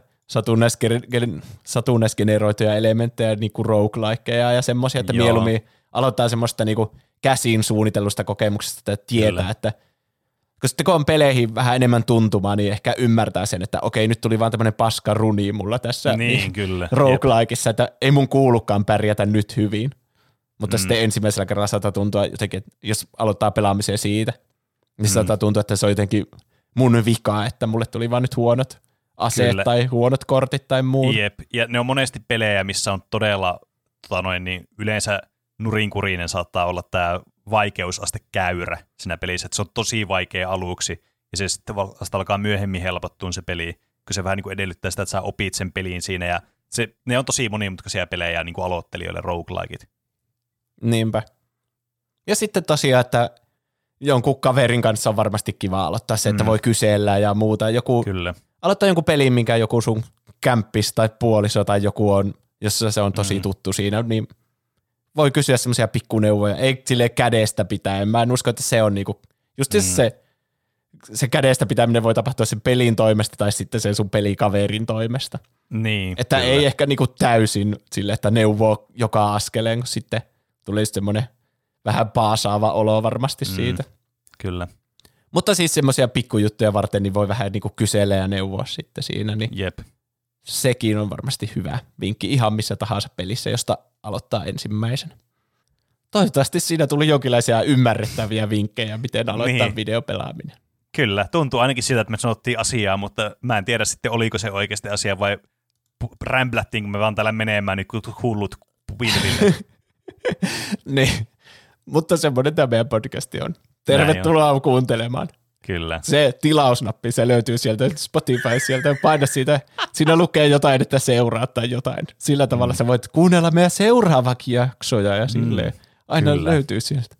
satunnaisgeneroituja elementtejä, niin kuin roguelikeja ja semmoisia, että Joo. mieluummin aloittaa semmoista niin kuin käsin suunnitellusta kokemuksesta, että tietää, Kyllä. että kun sitten kun on peleihin vähän enemmän tuntumaa, niin ehkä ymmärtää sen, että okei, nyt tuli vaan tämmöinen paska runi mulla tässä niin, niin, kyllä. roguelikeissa, että ei mun kuulukaan pärjätä nyt hyvin. Mutta mm. sitten ensimmäisellä kerralla saattaa tuntua jotenkin, että jos aloittaa pelaamiseen siitä, niin mm. saattaa tuntua, että se on jotenkin mun vika, että mulle tuli vaan nyt huonot aseet Kyllä. tai huonot kortit tai muut. Jep, ja ne on monesti pelejä, missä on todella tota noin, niin yleensä nurinkurinen saattaa olla tämä vaikeusaste käyrä siinä pelissä, että se on tosi vaikea aluksi, ja se sitten vasta alkaa myöhemmin helpottua se peli, kun se vähän niin kuin edellyttää sitä, että sä opit sen peliin siinä, ja se, ne on tosi monimutkaisia pelejä niin kuin aloittelijoille, roguelikeit. Niinpä. Ja sitten tosiaan, että jonkun kaverin kanssa on varmasti kiva aloittaa se, että mm. voi kysellä ja muuta. Joku, Kyllä. Aloittaa jonkun pelin, minkä joku sun kämppis tai puoliso tai joku on, jossa se on tosi mm. tuttu siinä, niin voi kysyä semmoisia pikkuneuvoja. Ei silleen kädestä pitäen. Mä en usko, että se on niinku, just mm. se, se kädestä pitäminen voi tapahtua sen pelin toimesta tai sitten sen sun pelikaverin toimesta. Niin, että kyllä. ei ehkä niinku täysin sille, että neuvoo joka askeleen, kun sitten tuli semmoinen vähän paasaava olo varmasti mm, siitä. Kyllä. Mutta siis semmoisia pikkujuttuja varten niin voi vähän niinku kysellä ja neuvoa sitten siinä. Niin Jep. Sekin on varmasti hyvä vinkki ihan missä tahansa pelissä, josta aloittaa ensimmäisen. Toivottavasti siinä tuli jonkinlaisia ymmärrettäviä vinkkejä, miten aloittaa niin. videopelaaminen. Kyllä, tuntuu ainakin siltä, että me sanottiin asiaa, mutta mä en tiedä sitten, oliko se oikeasti asia vai rämplättiinkö me vaan täällä menemään niin hullut pilville. Niin, mutta semmoinen tämä meidän podcasti on. Tervetuloa on. kuuntelemaan. Kyllä. Se tilausnappi, se löytyy sieltä Spotify, sieltä paina siitä, siinä lukee jotain, että seuraa tai jotain. Sillä tavalla mm. sä voit kuunnella meidän seuraavakin jaksoja ja silleen mm. aina Kyllä. löytyy sieltä.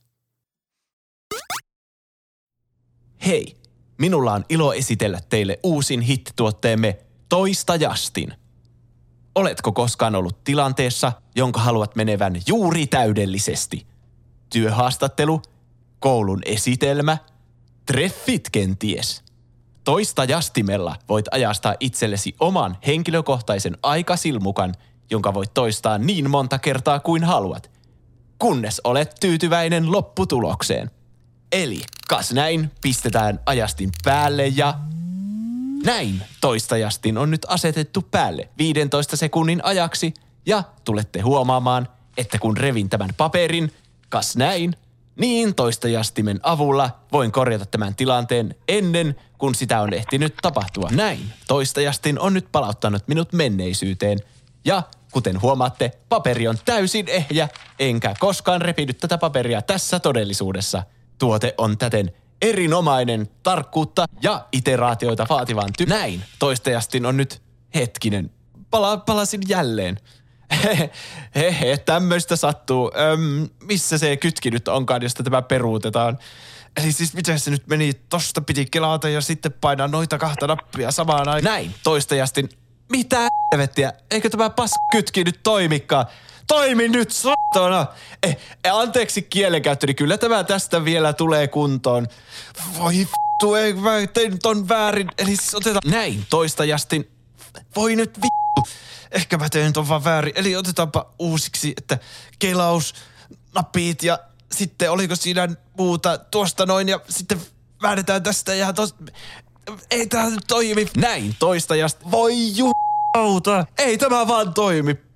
Hei, minulla on ilo esitellä teille uusin hittituotteemme Toista Justin. Oletko koskaan ollut tilanteessa, jonka haluat menevän juuri täydellisesti? Työhaastattelu, koulun esitelmä, treffit kenties. Toista Justimella voit ajastaa itsellesi oman henkilökohtaisen aikasilmukan, jonka voit toistaa niin monta kertaa kuin haluat, kunnes olet tyytyväinen lopputulokseen. Eli kas näin pistetään ajastin päälle ja näin Toista Justin on nyt asetettu päälle viidentoista sekunnin ajaksi ja tulette huomaamaan, että kun revin tämän paperin, kas näin, niin Toista Justimen avulla voin korjata tämän tilanteen ennen kuin sitä on ehtinyt tapahtua. Näin Toista Justin on nyt palauttanut minut menneisyyteen ja kuten huomaatte, paperi on täysin ehjä, enkä koskaan repinyt tätä paperia tässä todellisuudessa. Tuote on täten erinomainen, tarkkuutta ja iteraatioita vaativan ty... Näin Toista Justin on nyt hetkinen. Pala, palasin jälleen. Hehe, tämmöistä sattuu. Öm, missä se kytki nyt onkaan, josta tämä peruutetaan? Eli siis miten se nyt meni? Tosta piti kelata ja sitten painaa noita kahta nappia samaan aikaan. Näin Toista Justin. Mitä helvettiä? Eikö tämä paskytki nyt toimikaan? Toimi nyt sottona! Eh, eh, anteeksi kielenkäyttöni, kyllä tämä tästä vielä tulee kuntoon. Voi vittu, ei mä tein ton väärin. Eli siis otetaan näin Toista Justin. Voi nyt vittu. Ehkä mä tein ton vaan väärin. Eli otetaanpa uusiksi, että kelaus, napit ja sitten oliko siinä muuta tuosta noin ja sitten väännetään tästä ja tosta. Ei tää nyt toimi. Näin Toista Justin. Voi jumalauta. Ei tämä vaan toimi.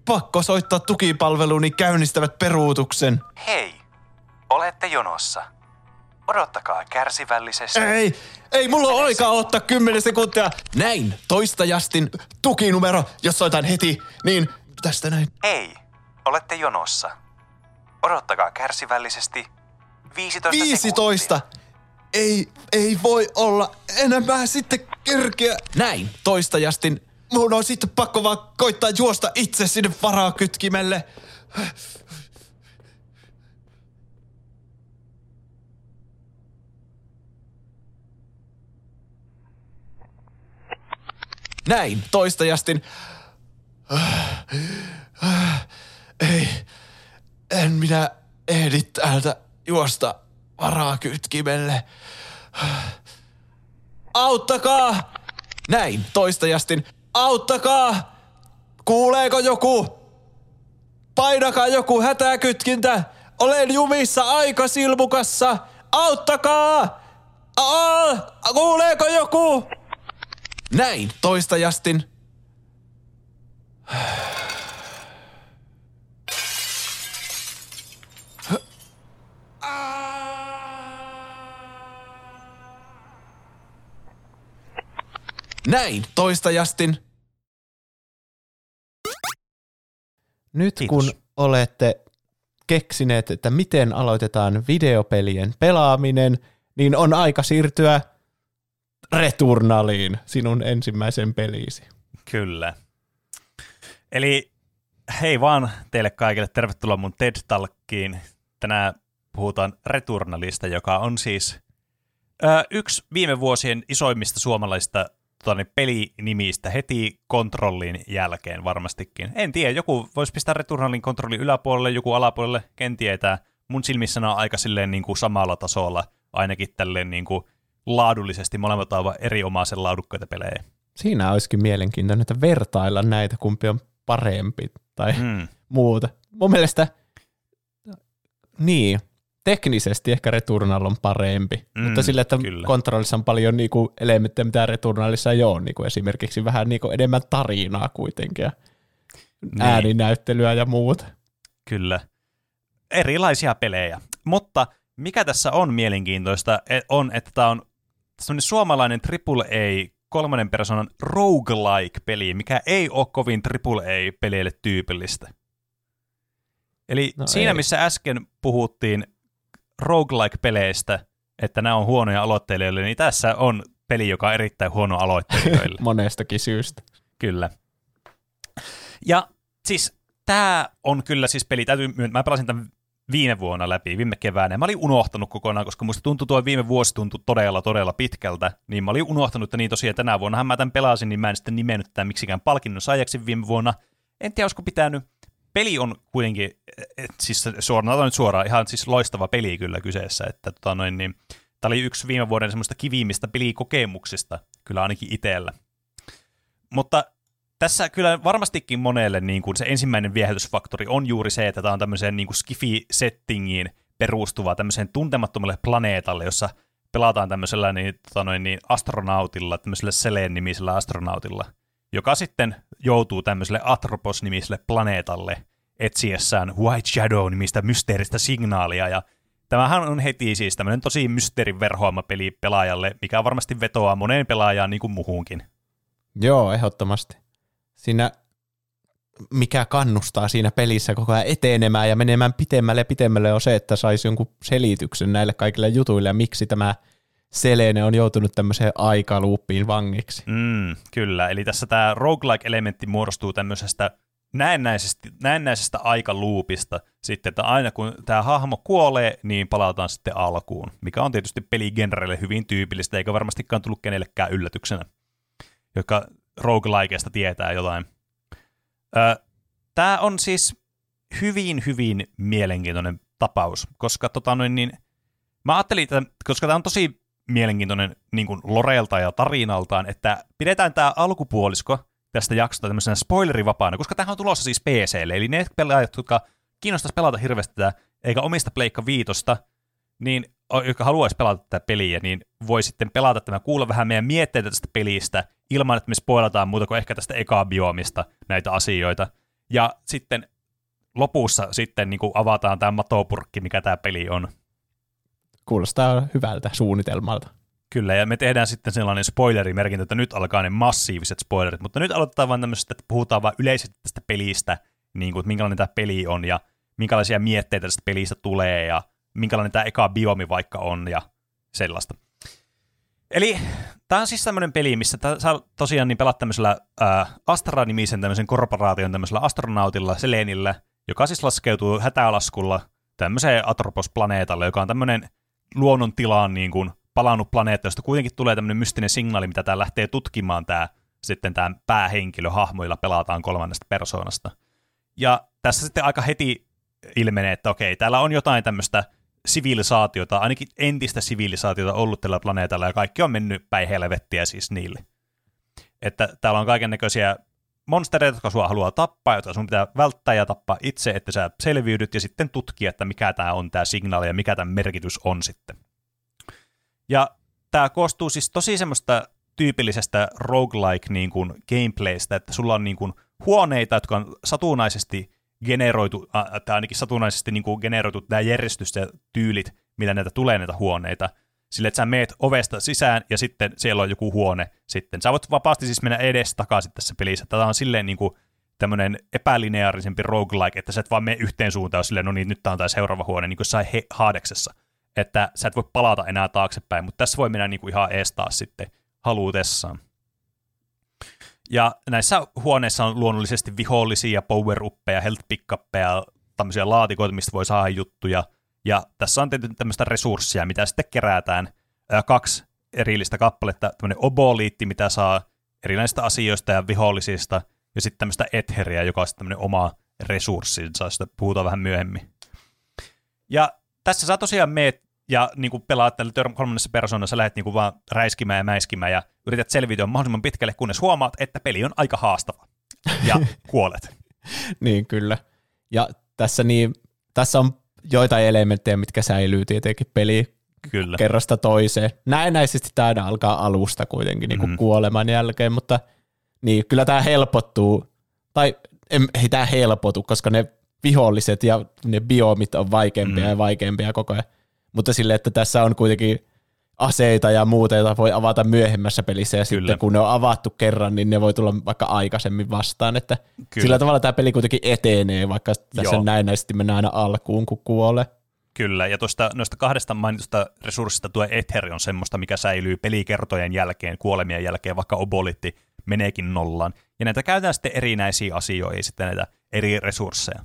pakko soittaa tukipalveluun, niin käynnistävät peruutuksen. Hei, olette jonossa. Odottakaa kärsivällisesti. Ei, ei mulla ole aikaa ottaa kymmenen sekuntia. Näin, toista Justin tukinumero, jos soitan heti, niin tästä näin. Ei, olette jonossa. Odottakaa kärsivällisesti viisitoista, viisitoista. Ei, ei voi olla enemmän sitten kerkeä. Näin, toista Justin. Mun on sitten pakko vaan koittaa juosta itse sinne varakytkimelle. Näin, toista Justin. Ei, en minä ehdi täältä juosta varakytkimelle. Auttakaa! Näin, toista Justin. Auttakaa! Kuuleeko joku? Painakaa joku hätäkytkintä! Olen jumissa aikasilmukassa! Auttakaa! Aa, kuuleeko joku? Näin, toista Justin. Näin, toista Justin. Nyt Kiitos. kun olette keksineet, että miten aloitetaan videopelien pelaaminen, niin on aika siirtyä Returnaliin, sinun ensimmäisen peliisi. Kyllä. Eli hei vaan teille kaikille, tervetuloa mun TED Talkiin. Tänään puhutaan Returnalista, joka on siis ö, yksi viime vuosien isoimmista suomalaisista tuonne pelinimistä heti kontrollin jälkeen varmastikin. En tiedä, joku voisi pistää Returnalin kontrollin yläpuolelle, joku alapuolelle, ken tietää. Mun silmissä ne on aika silleen niin kuin samalla tasolla, ainakin tälleen niin kuin laadullisesti molemmat aivan erinomaisen laadukkaita pelejä. Siinä olisikin mielenkiintoinen, että vertailla näitä, kumpi on parempi tai mm. muuta. Mun mielestä, niin, teknisesti ehkä Returnal on parempi, mm, mutta sillä, että kyllä. Kontrollissa on paljon niinku elementtejä, mitä Returnalissa ei ole, niinku esimerkiksi vähän niinku enemmän tarinaa kuitenkin, ja niin. Ääninäyttelyä ja muuta. Kyllä, erilaisia pelejä, mutta mikä tässä on mielenkiintoista on, että tämä on sellainen suomalainen triple A kolmannen persoonan roguelike-peli, mikä ei ole kovin triple A-peleille tyypillistä. Eli no siinä, ei. missä äsken puhuttiin roguelike-peleistä, että nämä on huonoja aloittelijoille, niin tässä on peli, joka on erittäin huono aloittelijoille. Monestakin syystä. Kyllä. Ja siis tämä on kyllä siis peli, täytyy myöntää, mä pelasin tämän viime vuonna läpi, viime keväänä. Mä olin unohtanut kokonaan, koska musta tuntui tuo viime vuosi tuntui todella, todella pitkältä, niin mä olin unohtanut, että niin tosiaan tänä vuonnahan mä tämän pelasin, niin mä en sitten nimennyt tämän miksikään palkinnon saajaksi viime vuonna. En tiedä, olisiko pitänyt. Peli on kuitenkin, et, siis suoraan, nyt suoraan, ihan siis loistava peli kyllä kyseessä, että tota noin, niin, tämä oli yksi viime vuoden semmoista kivimmistä pelikokemuksista, kyllä ainakin itsellä. Mutta tässä kyllä varmastikin monelle niin kuin se ensimmäinen viehätysfaktori on juuri se, että tämä on tämmöiseen niin kuin skifi-settingiin perustuva tämmöiseen tuntemattomalle planeetalle, jossa pelataan tämmöisellä niin, tota noin, niin astronautilla, tämmöisellä Selene-nimisellä astronautilla, joka sitten joutuu tämmöiselle Atropos-nimiselle planeetalle etsiessään White Shadow-nimistä mysteeristä signaalia, ja tämähän on heti siis tämmöinen tosi mysteerin verhoama peli pelaajalle, mikä varmasti vetoaa moneen pelaajaan niin kuin muuhunkin. Joo, ehdottomasti. Siinä, mikä kannustaa siinä pelissä koko ajan etenemään ja menemään pitemmälle ja pitemmälle on se, että saisi jonkun selityksen näille kaikille jutuille ja miksi tämä Selene on joutunut tämmöiseen aikaluuppiin vangiksi. Mm, kyllä, eli tässä tämä roguelike-elementti muodostuu tämmöisestä näennäisestä, näennäisestä aikaluupista sitten, että aina kun tämä hahmo kuolee, niin palataan sitten alkuun, mikä on tietysti peligenreille hyvin tyypillistä, eikä varmastikaan tullut kenellekään yllätyksenä, joka roguelikeista tietää jotain. Öö, tämä on siis hyvin, hyvin mielenkiintoinen tapaus, koska tota noin niin, mä ajattelin, että koska tämä on tosi mielenkiintoinen niin kuin loreelta ja tarinaltaan, että pidetään tämä alkupuolisko tästä jaksosta tämmöisenä spoilerivapaana, koska tämähän on tulossa siis P C:lle, eli ne pelaajat, jotka kiinnostaisi pelata hirveästi tätä, eikä omista Pleikka viitosta, niin jotka haluaisi pelata tätä peliä, niin voi sitten pelata tämä, kuulla vähän meidän mietteitä tästä pelistä, ilman että me spoilataan muuta kuin ehkä tästä eka-biomista näitä asioita. Ja sitten lopussa sitten niin kuin avataan tämä matopurkki, mikä tämä peli on. Kuulostaa hyvältä suunnitelmalta. Kyllä, ja me tehdään sitten sellainen spoilerimerkintä, että nyt alkaa ne massiiviset spoilerit, mutta nyt aloitetaan vain tämmöisestä, että puhutaan vain yleisesti tästä pelistä, niin kuin, että minkälainen tämä peli on, ja minkälaisia mietteitä tästä pelistä tulee, ja minkälainen tämä eka biomi vaikka on, ja sellaista. Eli tämä on siis tämmöinen peli, missä tää, saa tosiaan niin pelata tämmöisellä äh, Astra-nimisen tämmöisen korporaation tämmöisellä astronautilla, Selenillä, joka siis laskeutuu hätälaskulla tämmöiseen Atropos-planeetalle, joka on tämmöinen luonnon tilaan niin kuin palannut planeetta, josta kuitenkin tulee tämmöinen mystinen signaali, mitä tämä lähtee tutkimaan tämä sitten tämä päähenkilö, hahmo, jolla pelataan kolmannesta persoonasta. Ja tässä sitten aika heti ilmenee, että okei, täällä on jotain tämmöistä sivilisaatiota, ainakin entistä sivilisaatiota ollut tällä planeetalla, ja kaikki on mennyt päin helvettiä siis niille. Että täällä on kaiken näköisiä monstereita, jotka sua haluaa tappaa, joita sun pitää välttää ja tappaa itse, että sä selviydyt, ja sitten tutkia, että mikä tämä on tämä signaali, ja mikä tämän merkitys on sitten. Ja tämä koostuu siis tosi semmoista tyypillisestä roguelike niin kuin gameplaystä, että sulla on niin kuin huoneita, jotka on satunnaisesti generoitu, äh, tai ainakin satunnaisesti niin kuin generoitu nämä järjestys ja tyylit, millä näitä tulee näitä huoneita. Sille, että sä meet ovesta sisään ja sitten siellä on joku huone sitten. Sä voit vapaasti siis mennä edes takaisin tässä pelissä. Tämä on silleen niin kuin tämmöinen epälineaarisempi roguelike, että sä et vaan mene yhteen suuntaan ja silleen, no niin, nyt tää on tämä seuraava huone, niin kuin jossain he- Hadeksessa. Että sä et voi palata enää taaksepäin, mutta tässä voi mennä niin kuin ihan ees taas sitten haluutessaan. Ja näissä huoneissa on luonnollisesti vihollisia, power-uppeja, health pick-uppeja, tämmöisiä laatikoita, mistä voi saada juttuja. Ja tässä on tietysti tämmöistä resurssia, mitä sitten kerätään. Ää, kaksi erillistä kappaletta, tämmöinen oboliitti, mitä saa erilaisista asioista ja vihollisista, ja sitten tämmöistä etheriä, joka on sitten tämmöinen oma resurssinsa, josta puhutaan vähän myöhemmin. Ja tässä sä tosiaan meet ja niin kuin pelaat tällä kolmannessa persoonassa, lähdet niin kuin vaan räiskimään ja mäiskimään ja yrität selviytyä mahdollisimman pitkälle, kunnes huomaat, että peli on aika haastava ja kuolet. Niin, kyllä. Ja tässä, niin, tässä on joitain elementtejä, mitkä säilyy tietenkin peli kyllä. kerrasta toiseen. Näennäisesti tämä aina alkaa alusta kuitenkin niin kuin mm-hmm. kuoleman jälkeen, mutta niin, kyllä tämä helpottuu, tai ei tämä helpotu, koska ne viholliset ja ne biomit on vaikeampia mm. ja vaikeampia koko ajan. Mutta silleen, että tässä on kuitenkin aseita ja muuta, joita voi avata myöhemmässä pelissä, ja Kyllä. sitten kun ne on avattu kerran, niin ne voi tulla vaikka aikaisemmin vastaan, että Kyllä. sillä tavalla tämä peli kuitenkin etenee, vaikka tässä Joo. näennäisesti mennään aina alkuun, kun kuolee. Kyllä, ja tuosta, noista kahdesta mainitusta resurssista tuo Etheri on semmoista, mikä säilyy pelikertojen jälkeen, kuolemien jälkeen, vaikka obolitti meneekin nollaan. Ja näitä käytetään sitten erinäisiä asioita, sitten näitä eri resursseja.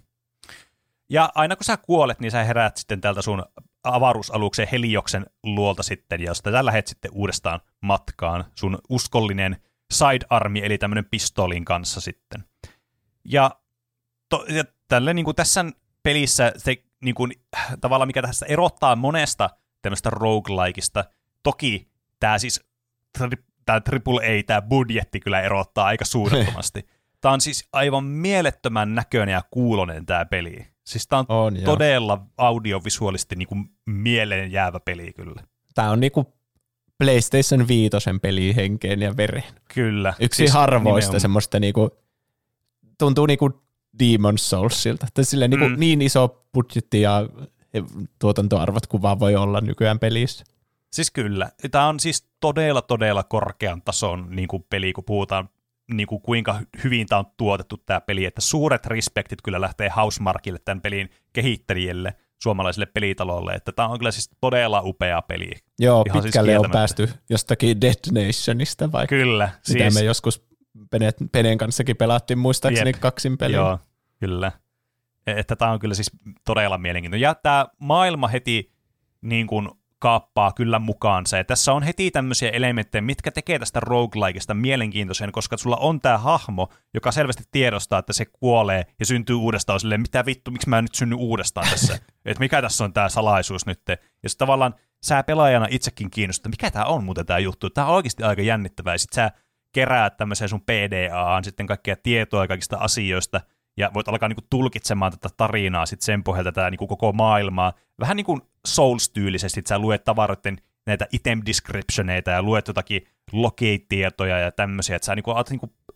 Ja aina kun sä kuolet, niin sä heräät sitten tältä sun avaruusalukseen Helioksen luolta sitten, ja josta sä lähet sitten uudestaan matkaan sun uskollinen sidearmi, eli tämmöinen pistoolin kanssa sitten. Ja, to, ja tälle, niin kuin tässä pelissä se niin kuin, tavallaan, mikä tässä erottaa monesta tämmöistä roguelikeista, toki tämä siis tämä triple A, tämä budjetti kyllä erottaa aika suurettomasti. Tämä on siis aivan mielettömän näköinen ja kuulonen tämä peli. Siis tämä on, on todella audiovisuaalisesti niin kuin mieleen jäävä peli kyllä. Tämä on niin kuin PlayStation viitosen peli henkeen ja veren. Kyllä. Yksi siis harvoista nimenomaan. Semmoista niin kuin, tuntuu niin kuin Demon's Soulsilta. Silleen niin, kuin mm. niin iso budjetti ja tuotantoarvot kuin vaan voi olla nykyään pelissä. Siis kyllä. Tämä on siis todella, todella korkean tason niin kuin peli, kun puhutaan niin kuin kuinka hyvin tämä on tuotettu tämä peli, että suuret respektit kyllä lähtee Housemarquelle, tämän pelin kehittäjille, suomalaiselle pelitalolle, että tämä on kyllä siis todella upea peli. Joo, ihan pitkälle siis on päästy jostakin Dead Nationista vaikka. Kyllä. Sitä siis me joskus Penen kanssakin pelattiin muistaakseni Jep. kaksin peliä. Joo, kyllä. Että tämä on kyllä siis todella mielenkiintoinen. Ja tämä maailma heti niin kuin kaappaa kyllä mukaansa. Ja tässä on heti tämmöisiä elementtejä, mitkä tekee tästä roguelikeista mielenkiintoisen, koska sulla on tämä hahmo, joka selvästi tiedostaa, että se kuolee ja syntyy uudestaan silleen, mitä vittu, miksi mä nyt synny uudestaan tässä? Että mikä tässä on tämä salaisuus nyt? Ja sitten tavallaan sä pelaajana itsekin kiinnostaa, mikä tämä on muuten tämä juttu. Tämä on oikeasti aika jännittävää. Ja sitten sä keräät tämmöiseen sun P D A:aan sitten kaikkea tietoa kaikista asioista, ja voit alkaa niinku tulkitsemaan tätä tarinaa sitten sen pohjalta tätä niinku koko maailmaa. Vähän niin kuin Souls-tyylisesti, että sä luet tavaroiden näitä item descriptioneita ja luet jotakin locate-tietoja ja tämmöisiä, että sä niinku alat niinku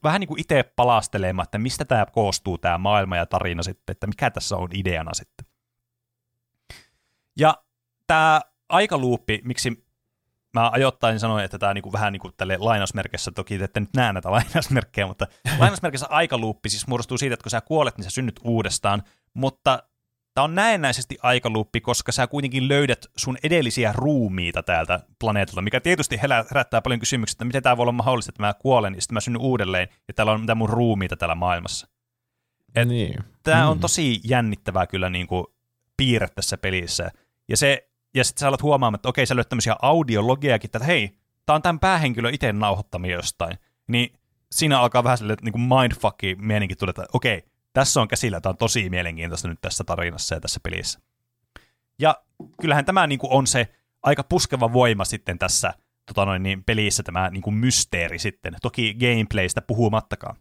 vähän niin kuin itse palastelemaan, että mistä tämä koostuu, tämä maailma ja tarina sitten, että mikä tässä on ideana sitten. Ja tämä aikaluuppi, miksi mä ajoittain sanoin, että tämä niinku vähän niin kuin tälle lainausmerkissä, toki te ette nyt näe näitä lainausmerkkejä, mutta lainausmerkissä aikaluuppi siis muodostuu siitä, että kun sä kuolet, niin sä synnyt uudestaan, mutta tämä on näennäisesti aikaluuppi, koska sä kuitenkin löydät sun edellisiä ruumiita täältä planeetalta, mikä tietysti herättää paljon kysymyksiä, että miten tämä voi olla mahdollista, että mä kuolen ja sitten mä synnyn uudelleen, ja täällä on mitä mun ruumiita täällä maailmassa. Niin. Tämä on tosi jännittävää kyllä niin kuin piirre tässä pelissä, ja se Ja sitten sä alat huomaamaan, että okei, sä löydät tämmöisiä audiologiakin, että hei, tää on tämän päähenkilö itse nauhoittamia jostain. Niin siinä alkaa vähän silleen, että niin mindfucki mieninkin tulee, että okei, tässä on käsillä, tää on tosi mielenkiintoista nyt tässä tarinassa ja tässä pelissä. Ja kyllähän tämä niin kuin on se aika puskeva voima sitten tässä tota noin, niin pelissä, tämä niin kuin mysteeri sitten, toki gameplaystä puhumattakaan.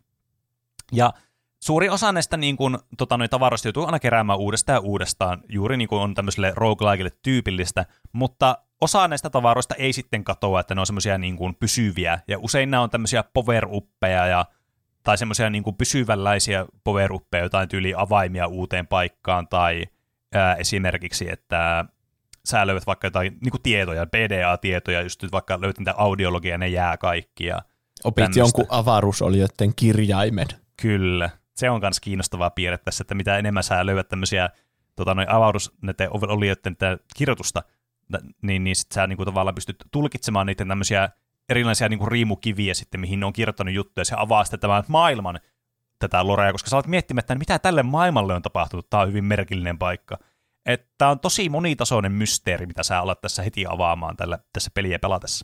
Ja suuri osa näistä niin kuin, tota, noin tavaroista joutuu aina keräämään uudestaan ja uudestaan, juuri niin kuin on tämmöiselle roguelikeille tyypillistä, mutta osa näistä tavaroista ei sitten katoa, että ne on semmoisia niin kuin pysyviä, ja usein nämä on tämmöisiä power-uppeja, ja, tai semmoisia niin kuin pysyvänläisiä power-uppeja, jotain tyyliä avaimia uuteen paikkaan, tai ää, esimerkiksi, että sä löydät vaikka jotain niin kuin tietoja, P D A-tietoja, just nyt vaikka löytät niitä audiologia, ne jää kaikki, ja opit tämmöistä. Jonkun avaruusolijoiden kirjaimen. Kyllä. Se on myös kiinnostavaa piirre tässä, että mitä enemmän sä löydät tämmöisiä tota, avaruusolijoiden kirjoitusta, niin, niin sit sä niin kuin, tavallaan pystyt tulkitsemaan niiden tämmöisiä erilaisia niin kuin riimukiviä sitten, mihin ne on kirjoittanut juttuja, ja se avaa sitten tämän maailman tätä lorea, koska sä olet miettimään, että mitä tälle maailmalle on tapahtunut, tämä on hyvin merkillinen paikka. Että on tosi monitasoinen mysteeri, mitä sä alat tässä heti avaamaan tällä, tässä peliä pelatessa.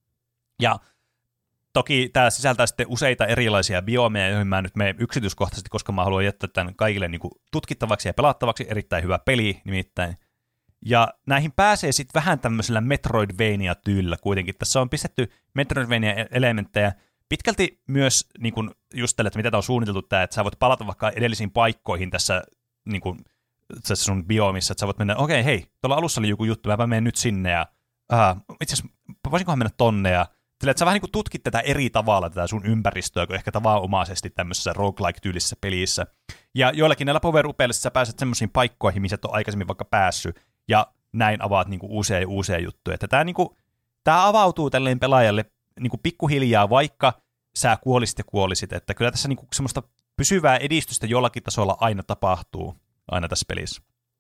Ja toki tämä sisältää sitten useita erilaisia biomeja, joihin mä nyt menen yksityiskohtaisesti, koska mä haluan jättää tämän kaikille niin kuin tutkittavaksi ja pelattavaksi. Erittäin hyvä peli nimittäin. Ja näihin pääsee sitten vähän tämmöisellä Metroidvania-tyylillä kuitenkin. Tässä on pistetty Metroidvania-elementtejä pitkälti myös niin kuin just tälle, että mitä tämä on suunniteltu tämä, että sä voit palata vaikka edellisiin paikkoihin tässä, niin kuin, tässä sun biomissa, että sä voit mennä, okei, hei, tuolla alussa oli joku juttu, mä menen nyt sinne ja äh, itse asiassa voisinkohan mennä tonne ja sillä, että sä vähän niin kuin tutkit tätä eri tavalla, tätä sun ympäristöä, kuin ehkä tavanomaisesti tämmöisessä roguelike-tyylisessä pelissä. Ja joillakin näillä power-upeilla sä pääset semmoisiin paikkoihin, missä et ole aikaisemmin vaikka päässyt, ja näin avaat niin kuin uusia ja uusia juttuja. Että tämä, niin kuin, tämä avautuu tälleen pelaajalle niin kuin pikkuhiljaa, vaikka sä kuolisit ja kuolisit. Että kyllä tässä niin kuin semmoista pysyvää edistystä jollakin tasolla aina tapahtuu, aina tässä pelissä.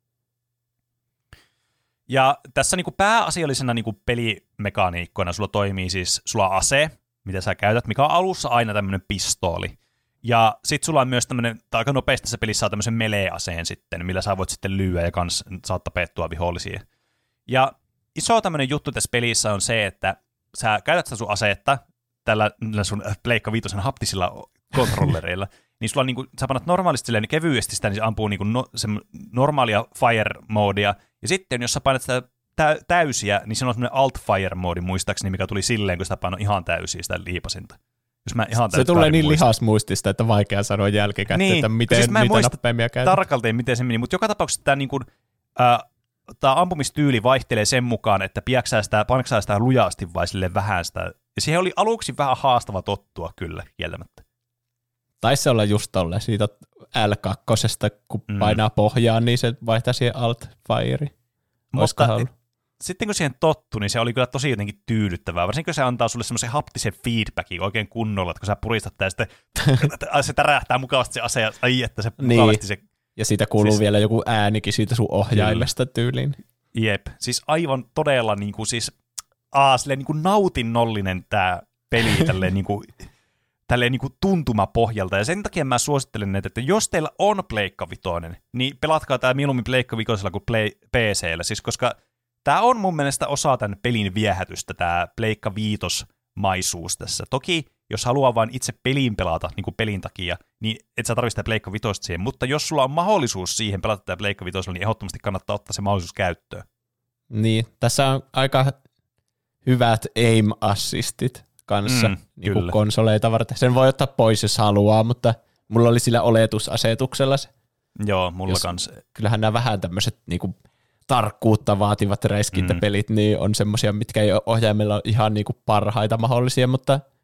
Ja tässä niinku pääasiallisena niinku pelimekaniikkoina sulla toimii siis sulla on ase, mitä sä käytät, mikä on alussa aina tämmöinen pistooli. Ja sit sulla on myös tämmöinen, tai aika nopeasti tässä pelissä on tämmöisen melee-aseen sitten, millä sä voit sitten lyödä ja kans saat tapettua vihollisia. Ja iso tämmöinen juttu tässä pelissä on se, että sä käytät sitä sun asetta tällä sun Pleikka Viitosen haptisilla kontrollereilla, niin sulla on niinku, sä panat normaalisti silleen kevyesti sitä, niin se ampuu niinku no, se normaalia fire-moodia, ja sitten jos sä painat sitä tä- täysiä, niin se on semmoinen alt-fire-moodi muistaakseni, mikä tuli silleen, kun sitä painoi ihan täysiä sitä liipasinta. Jos mä ihan se tulee niin muistan. Lihasmuistista, että vaikea sanoa jälkikäteen, niin, että miten siis niitä nappeimia käytetään. Tarkalleen, miten se meni, mutta joka tapauksessa tämä niinku, äh, ampumistyyli vaihtelee sen mukaan, että piäksää sitä, paneksää sitä lujaasti vai silleen vähän sitä, ja siihen oli aluksi vähän haastava tottua kyllä, kieltämättä. Taisi se olla just tolle, siitä L kaksi, kun mm. painaa pohjaan, niin se vaihtaa siihen alt-fire. Mutta sitten kun siihen tottui, niin se oli kyllä tosi jotenkin tyydyttävää. Varsinkin kun se antaa sulle semmoisen haptisen feedbackin oikein kunnolla, että kun sä puristat ja sitten se tärähtää mukavasti se ase, ja ai, että se mukavasti se... Ja siitä kuuluu siis vielä joku äänikin siitä sun ohjaimesta tyyliin. Jep, siis aivan todella niin kuin siis, aa, silleen niin kuin nautinnollinen tää peli, tälleen niin kuin... tälleen niin kuin tuntumapohjalta, ja sen takia mä suosittelen näitä, että jos teillä on Pleikka Vitoinen, niin pelatkaa tää mieluummin Pleikka Vitosella kuin Play, P C:llä, siis koska tää on mun mielestä osa tämän pelin viehätystä, tää Pleikka Viitos-maisuus tässä. Toki, jos haluaa vain itse pelin pelata, niin kuin pelin takia, niin et sä tarvitse sitä Pleikka Vitosta siihen, mutta jos sulla on mahdollisuus siihen pelata tää Pleikka Vitosella, niin ehdottomasti kannattaa ottaa se mahdollisuus käyttöön. Niin, tässä on aika hyvät aim-assistit kanssa mm, niin kuin konsoleita varten. Sen voi ottaa pois, jos haluaa, mutta mulla oli sillä oletusasetuksella se. Joo, mulla jos, kans. Kyllähän nämä vähän tämmöiset niin kuin tarkkuutta vaativat räiskintäpelit, mm. niin on semmoisia, mitkä ei ohjaimella ole ihan niin kuin parhaita mahdollisia, mutta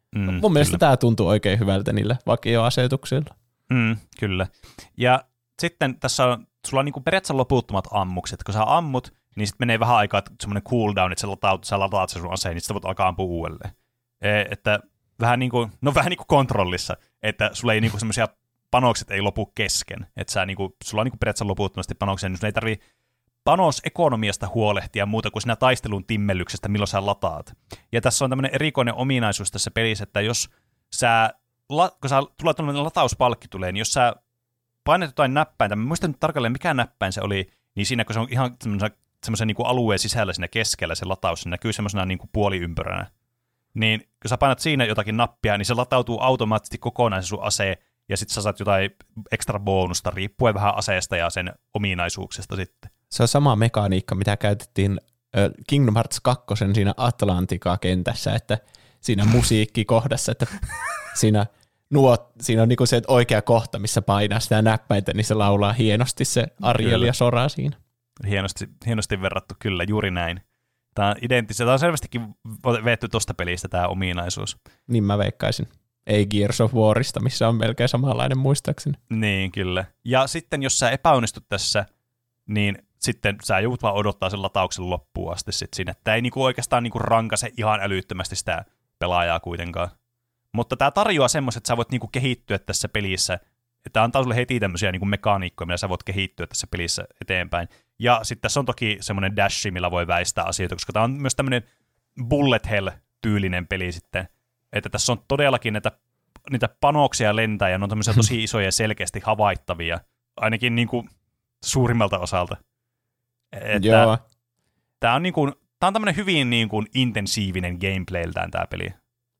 Mm, Mun mielestä tämä tuntuu oikein hyvältä niillä vakioasetuksilla. Mm, kyllä. Ja sitten tässä on, sulla on niinku periaatteessa loputtomat ammukset. Kun sä ammut, niin sitten menee vähän aikaa semmoinen cooldown, että sä lataat, sä lataat sen sun aseen, niin sitten voit alkaa ampua uudelleen. E, että vähän niin kuin, no vähän niin kuin kontrollissa, että sulla ei niinku semmoisia panokset ei lopu kesken. Että sä niinku, sulla on niinku periaatteessa loputtomasti panoksia, niin sun ei tarvii panosekonomiasta huolehtia muuta kuin siinä taistelun timmellyksestä, milloin sä lataat. Ja tässä on tämmöinen erikoinen ominaisuus tässä pelissä, että jos sä, kun sä tulee tämmöinen latauspalkki tulee, niin jos sä painat jotain näppäintä, mä muistan nyt tarkalleen mikä näppäin se oli, niin siinä kun se on ihan semmoisen niin kuin alueen sisällä siinä keskellä se lataus, se näkyy semmoisena niin kuin puoliympyränä. Niin kun sä painat siinä jotakin nappia, niin se latautuu automaattisesti kokonaan se sun ase, ja sitten sä saat jotain ekstra bonusta, riippuen vähän aseesta ja sen ominaisuuksista sitten. Se on sama mekaniikka, mitä käytettiin Kingdom Hearts kaksi siinä Atlantica-kentässä, että siinä musiikkikohdassa, että siinä, nuo, siinä on niinku se oikea kohta, missä painaa sitä näppäintä, niin se laulaa hienosti se Ariel kyllä. Ja Sora siinä. Hienosti, hienosti verrattu, kyllä, juuri näin. Tämä on identtistä. Tämä on selvästikin veetty tuosta pelistä tämä ominaisuus. Niin mä veikkaisin. Ei Gears of Warista, missä on melkein samanlainen muistaakseni. Niin, kyllä. Ja sitten jos sä epäonnistut tässä, niin sitten sä joudut vaan odottaa sen latauksen loppuun asti sit siinä. Tämä ei niinku oikeastaan niinku rankase ihan älyttömästi sitä pelaajaa kuitenkaan. Mutta tämä tarjoaa semmoiset, että sä voit niinku kehittyä tässä pelissä. Että antaa sulle heti tämmöisiä niinku mekaniikkoja, millä sä voit kehittyä tässä pelissä eteenpäin. Ja sitten tässä on toki semmoinen dashi, millä voi väistää asioita, koska tämä on myös tämmöinen bullet hell-tyylinen peli sitten. Että tässä on todellakin näitä, niitä panoksia lentää, ja ne on tämmöisiä tosi isoja ja selkeästi havaittavia, ainakin niinku suurimmalta osalta. Että joo. Tämä on, niinku, tää on tämmöinen hyvin niinku intensiivinen gameplayltään tämä peli.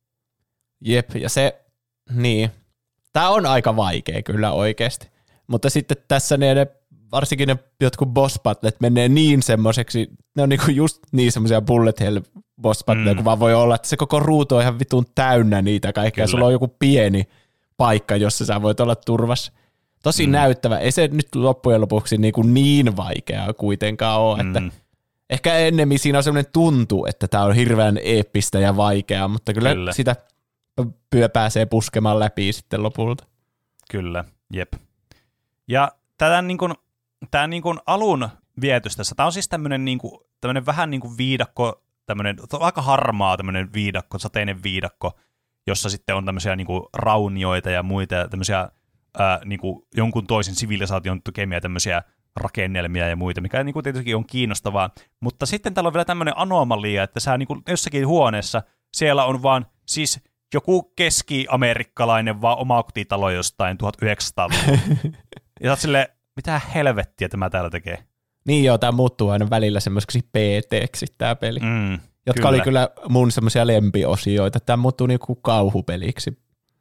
Jep, ja se, niin, tämä on aika vaikea kyllä oikeasti, mutta sitten tässä ne, ne varsinkin ne jotkut boss battlet menee niin semmoiseksi, ne on niinku just niin semmoisia bullet hell boss battleja, mm. kun vaan voi olla, että se koko ruutu on ihan vitun täynnä niitä kaikkea, sulla on joku pieni paikka, jossa sä voit olla turvassa. Tosi mm. näyttävä, ei se nyt loppujen lopuksi niin, kuin niin vaikeaa kuitenkaan ole, mm. että ehkä ennemmin siinä on semmoinen tuntu, että tämä on hirveän eeppistä ja vaikeaa, mutta kyllä, kyllä. sitä pyö pääsee puskemaan läpi sitten lopulta. Kyllä, jep. Ja tätä niin kuin, tämä niin kuin alun vietys tässä, tämä on siis tämmöinen, niin kuin, tämmöinen vähän niin kuin viidakko, tämmöinen aika harmaa tämmöinen viidakko, sateinen viidakko, jossa sitten on tämmöisiä niin kuin raunioita ja muita ja tämmöisiä ää, niin kuin jonkun toisen sivilisaation tukemia tämmöisiä rakennelmia ja muita, mikä niin kuin tietenkin on kiinnostavaa. Mutta sitten täällä on vielä tämmöinen anomalia, että sä niin kuin jossakin huoneessa siellä on vaan siis joku keski-amerikkalainen vaan omakotitalo jostain tuhatyhdeksänsataaluvulta. Ja sä oot silleen, mitä helvettiä tämä täällä tekee? Niin joo, tämä muuttuu aina välillä semmoiseksi P T:ksi tämä peli, mm, jotka kyllä. oli kyllä mun semmoisia lempiosioita. Tämä muuttuu niinku kauhupeliksi.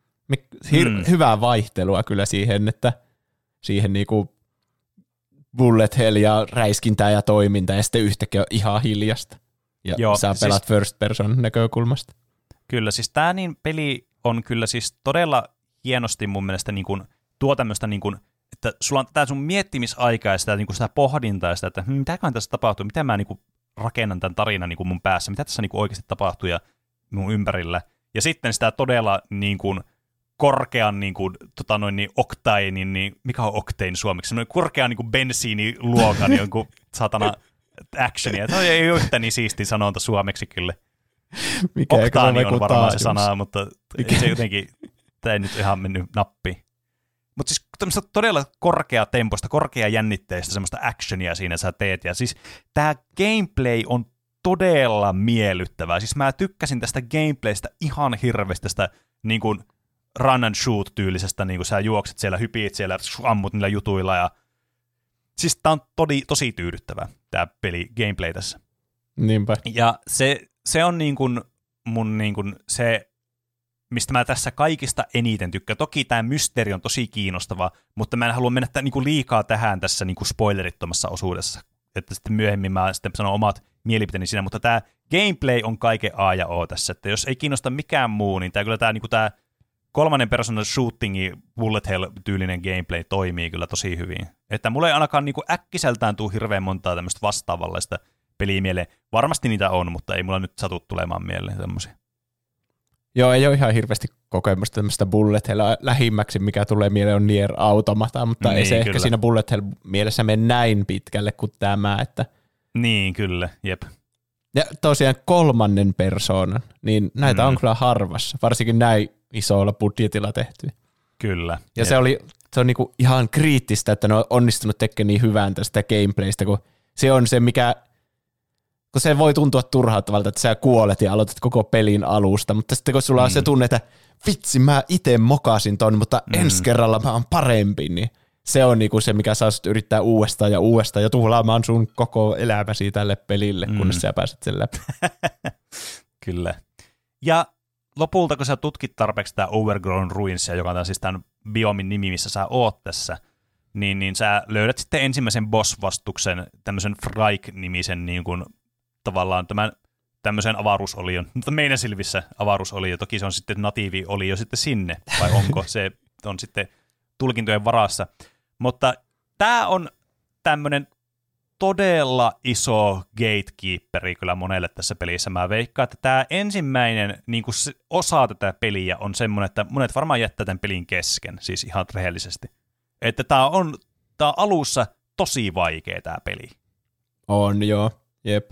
Hir- mm. Hyvää vaihtelua kyllä siihen, että siihen niinku bullet hell ja räiskintää ja toiminta ja sitten yhtäkkiä ihan hiljasta. Ja joo, sä pelat siis first person näkökulmasta. Kyllä, siis tämä niin peli on kyllä siis todella hienosti mun mielestä niin kuin, tuo tämmöistä, niin kuin, että sulla on tätä sun miettimisaikaa ja sitä, niin kuin sitä pohdintaa ja sitä, että hm, mitäköhän tässä tapahtuu, miten mä niin kuin, rakennan tämän tarinan niin kuin mun päässä, mitä tässä niin kuin, oikeasti tapahtuu ja mun ympärillä. Ja sitten sitä todella niin kuin, korkean niin kuin, tota noin, niin, oktainin, niin, mikä on oktein suomeksi, semmoinen korkean niin bensiiniluokan jonkun satana actionia. Tämä ei ole yhtä niin siisti sanonta suomeksi kyllä. Mikä oktaani on varmaan se sana, mutta se jotenkin, tämä ei nyt ihan mennyt nappiin. Mutta siis tämmöistä todella korkeatempoista, korkeajännitteistä semmoista actionia siinä sä teet. Ja siis tämä gameplay on todella miellyttävää. Siis mä tykkäsin tästä gameplaystä ihan hirveästi tästä niin kuin run and shoot tyylisestä, niin kuin sä juokset siellä, hypiit siellä, ammut niillä jutuilla. Ja siis tää on todi, tosi tyydyttävää, tää peli, gameplay tässä. Niinpä. Ja se, se on niin kuin mun niin kuin se, mistä mä tässä kaikista eniten tykkään. Toki tämä mysteeri on tosi kiinnostava, mutta mä en halua mennä tämän, niin kuin liikaa tähän tässä niin kuin spoilerittomassa osuudessa. Että sitten myöhemmin mä sitten sanon omat mielipiteeni siinä, mutta tämä gameplay on kaiken A ja O tässä. Että jos ei kiinnosta mikään muu, niin tämä kyllä tämä, niin kuin tämä kolmannen persoonan shootingi, bullet hell-tyylinen gameplay toimii kyllä tosi hyvin. Että mulla ei ainakaan niin kuin äkkiseltään tule hirveän montaa tämmöistä vastaavanlaista peliä mieleen. Varmasti niitä on, mutta ei mulla nyt satu tulemaan mieleen tämmöisiä. Joo, ei ole ihan hirveästi kokemusta tämmöistä bullet hell lähimmäksi, mikä tulee mieleen on Nier Automata, mutta niin, ei se kyllä. Ehkä siinä bullet hell mielessä mene näin pitkälle kuin tämä, että niin, kyllä, jep. Ja tosiaan kolmannen persoonan, niin näitä mm. on kyllä harvassa, varsinkin näin isolla budjetilla tehty. Kyllä. Ja jep. se oli se on niinku ihan kriittistä, että ne on onnistunut tekemään niin hyvän tästä gameplaystä, kun se on se, mikä kun se voi tuntua turhauttavalta, että sä kuolet ja aloitat koko pelin alusta, mutta sitten kun sulla mm. on se tunne, että vitsi, mä itse mokasin ton, mutta mm. ensi kerralla mä oon parempi, niin se on niinku se, mikä saa sut yrittää uudestaan ja uudestaan ja tuhlaamaan sun koko elämäsi tälle pelille, mm. kunnes sä pääset sen läpi. Kyllä. Ja lopulta, kun sä tutkit tarpeeksi tämä Overgrown Ruinsia, joka on siis tämän biomin nimi, missä sä oot tässä, niin, niin sä löydät sitten ensimmäisen boss-vastuksen, tämmöisen Frike-nimisen niin kuin, tavallaan tämän, tämmöisen avaruusolion, mutta meidän silvissä avaruusolio, toki se on sitten natiivi olio sitten sinne, vai onko se on sitten tulkintojen varassa. Mutta tämä on tämmöinen todella iso gatekeeperi kyllä monelle tässä pelissä. Mä veikkaan, että tämä ensimmäinen niin kuin osa tätä peliä on semmoinen, että monet varmaan jättää tämän pelin kesken, siis ihan rehellisesti. Että tämä on, tää on alussa tosi vaikea tämä peli. On, joo. Jep.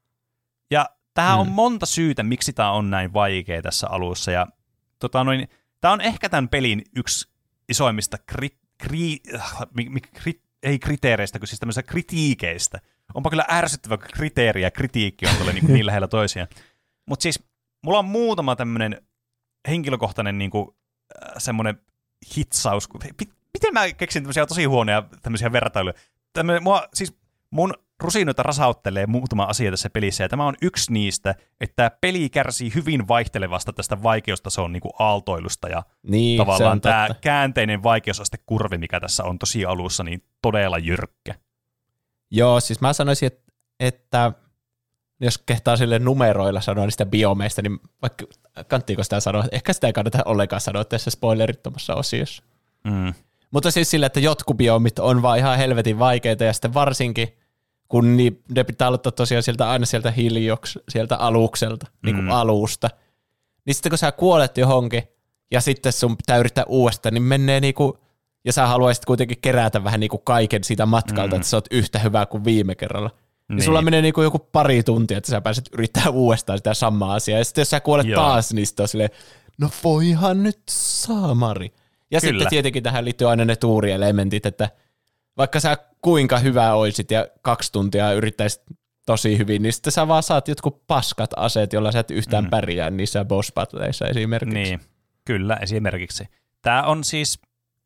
Ja tähän mm. on monta syytä, miksi tämä on näin vaikea tässä alussa. Ja tota noin, tämä on ehkä tämän pelin yksi isoimmista kri, kri, kri, kri, ei kriteereistä, kun siis tämmöisistä kritiikeistä. Onpa kyllä ärsyttävä kriteeri ja kritiikki on tuolla niin, niin lähellä toisiaan. Mutta siis mulla on muutama tämmöinen henkilökohtainen niin kuin, äh, semmoinen hitsaus. Miten mä keksin tämmöisiä tosi huonoja tämmöisiä vertailuja? Tämmöinen, mua, siis mun rusinoita rasauttelee muutama asia tässä pelissä, ja tämä on yksi niistä, että tämä peli kärsii hyvin vaihtelevasta tästä vaikeustason niin kuin aaltoilusta, ja niin, tavallaan tämä käänteinen vaikeusastekurvi, mikä tässä on tosi alussa, niin todella jyrkkä. Joo, siis mä sanoisin, että, että jos kehtaa sille numeroilla sanoa niistä biomeista, niin vaikka kanttiiko sitä sanoa, ehkä sitä ei kannata ollenkaan sanoa tässä spoilerittomassa osiossa. Mm. Mutta siis sillä, että jotkut biomit on vaan ihan helvetin vaikeita, ja sitten varsinkin, kun ne pitää aloittaa tosiaan sieltä aina sieltä hiljoks, sieltä alukselta, mm. niin kuin alusta, niin sitten kun sä kuolet johonkin, ja sitten sun pitää yrittää uudestaan, niin menee niinku, ja sä haluaisit kuitenkin kerätä vähän niinku kaiken siitä matkalta, mm. että sä oot yhtä hyvä kuin viime kerralla. Niin, niin sulla menee niinku joku pari tuntia, että sä pääset yrittää uudestaan sitä samaa asiaa, ja sitten jos sä kuolet Joo. taas, niin sitten on silleen, no voihan nyt saamari. Ja Kyllä. sitten tietenkin tähän liittyy aina ne tuurielementit, että vaikka sä kuinka hyvä oisit ja kaksi tuntia yrittäisit tosi hyvin, niin sitten sä vaan saat jotkut paskat aseet, joilla sä et yhtään mm. pärjää niissä boss battleissa esimerkiksi. Niin, kyllä esimerkiksi. Tää on siis,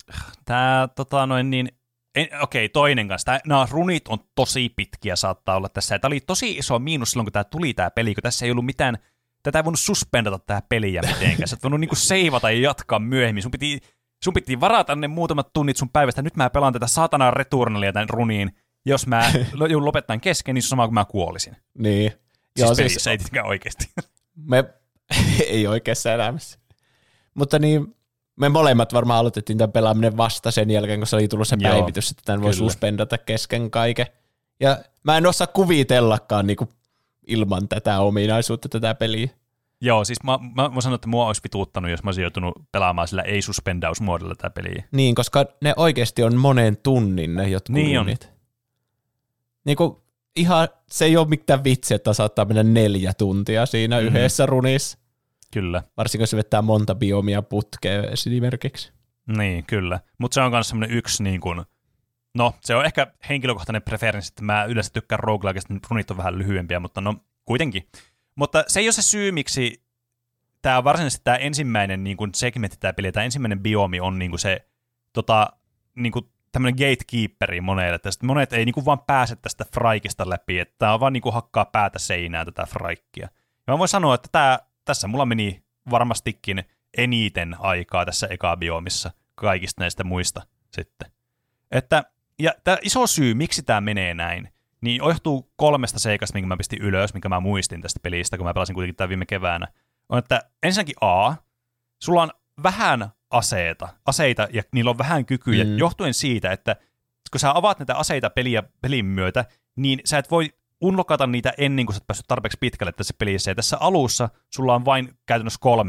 tää tota noin niin, okei okay, toinen kanssa, tää, nämä runit on tosi pitkiä saattaa olla tässä, ja tää oli tosi iso miinus silloin, kun tää tuli tää peli, kun tässä ei ollut mitään, tätä ei voinut suspendata tää peliä mitenkään, sä et voinut niinku seivata ja jatkaa myöhemmin, sun piti Sun piti varata ne muutamat tunnit sun päivästä. Nyt mä pelaan tätä satanan Returnalia tämän runiin. Jos mä joudun lopettamaan kesken, niin se on sama kuin mä kuolisin. Niin. Siis Joo, pelissä siis, ei tietenkään oikeasti. Me ei oikeassa elämässä. Mutta niin, me molemmat varmaan aloitettiin tämän pelaaminen vasta sen jälkeen, kun se oli tullut se Joo, päivitys, että tämän voi suspendata kesken kaiken. Ja mä en osaa kuvitellakaan niin kuin ilman tätä ominaisuutta tätä peliä. Joo, siis mä, mä, mä sanon, että mua olisi vituuttanut, jos mä olisin joutunut pelaamaan sillä ei-suspendausmuodolla tätä peliä. Niin, koska ne oikeasti on monen tunnin ne jotkut niin runit. On. Niin kuin ihan, se ei ole mitään vitsi, että saattaa mennä neljä tuntia siinä mm-hmm. yhdessä runissa. Kyllä. Varsinkin se vetää monta biomia putkea esimerkiksi. Niin, kyllä. Mutta se on myös semmoinen yksi, niin kuin, no se on ehkä henkilökohtainen preferenssi, että mä yleensä tykkään roguelikeista, että runit on vähän lyhyempiä, mutta no kuitenkin. Mutta se ei ole se syy, miksi tämä on varsinaisesti tämä ensimmäinen niin kuin segmentti tämä peli, tämä ensimmäinen biomi on niin kuin se tota, niin kuin tämmöinen gatekeeperi monelle, että monet ei niin kuin vaan pääse tästä Frikesta läpi, että tämä on vaan niin kuin hakkaa päätä seinään tätä Frikea. Ja mä voin sanoa, että tämä, tässä mulla meni varmastikin eniten aikaa tässä eka biomissa kaikista näistä muista sitten. Että, ja tämä iso syy, miksi tämä menee näin, niin johtuu kolmesta seikasta, minkä mä pistin ylös, minkä mä muistin tästä pelistä, kun mä pelasin kuitenkin tämän viime keväänä. On, että ensinnäkin A, sulla on vähän aseita, aseita ja niillä on vähän kykyjä, mm. johtuen siitä, että kun sä avaat näitä aseita peliä, pelin myötä, niin sä et voi unlokata niitä ennen kuin sä et päässyt tarpeeksi pitkälle tässä pelissä. Ja tässä alussa sulla on vain käytännössä kolme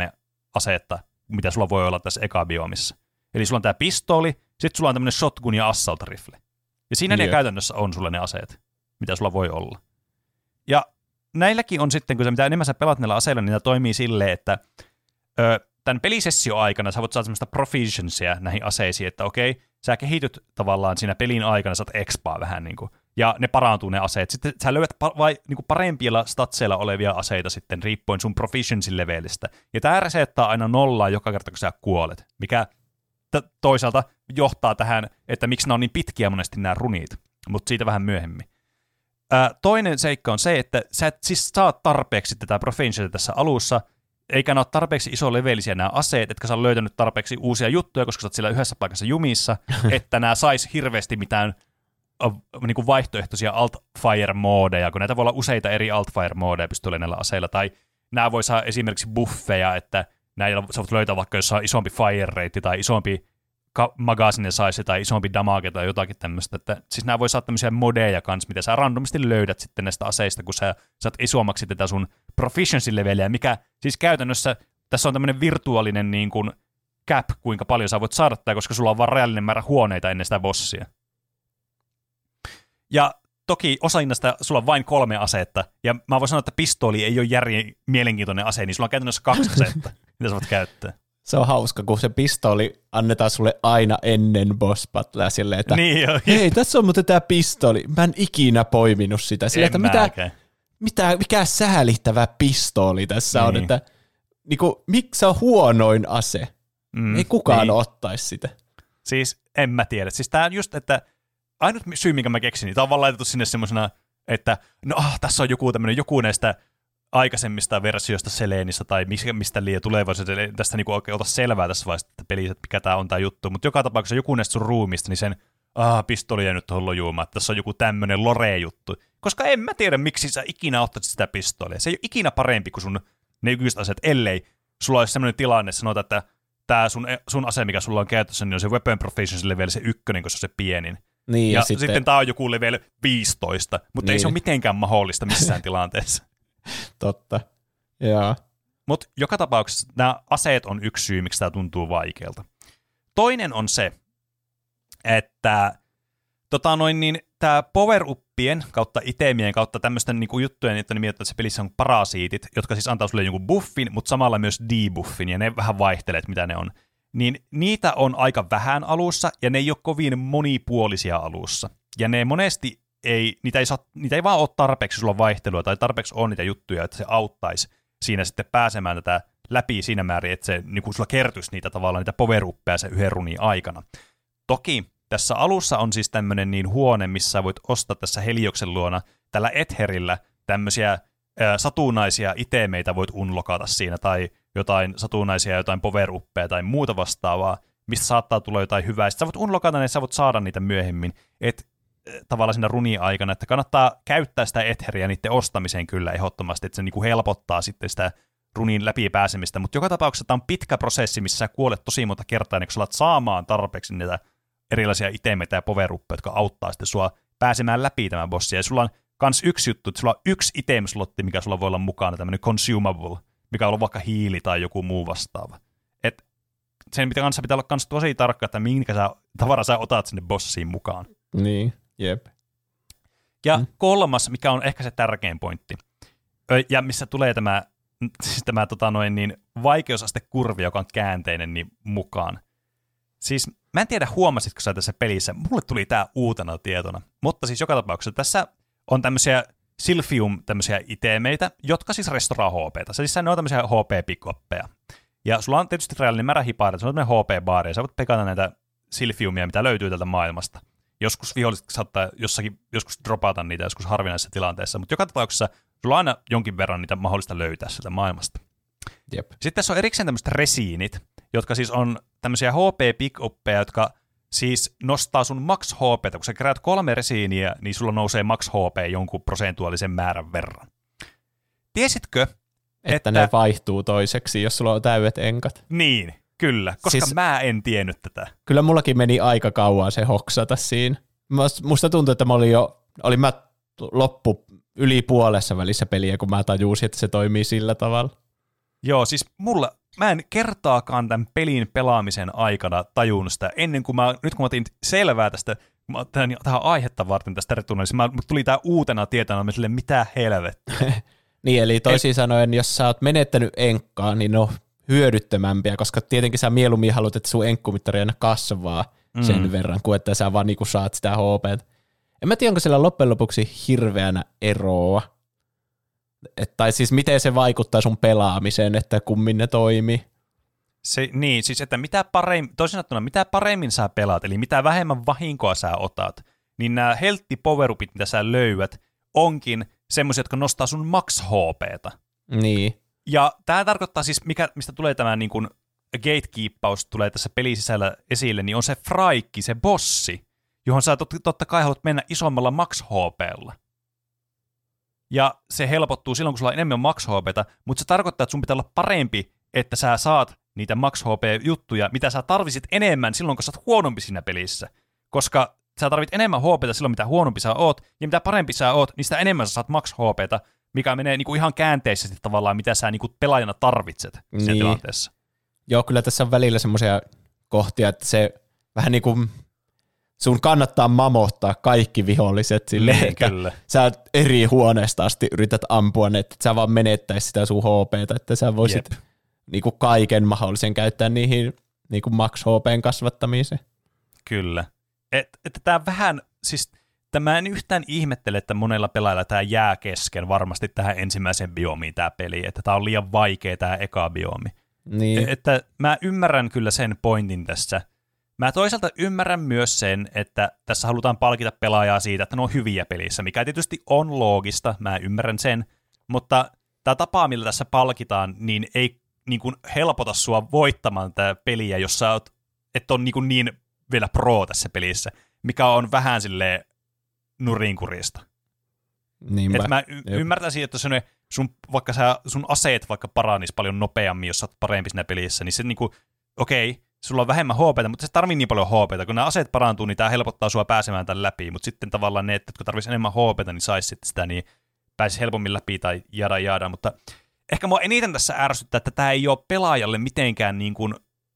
asetta, mitä sulla voi olla tässä eka-biomissa. Eli sulla on tää pistooli, sitten sulla on tämmönen shotgun ja assault rifle. Ja siinä yeah. ne käytännössä on sulle ne aseet, mitä sulla voi olla. Ja näilläkin on sitten, kun sä mitä enemmän sä pelaat näillä aseilla, niin ne toimii silleen, että ö, tämän pelisessio aikana sä voit saada semmoista proficiencyä näihin aseisiin, että okei, sä kehityt tavallaan siinä pelin aikana, saat expaa vähän niin kuin, ja ne parantuu ne aseet. Sitten sä löydät pa- vai, niin kuin parempilla statseilla olevia aseita sitten, riippuen sun proficiency-levelistä. Ja tää resettaa aina nollaa joka kerta, kun sä kuolet, mikä t- toisaalta johtaa tähän, että miksi nämä on niin pitkiä monesti nämä runit, mutta siitä vähän myöhemmin. Ää, toinen seikka on se, että sä et siis saat tarpeeksi tätä proficiencyä tässä alussa, eikä ne ole tarpeeksi iso levelisiä nämä aseet, etkä sä ole löytänyt tarpeeksi uusia juttuja, koska sä oot siellä yhdessä paikassa jumissa, että nämä sais hirveästi mitään uh, niin kuin vaihtoehtoisia alt-fire-moodeja, kun näitä voi olla useita eri alt-fire-moodeja pystyy näillä aseilla, tai nämä voi saada esimerkiksi buffeja, että näillä sä voit löytää vaikka jossain isompi fire rate tai isompi ka- magazine size tai isompi damage tai jotakin tämmöistä, että siis nämä voi saada tämmöisiä modeja kanssa, mitä sä randomisti löydät sitten näistä aseista, kun sä saat isommaksi tätä sun proficiency-leveliä, mikä siis käytännössä tässä on tämmöinen virtuaalinen niin kuin cap, kuinka paljon sä voit saada tätä, koska sulla on vaan rajallinen määrä huoneita ennen sitä bossia. Ja toki osainnasta sulla on vain kolme asetta, ja mä voin sanoa, että pistooli ei ole järjen mielenkiintoinen ase, niin sulla on käytännössä kaksi asetta, mitä sä voit käyttää. Se on hauska, kun se pistooli annetaan sulle aina ennen boss battlea silleen, että niin hei, tässä on muuten tää pistooli. Mä en ikinä poiminut sitä. Silleen, että mitä, mitä, mikä säällittävä pistooli tässä niin on, että niinku, miksi se on huonoin ase? Mm, ei kukaan niin ottaisi sitä. Siis en mä tiedä. Siis tää on just, että ainut syy, minkä mä keksin, niin tää on vaan laitettu sinne semmosena, että no ah, tässä on joku tämmönen, joku näistä aikaisemmista versioista Selenistä tai mistä liian tulevaisuudessa, tästä niinku oikein ota selvää tässä vaiheessa, että pelissä, että mikä tää on tää juttu, mutta joka tapauksessa joku näistä sun ruumista, niin sen ah, pistooli ei nyt tuohon lojuumaan, että tässä on joku tämmönen lore-juttu, koska en mä tiedä, miksi sä ikinä ottaisit sitä pistoolia. Se ei ole ikinä parempi kuin sun nykyiset aseet, ellei sulla olisi semmoinen tilanne, että sanotaan, että tää sun, sun ase, mikä sulla on käytössä, niin on se weapon proficiency level, se ykkönen, koska se on se pienin. Niin, ja, ja sitten, sitten tää on joku level viisitoista, mutta niin ei se ole mitenkään mahdollista missään tilanteessa. Totta, joo. Mutta joka tapauksessa nämä aseet on yksi syy, miksi tämä tuntuu vaikealta. Toinen on se, että tota noin, niin, tämä power-uppien kautta itemien kautta tämmöisten niinku juttujen, että nimittäin se pelissä on parasiitit, jotka siis antaa sulle jonkun buffin, mutta samalla myös debuffin, ja ne vähän vaihtelee, mitä ne on. Niin niitä on aika vähän alussa, ja ne ei ole kovin monipuolisia alussa. Ja ne monesti ei, niitä ei, saa, niitä ei vaan ole tarpeeksi sulla vaihtelua, tai tarpeeksi on niitä juttuja, että se auttaisi siinä sitten pääsemään tätä läpi siinä määrin, että se niin sulla kertyisi niitä tavallaan niitä power-uppeja se yhden runin aikana. Toki tässä alussa on siis tämmöinen niin huone, missä voit ostaa tässä Helioksen luona tällä Etherillä tämmöisiä ää, satunnaisia itemeitä voit unlokata siinä, tai jotain satunnaisia, jotain power-uppeja tai muuta vastaavaa, mistä saattaa tulla jotain hyvää. Sitten sä voit unlokata ne, sä voit saada niitä myöhemmin, että tavallaan siinä runin aikana, että kannattaa käyttää sitä Etheriä niiden ostamiseen kyllä ehdottomasti, että se niinku helpottaa sitten sitä runin läpi pääsemistä, mutta joka tapauksessa tämä on pitkä prosessi, missä sä kuolet tosi monta kertaa, niin kun sä alat saamaan tarpeeksi niitä erilaisia itemeitä ja power-uppeja, jotka auttaa sitten sua pääsemään läpi tämän bossin. Ja sulla on kans yksi juttu, että sulla on yksi item-slotti, mikä sulla voi olla mukana, tämmöinen consumable, mikä on vaikka hiili tai joku muu vastaava. Et sen kanssa pitää olla kans tosi tarkka, että minkä sä, tavara sä otat sinne bossiin mukaan. Niin, jep. Ja mm. kolmas, mikä on ehkä se tärkein pointti, ja missä tulee tämä, siis tämä tota noin, niin vaikeusastekurvi, joka on käänteinen, niin mukaan. Siis mä en tiedä, huomasitko sä tässä pelissä, mulle tuli tää uutena tietona, mutta siis joka tapauksessa tässä on tämmöisiä Silphium tämmöisiä itemeitä, jotka siis restoraa H P:tä. Siis ne on tämmöisiä H P-pick-uppeja. Ja sulla on tietysti rajallinen määrä hipaareita, se on tämmöinen H P-baari, ja sä voit pekata näitä Silphiumia, mitä löytyy tältä maailmasta. Joskus viholliset saattaa jossakin, joskus dropata niitä joskus harvinaisessa tilanteessa, mutta joka tapauksessa sulla on aina jonkin verran niitä mahdollista löytää sieltä maailmasta. Jep. Sitten tässä on erikseen tämmöiset resiinit, jotka siis on tämmöisiä H P-pick-uppeja, jotka siis nostaa sun max H P:tä. Kun sä keräät kolme resiiniä, niin sulla nousee max H P jonkun prosentuaalisen määrän verran. Tiesitkö, että, että ne vaihtuu toiseksi, jos sulla on täydet enkat? Niin, kyllä, koska siis mä en tiennyt tätä. Kyllä mullakin meni aika kauan se hoksata siinä. Musta tuntui, että mä olin jo, olin mä loppu yli puolessa välissä peliä, kun mä tajusin, että se toimii sillä tavalla. Joo, siis mulla, mä en kertaakaan tämän pelin pelaamisen aikana tajunnut sitä, ennen kuin mä, nyt kun mä otin selvää tästä, mä, tämän, tähän aihetta varten tästä retunnelista, mä tuli tää uutena tietona, mä silleen, mitä helvettiä. Niin, eli toisin Et... sanoen, jos sä oot menettänyt enkkaa, niin ne on hyödyttömämpiä, koska tietenkin sä mieluummin haluat, että sun enkkumittari aina kasvaa mm. sen verran, kuin että sä vaan niinku saat sitä H P:tä. En mä tiedä, onko siellä loppujen lopuksi hirveänä eroa. Et, tai siis miten se vaikuttaa sun pelaamiseen, että kummin ne toimii. Se, niin, siis että mitä paremmin, toisin sanottuna, mitä paremmin sä pelaat, eli mitä vähemmän vahinkoa sä otat, niin nämä healthy power-upit, mitä sä löydät, onkin semmoisia, jotka nostaa sun max-H P:tä. Niin. Ja tämä tarkoittaa siis, mikä, mistä tulee tämä niin kuin gatekeeppaus, tulee tässä pelin sisällä esille, niin on se Fraikki, se bossi, johon sä tot, totta kai haluat mennä isommalla max-H P:llä. Ja se helpottuu silloin, kun sulla on enemmän max-H P:tä, mutta se tarkoittaa, että sun pitää olla parempi, että sä saat niitä max-H P-juttuja, mitä sä tarvisit enemmän silloin, kun sä oot huonompi siinä pelissä. Koska sä tarvit enemmän H P:tä silloin, mitä huonompi sä oot, ja mitä parempi sä oot, niin sitä enemmän sä saat max-H P:tä, mikä menee niinku ihan käänteisesti tavallaan, mitä sä niinku pelaajana tarvitset siinä niin. tilanteessa. Joo, kyllä tässä on välillä semmoisia kohtia, että se vähän niin kuin sun kannattaa mamottaa kaikki viholliset silleen, niin, että kyllä. sä eri huoneesta asti yrität ampua ne, että sä vaan menettäisit sitä sun H P:tä, että sä voisit Jep. niinku kaiken mahdollisen käyttää niihin niinku max H P:n kasvattamiseen. Kyllä. Että et tämä vähän, siis tämä en yhtään ihmettele, että monella pelaajalla tämä jää kesken varmasti tähän ensimmäiseen biomiin tämä peli, että tämä on liian vaikea tämä eka biomi. Niin. Että mä ymmärrän kyllä sen pointin tässä. Mä toisaalta ymmärrän myös sen, että tässä halutaan palkita pelaajaa siitä, että ne on hyviä pelissä, mikä tietysti on loogista, mä ymmärrän sen, mutta tämä tapa, millä tässä palkitaan, niin ei niin kuin helpota sua voittamaan tämä peliä, jos sä oot, et on niin, kuin niin vielä pro tässä pelissä, mikä on vähän silleen nurinkurista. Niinpä. Et mä y- ymmärtäisin, että sun, sun, vaikka sä, sun aseet vaikka paranis paljon nopeammin, jos sä oot parempi siinä pelissä, niin se niinku, okei, okay, sulla on vähemmän H P:tä, mutta se tarvii niin paljon H P:tä. Kun nämä aseet parantuu, niin tää helpottaa sua pääsemään tämän läpi, mutta sitten tavallaan ne, että kun tarvitsisi enemmän H P:tä, niin saisi sitä, niin pääsisi helpommin läpi tai jada jada, mutta ehkä mua eniten tässä ärsyttää, että tää ei ole pelaajalle mitenkään niin kuin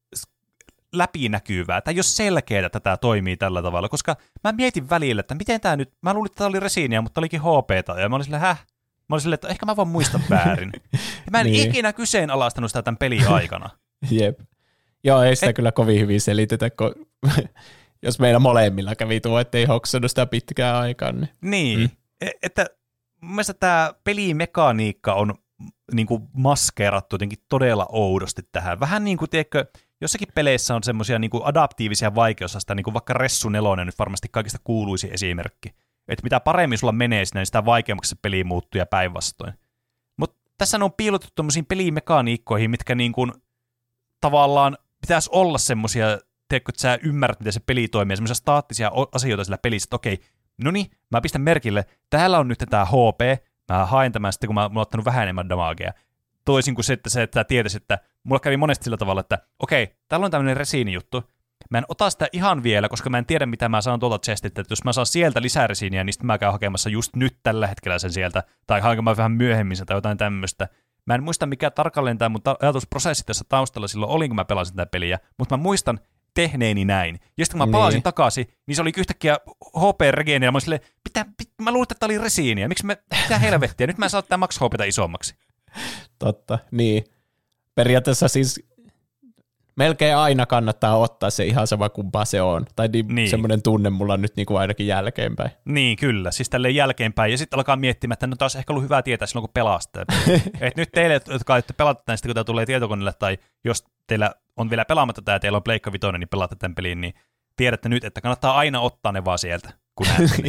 läpinäkyvää. Tämä ei ole selkeää, että tämä toimii tällä tavalla, koska mä mietin välillä, että miten tämä nyt, mä luulin, että tämä oli resiiniä, mutta olikin H P:tä, ja mä olin silleen, häh? Mä olin silleen, että ehkä mä vaan muistan väärin. Ja mä en niin. ikinä kyseenalaistanut sitä tämän pelin aikana. Jep. Joo, ei sitä Et... kyllä kovin hyvin selitetä, kun jos meillä molemmilla kävi tuo, ettei hoksannut sitä pitkään aikaan. Niin, niin. Mm. että mun mielestä tämä pelimekaniikka on niin kuin maskeerattu jotenkin todella oudosti tähän. Vähän niin kuin, tiedätkö, jossakin peleissä on semmoisia niin kuin adaptiivisia vaikeusasteja, niin kuin vaikka Ressu nelonen nyt varmasti kaikista kuuluisi esimerkki. Että mitä paremmin sulla menee sinne, niin sitä vaikeammaksi se peli muuttuu ja päinvastoin. Mutta tässä on piilotettu tommosiin pelimekaniikkoihin, mitkä niin kuin tavallaan pitäisi olla semmoisia, tiedätkö, että sä ymmärrät, miten se peli toimii, ja semmoisia staattisia asioita sillä pelissä, että okei, no niin, mä pistän merkille, täällä on nyt tämä H P, mä haen tämän sitten, kun mä, mä oon ottanut vähän enemmän damagea. Toisin kuin se, että, se, että sä tietäisit, että mulla kävi monesti sillä tavalla, että okei, täällä on tämmöinen resiinijuttu, mä en ota sitä ihan vielä, koska mä en tiedä, mitä mä saan tuolta chestiltä, että jos mä saan sieltä lisää resiiniä, niin sitten mä käyn hakemassa just nyt tällä hetkellä sen sieltä, tai hakemaan vähän myöhemmin sen tai jotain tämmöistä. Mä en muista, mikä tarkalleen tämä mun ajatusprosessi tässä taustalla silloin oli, kun mä pelasin tätä peliä, mutta mä muistan tehneeni näin. Ja sitten kun mä palasin niin. takaisin, niin se oli yhtäkkiä H P-regeeniä, ja mä olin silleen, pitä, pitä, mä luulin, että tämä oli resiiniä, miksi mä, mitä helvettiä, nyt mä saan ottaa max H P:tä isommaksi. Totta, niin. Periaatteessa siis melkein aina kannattaa ottaa se ihan sama kumpaa se on. Tai niin, niin. semmoinen tunne mulla on nyt niin kuin ainakin jälkeenpäin. Niin, kyllä. Siis tälleen jälkeenpäin. Ja sitten alkaa miettimään, että no taas ehkä ollut hyvä tietää silloin, kun pelastaa. Et nyt teille, jotka ette pelata tämän sitten, kun tämä tulee tietokoneelle, tai jos teillä on vielä pelaamatta tämä ja teillä on Pleikka Vitoinen, niin pelaatte tämän peliin, niin tiedätte nyt, että kannattaa aina ottaa ne vaan sieltä, kun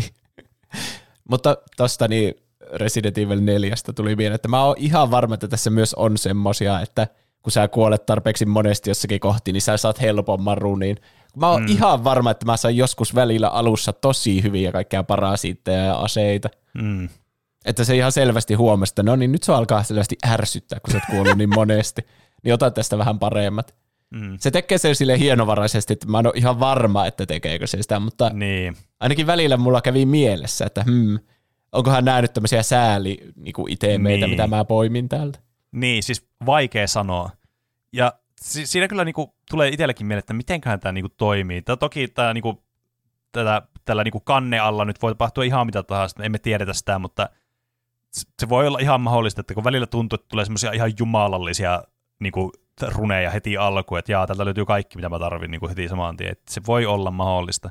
Mutta tosta niin Resident Evil neljästä tuli mieleen, että mä oon ihan varma, että tässä myös on semmosia, että kun sä kuolet tarpeeksi monesti jossakin kohti, niin sä saat helpomman runin. Mä oon mm. ihan varma, että mä saan joskus välillä alussa tosi hyviä kaikkea parasiitteja ja aseita. Mm. Että se ihan selvästi huomasi, että no niin nyt se alkaa selvästi ärsyttää, kun sä oot kuollut niin monesti. Niin ota tästä vähän paremmat. Mm. Se tekee sen silleen hienovaraisesti, että mä en ole ihan varma, että tekeekö se sitä, mutta niin. ainakin välillä mulla kävi mielessä, että hmm, onkohan nämä nyt tämmöisiä sääli-itemeitä, niin. mitä mä poimin täältä. Niin, siis vaikea sanoa. Ja si- siinä kyllä niinku tulee itsellekin mieleen, että mitenköhän tämä niinku toimii. Tää, toki tämä niinku, tätä, tällä niinku kanne alla nyt voi tapahtua ihan mitä tahansa, emme tiedetä sitä, mutta se voi olla ihan mahdollista, että kun välillä tuntuu, että tulee semmoisia ihan jumalallisia niinku, runeja heti alkuun, että jaa, täältä löytyy kaikki, mitä mä tarvin niinku, heti saman tien. Että se voi olla mahdollista.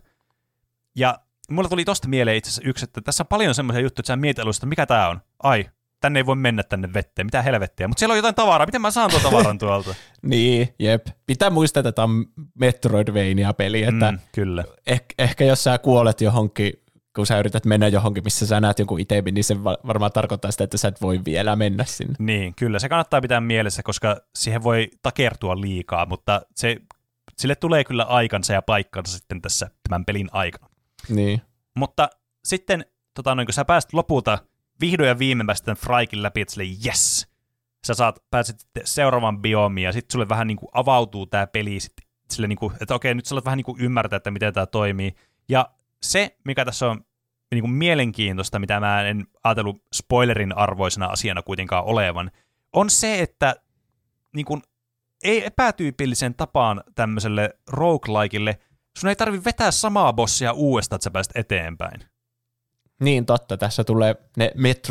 Ja mulla tuli tosta mieleen itse asiassa yksi, että tässä on paljon semmoisia juttuja, että sä mietit alusta, että mikä tää on? Ai, tänne ei voi mennä tänne vetteen, mitä helvettiä. Mutta siellä on jotain tavaraa, miten mä saan tuon tavaran tuolta? Niin, jep. Pitää muistaa, että tämä on Metroidvania-peli, että mm, kyllä. Eh- ehkä jos sä kuolet johonkin, kun sä yrität mennä johonkin, missä sä näet jonkun itemin, niin se varmaan tarkoittaa sitä, että sä et voi vielä mennä sinne. Niin, kyllä. Se kannattaa pitää mielessä, koska siihen voi takertua liikaa, mutta se, sille tulee kyllä aikansa ja paikkansa sitten tässä tämän pelin aikana. Niin. Mutta sitten, tota, noin, kun sä pääset lopulta vihdoin ja viimein sitten Fraikin läpi, että silleen yes, sä saat, pääset seuraavan biomiin ja sitten sulle vähän niin kuin avautuu tämä peli sitten, silleen niin kuin, että okei, nyt sä alat vähän niin kuin ymmärtää, että miten tämä toimii. Ja se, mikä tässä on niin kuin mielenkiintoista, mitä mä en ajatellut spoilerin arvoisena asiana kuitenkaan olevan, on se, että niin kuin, ei epätyypillisen tapaan tämmöiselle roguelikeille sun ei tarvitse vetää samaa bossia uudestaan, että sä pääset eteenpäin. Niin totta, tässä tulee ne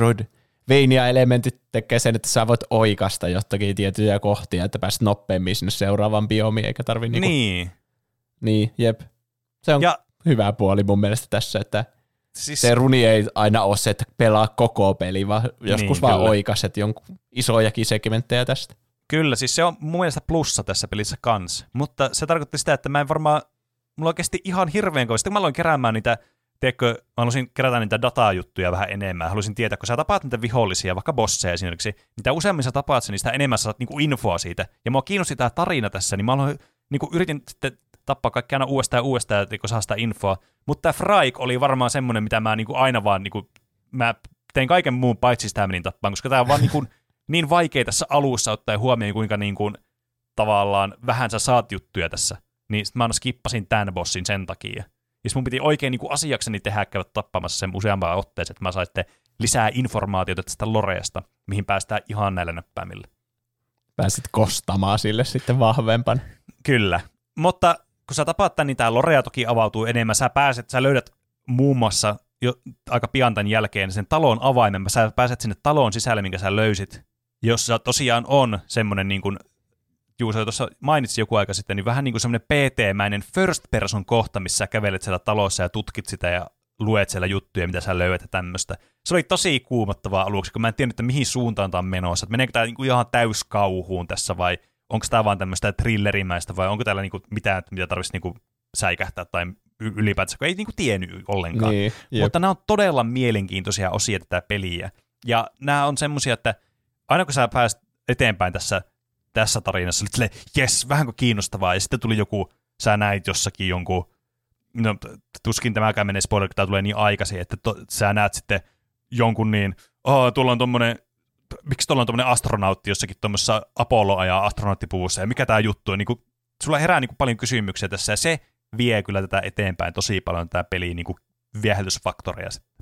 Metroidvania-elementit tekee sen, että sä voit oikasta jotakin tiettyjä kohtia, että pääset nopeammin sinne seuraavaan biomiin, eikä tarvi niinku... Niin. Niin, jep. Se on ja... hyvä puoli mun mielestä tässä, että siis... se runi ei aina ole se, että pelaa koko peli, vaan joskus niin, vaan kyllä. Oikaset jonkun isojakin segmenttejä tästä. Kyllä, siis se on mun mielestä plussa tässä pelissä kans, mutta se tarkoitti sitä, että mä en varmaan, mulla kesti ihan hirveän kovasti, kun mä aloin keräämään niitä, teekö, mä halusin kerätä niitä datajuttuja vähän enemmän, halusin tietää, kun sä tapaat niitä vihollisia, vaikka bosseja esimerkiksi, mitä useammin sä tapaat sen, niin sitä enemmän sä saat niinku infoa siitä, ja mua kiinnosti tää tarina tässä, niin mä aloin, niinku yritin sitten tappaa kaikki aina uudestaan ja uudestaan, kun saa sitä infoa, mutta tää Fraik oli varmaan semmonen, mitä mä niinku aina vaan, niinku, mä tein kaiken muun paitsi sitä menin tappaan, koska tää on vaan niinku niin vaikea tässä alussa ottaen huomioon, kuinka niin kuin, tavallaan vähän sä saat juttuja tässä. Niin sit mä aina skippasin tämän bossin sen takia. Ja mun piti oikein niin kuin asiakseni tehdä käydä tappamassa sen useampaan otteeseen, että mä saitte lisää informaatiota tästä loreesta, mihin päästään ihan näillä näppäimillä. Pääsit kostamaan sille sitten vahvempan. Kyllä. Mutta kun sä tapaat tän, niin tää lorea toki avautuu enemmän. Sä pääset, sä löydät muun muassa jo aika pian tämän jälkeen sen talon avaimen. Sä pääset sinne talon sisälle, minkä sä löysit. Jossa tosiaan on semmoinen, niin kuin Juuso tuossa mainitsi joku aika sitten, niin vähän niin kuin semmoinen P T-mäinen first person kohta, missä sä kävelet siellä talossa ja tutkit sitä ja luet siellä juttuja, mitä sä löydät ja tämmöistä. Se oli tosi kuumottavaa aluksi, kun mä en tiennyt, että mihin suuntaan tämä on menossa. Että meneekö tämä niin kuin ihan täyskauhuun tässä vai onko tämä vaan tämmöistä thrillerimäistä vai onko täällä niin kuin mitään, mitä tarvitsisi niin kuin säikähtää tai ylipäätänsä, kun ei niin kuin tiennyt ollenkaan. Niin, mutta nämä on todella mielenkiintoisia osia tätä peliä. Ja nämä on semmoisia, että aina kun sä pääset eteenpäin tässä, tässä tarinassa, oli jes, vähänkö kiinnostavaa, ja sitten tuli joku, sä näit jossakin jonkun, no tuskin tämäkään menee spoiler, kun tämä tulee niin aikaisin, että to, sä näet sitten jonkun niin, oh, tuolla on tommonen, miksi tuolla on tommonen astronautti jossakin tuommoisessa Apollo ajaa astronauttipuvussa, ja mikä tämä juttu on, niin kuin, sulla herää niin kuin paljon kysymyksiä tässä, ja se vie kyllä tätä eteenpäin tosi paljon, tämä peli niin kuin viehätysfaktoria sitten.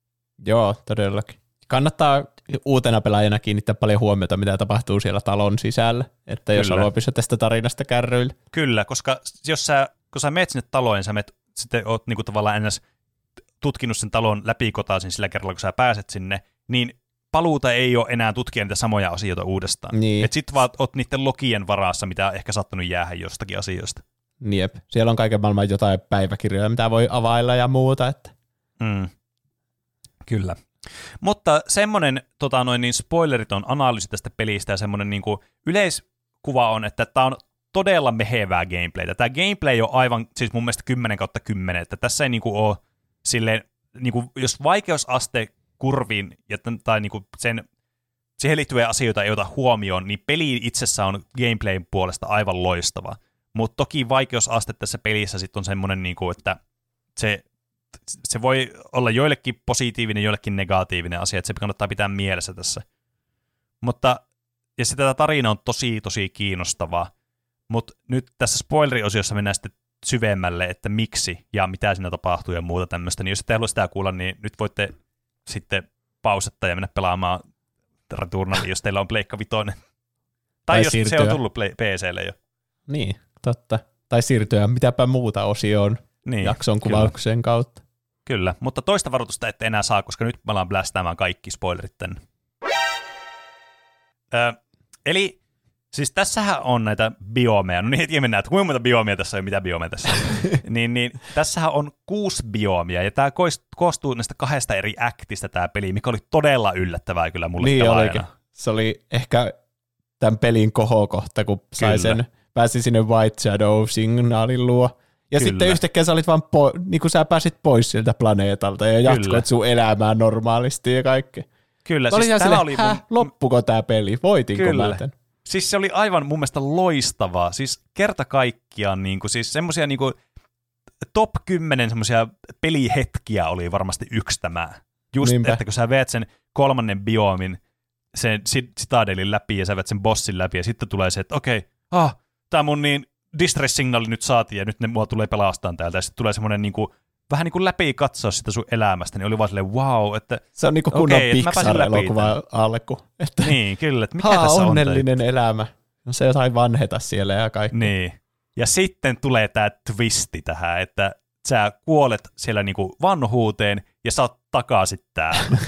Joo, todellakin. Kannattaa uutena pelaajana kiinnittää paljon huomiota, mitä tapahtuu siellä talon sisällä, että jos haluaa pysyä tästä tarinasta kärryillä. Kyllä, koska jos sä, kun sä menet sinne taloon, sä menet, sitten oot niinku tavallaan ennäs tutkinut sen talon läpikotaisin sillä kerralla, kun sä pääset sinne, niin paluuta ei ole enää tutkia niitä samoja asioita uudestaan. Niin. Että sit vaan oot niiden logien varassa, mitä on ehkä saattanut jäädä jostakin asioista. Jep, siellä on kaiken maailman jotain päiväkirjoja, mitä voi availla ja muuta. Että. Mm. Kyllä. Mutta semmoinen tota noin, niin spoileriton analyysi tästä pelistä ja semmoinen niin kuin yleiskuva on, että tämä on todella mehevää gameplaytä. Tämä gameplay on aivan, siis mun mielestä kymmenen kautta kymmenen, että tässä ei niin kuin ole silleen, niin kuin, jos vaikeusaste kurviin ja, tai niin kuin sen, siihen liittyviä asioita ei ota huomioon, niin peli itsessään on gameplayn puolesta aivan loistava. Mutta toki vaikeusaste tässä pelissä sitten on semmoinen, niin kuin, että se se voi olla joillekin positiivinen, joillekin negatiivinen asia, että se kannattaa pitää mielessä tässä. Mutta, ja sitten tämä tarina on tosi, tosi kiinnostavaa, mutta nyt tässä spoileriosiossa mennään sitten syvemmälle, että miksi ja mitä siinä tapahtuu ja muuta tämmöistä, niin jos ette halua sitä kuulla, niin nyt voitte sitten pausetta ja mennä pelaamaan Returnali, jos teillä on Pleikka Vitoinen. Tai, Tai jos siirtyä. se on tullut P C:lle jo. Niin, totta. Tai siirtyä mitäpä muuta osioon Niin, jakson kyllä. kuvauksen kautta. Kyllä, mutta toista varoitusta ette enää saa, koska nyt me ollaan blästäämään kaikki spoilerit tänne. Ö, eli siis tässähän on näitä biomeja. No niin heti mennään, että kuinka monta biomia tässä on ja mitä biomia tässä on. niin, niin, tässähän on kuusi biomia ja tämä koostuu näistä kahdesta eri actista tämä peli, mikä oli todella yllättävää kyllä mulle Niin pelaajana. olikin. Se oli ehkä tämän pelin kohokohta, kun sai Kyllä. sen, pääsi sinne White Shadow-signaalin luo. Ja Kyllä. sitten yhtäkkiä sä olit vaan, po- niin kuin sä pääsit pois siltä planeetalta ja jatkoit Kyllä. sun elämää normaalisti ja kaikki. Kyllä, Mä olin siis ihan tämä silleen, oli hä, mun... loppuko tää peli? Voitinko Kyllä. mä tän? Siis se oli aivan mun mielestä loistavaa. Siis kerta kaikkiaan niinku, siis semmosia niinku top kymmenen semmosia pelihetkiä oli varmasti yksi tämä. Just, Niinpä. että kun sä veet sen kolmannen biomin, sen Citadelin läpi ja sä veet sen bossin läpi ja sitten tulee se, että okei, ah, tää mun niin distress-signaali nyt saatiin ja nyt ne mua tulee pelastaan täältä. Ja sitten tulee semmoinen niinku, vähän niin kuin läpi katsoa sitä sun elämästä, niin oli vaan silleen wow, että Se on niinku kunnon Okei, että mä pääsin läpi Pixar-elokuva alku. Että niin, kyllä, että mikä haa, tässä on. onnellinen elämä. No se sai vanheta siellä ja kaikki. Niin. Ja sitten tulee tämä twisti tähän, että sä kuolet siellä niinku vanhuuteen ja sä oot takaisin täällä.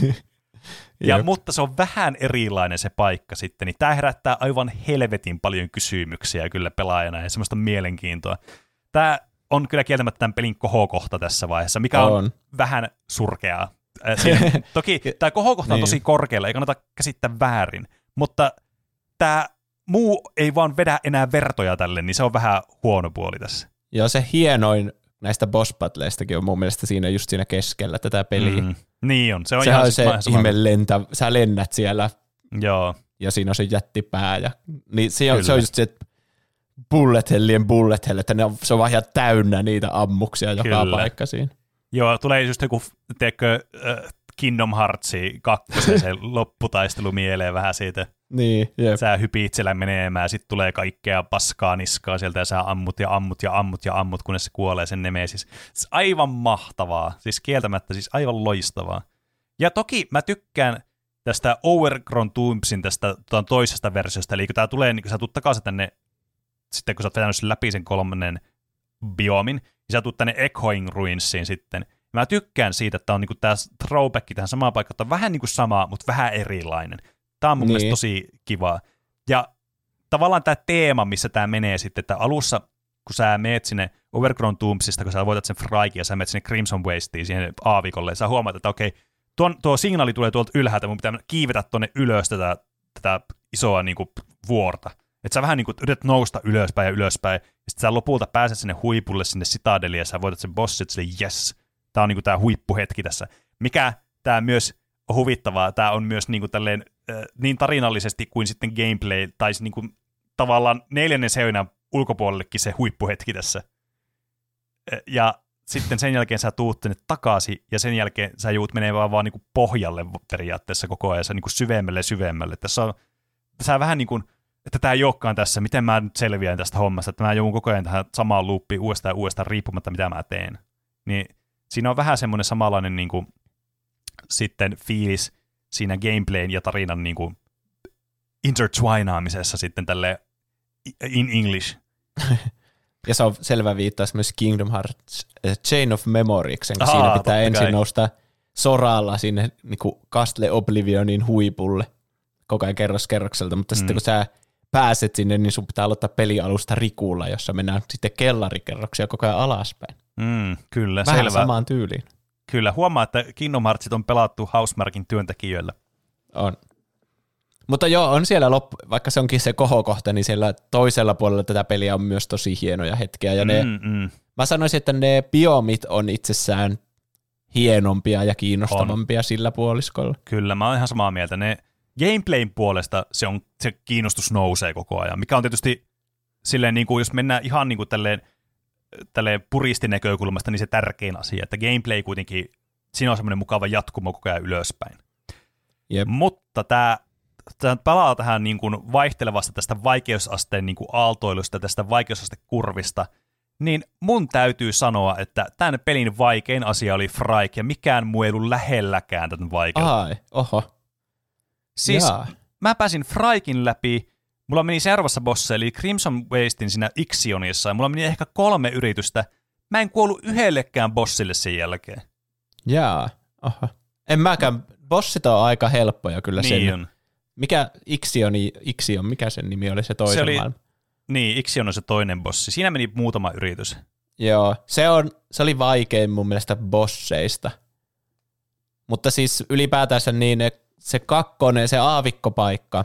ja, Jep. mutta se on vähän erilainen se paikka sitten, niin tämä herättää aivan helvetin paljon kysymyksiä kyllä pelaajana ja semmoista mielenkiintoa. Tämä on kyllä kieltämättä tämän pelin kohokohta tässä vaiheessa, mikä on, On. vähän surkeaa. Äh, siinä, toki tämä kohokohta on Niin. tosi korkealla, ei kannata käsittää väärin, mutta tämä muu ei vaan vedä enää vertoja tälle, niin se on vähän huono puoli tässä. Joo, se hienoin näistä boss battleistakin on mun mielestä siinä just siinä keskellä tätä peliä. Mm. Niin on, se on Sehän ihan on se mä ihan samaa ihme lentä, sä lennät siellä mieltä. Joo, ja siinä on se jättipää. Ja, niin se on, Kyllä. se on just se, että bullet hellien bullet hell, että ne on, se on vaan ihan täynnä niitä ammuksia joka Kyllä. paikka siinä. Joo, tulee just joku, tiedätkö, äh, Kingdom Heartsi kakkosen se lopputaistelu mieleen vähän siitä. Niin, jep. Sä hypit siellä menemään, sit tulee kaikkea paskaa niskaa sieltä ja sä ammut ja ammut ja ammut ja ammut, kunnes se kuolee sen nemesis. Siis aivan mahtavaa, siis kieltämättä siis aivan loistavaa. Ja toki mä tykkään tästä Overgrown Tombsin tästä tuon toisesta versiosta, eli kun tää tulee, niin kun sä tuut takaisin tänne, sitten kun sä oot vetänyt sen läpi sen kolmannen biomin, niin sä tuut tänne Echoing Ruinsiin sitten. Mä tykkään siitä, että on niinku tää throwback tähän samaan paikkaan, että on vähän niinku sama, mutta vähän erilainen. Tää on mun Niin. mielestä tosi kivaa. Ja tavallaan tämä teema, missä tämä menee sitten, että alussa, kun sä meet sinne Overgrown Tombsista, kun sä voitat sen Fraikin ja sä meet sinne Crimson Wasteen siihen aavikolle, ja sä huomaat, että okei, tuon, tuo signaali tulee tuolta ylhäältä, mun pitää kiivetä tuonne ylös tätä, tätä isoa niin kuin, vuorta. Että sä vähän niin kuin yrität nousta ylöspäin ja ylöspäin, ja sitten sä lopulta pääset sinne huipulle, sinne Citadeliin, ja sä voitat sen bossin, että silleen, yes, tää on niin kuin tää huippuhetki tässä. Mikä tää myös on huvittavaa, tää on myös niin kuin tälleen, niin tarinallisesti kuin sitten gameplay, tai niin kuin tavallaan neljännen seinän ulkopuolellekin se huippuhetki tässä. Ja sitten sen jälkeen sä tuut tänne takaisin, ja sen jälkeen sä juut menee vaan, vaan niin kuin pohjalle periaatteessa koko ajan, niin kuin syvemmälle ja syvemmälle. Tässä on, sä vähän niin kuin, että tää ei olekaan tässä, miten mä nyt selviän tästä hommasta, että mä joudun koko ajan tähän samaan loopiin uudestaan ja uudestaan riippumatta, mitä mä teen. Niin siinä on vähän semmoinen samanlainen niin kuin, sitten fiilis siinä gameplayn ja tarinan niin kuin intertwinaamisessa sitten tälle in English. Ja se on selvä viittaus myös Kingdom Hearts uh, Chain of Memoryksen, kun Ahaa, siinä totta pitää ensin kai. nousta soralla sinne niin kuin Castle Oblivionin huipulle koko ajan kerros kerrokselta, mutta mm. sitten kun sä pääset sinne, niin sun pitää aloittaa pelialusta rikulla, jossa mennään sitten kellarikerroksia koko ajan alaspäin. Mm, kyllä, Vähän selvä. samaan tyyliin. Kyllä, huomaa, että Kingdom Heartsit on pelattu Housemarquin työntekijöillä. On. Mutta joo, on siellä loppu, vaikka se onkin se kohokohta, niin siellä toisella puolella tätä peliä on myös tosi hienoja hetkiä. Ja ne, Mm, mm. mä sanoisin, että ne biomit on itsessään hienompia ja kiinnostavampia on. Sillä puoliskolla. Kyllä, mä oon ihan samaa mieltä. Ne gameplayn puolesta se, on, se kiinnostus nousee koko ajan, mikä on tietysti silleen, niin kuin, jos mennään ihan niin kuin tälleen, tälleen puristinäkökulmasta, niin se tärkein asia, että gameplay kuitenkin, siinä on semmoinen mukava jatkumo koko ajan ylöspäin. Jep. Mutta tämä, tämä palaa tähän niin kuin vaihtelevasta tästä vaikeusasteen niin kuin aaltoilusta, tästä vaikeusastekurvista, niin mun täytyy sanoa, että tämän pelin vaikein asia oli Frike, ja mikään muu ei ollut lähelläkään tätä vaikeutta. Ai, oho. Siis Jaa. mä pääsin Frykin läpi, mulla meni seuraavassa bossa, eli Crimson Wastin siinä Ixionissa, ja mulla meni ehkä kolme yritystä. Mä en kuollut yhdellekään bossille sen jälkeen. Jaa, aha. En mäkään, bossit on aika helppoja kyllä sen. Niin on. Mikä Ixioni, Ixion, mikä sen nimi oli se toisen Se oli, maailman? niin, Ixion on se toinen bossi. Siinä meni muutama yritys. Joo, se, on, se oli vaikein mun mielestä bosseista. Mutta siis ylipäätänsä niin ne, se kakkonen, se aavikkopaikka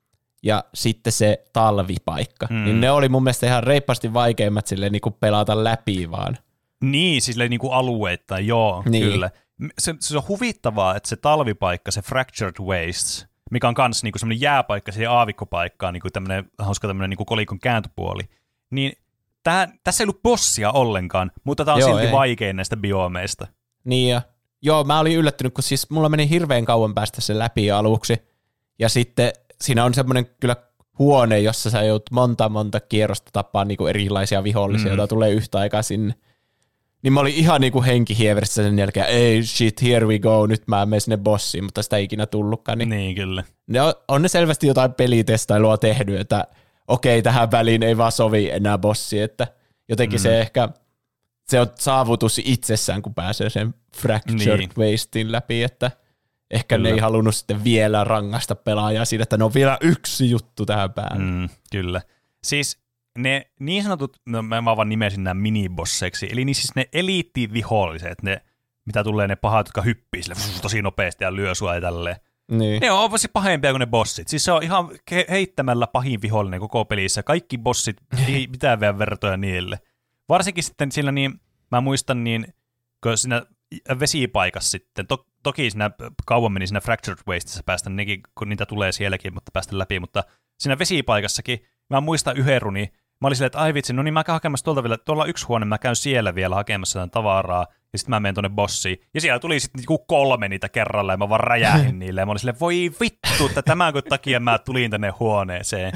ja sitten se talvipaikka, mm. niin ne oli mun mielestä ihan reippaasti vaikeimmat silleen niin kuin pelata läpi vaan. Niin, siis niin kuin alueittain, joo, niin. Kyllä. Se, se on huvittavaa, että se talvipaikka, se Fractured Wastes, mikä on myös niin semmoinen jääpaikka siihen aavikkopaikkaan, niin kuin tämmöinen hauska tämmöinen niin kuin kolikon kääntöpuoli, niin tähän, tässä ei ollut bossia ollenkaan, mutta tämä on joo, silti ei. vaikein näistä biomeista. Niin ja, joo, mä olin yllättynyt, kun siis mulla meni hirveän kauan päästä se läpi aluksi, ja sitten siinä on semmoinen kyllä huone, jossa sä joudut monta monta kierrosta tappaa niin kuin erilaisia vihollisia, mm. joita tulee yhtä aikaa sinne. Niin mä olin ihan niin kuin henkihieverissä sen jälkeen, ei shit, here we go, nyt mä menen sinne bossiin, mutta sitä ei ikinä tullutkaan. Niin, niin kyllä. Ne on, on ne selvästi jotain pelitestailua tehnyt, että okei, tähän väliin ei vaan sovi enää bossi, että jotenkin mm. se ehkä, se on saavutus itsessään, kun pääsee sen Fractured niin. Wastin läpi, että ehkä kyllä. Ne ei halunnut sitten vielä rangasta pelaajaa siinä, että ne on vielä yksi juttu tähän päälle. Mm, kyllä. Siis ne niin sanotut, no mä vaan nimesin nämä minibosseiksi, eli niin siis ne eliittiviholliset, ne, mitä tulee ne pahat, jotka hyppii sille tosi nopeasti ja lyö sua ja tälleen. Niin. Ne on obviously pahempia kuin ne bossit. Siis se on ihan heittämällä pahin vihollinen koko pelissä. Kaikki bossit, ei mitään vielä vertoja niille. Varsinkin sitten siinä niin, mä muistan niin, kun siinä vesipaikassa sitten, to, toki siinä kauan meni siinä Fractured Wastessa päästä nekin, kun niitä tulee sielläkin, mutta päästä läpi, mutta siinä vesipaikassakin, mä muistan yhden runi, mä olin silleen, että ai vitsi, no niin mä käyn hakemassa tuolta vielä, tuolla on yksi huone, mä käyn siellä vielä hakemassa tämän tavaraa, ja sitten mä menen tuonne bossiin, ja siellä tuli sitten niinku kolme niitä kerralla, ja mä vaan räjähin niille, ja mä olin silleen, voi vittu, että tämän takia mä tulin tänne huoneeseen.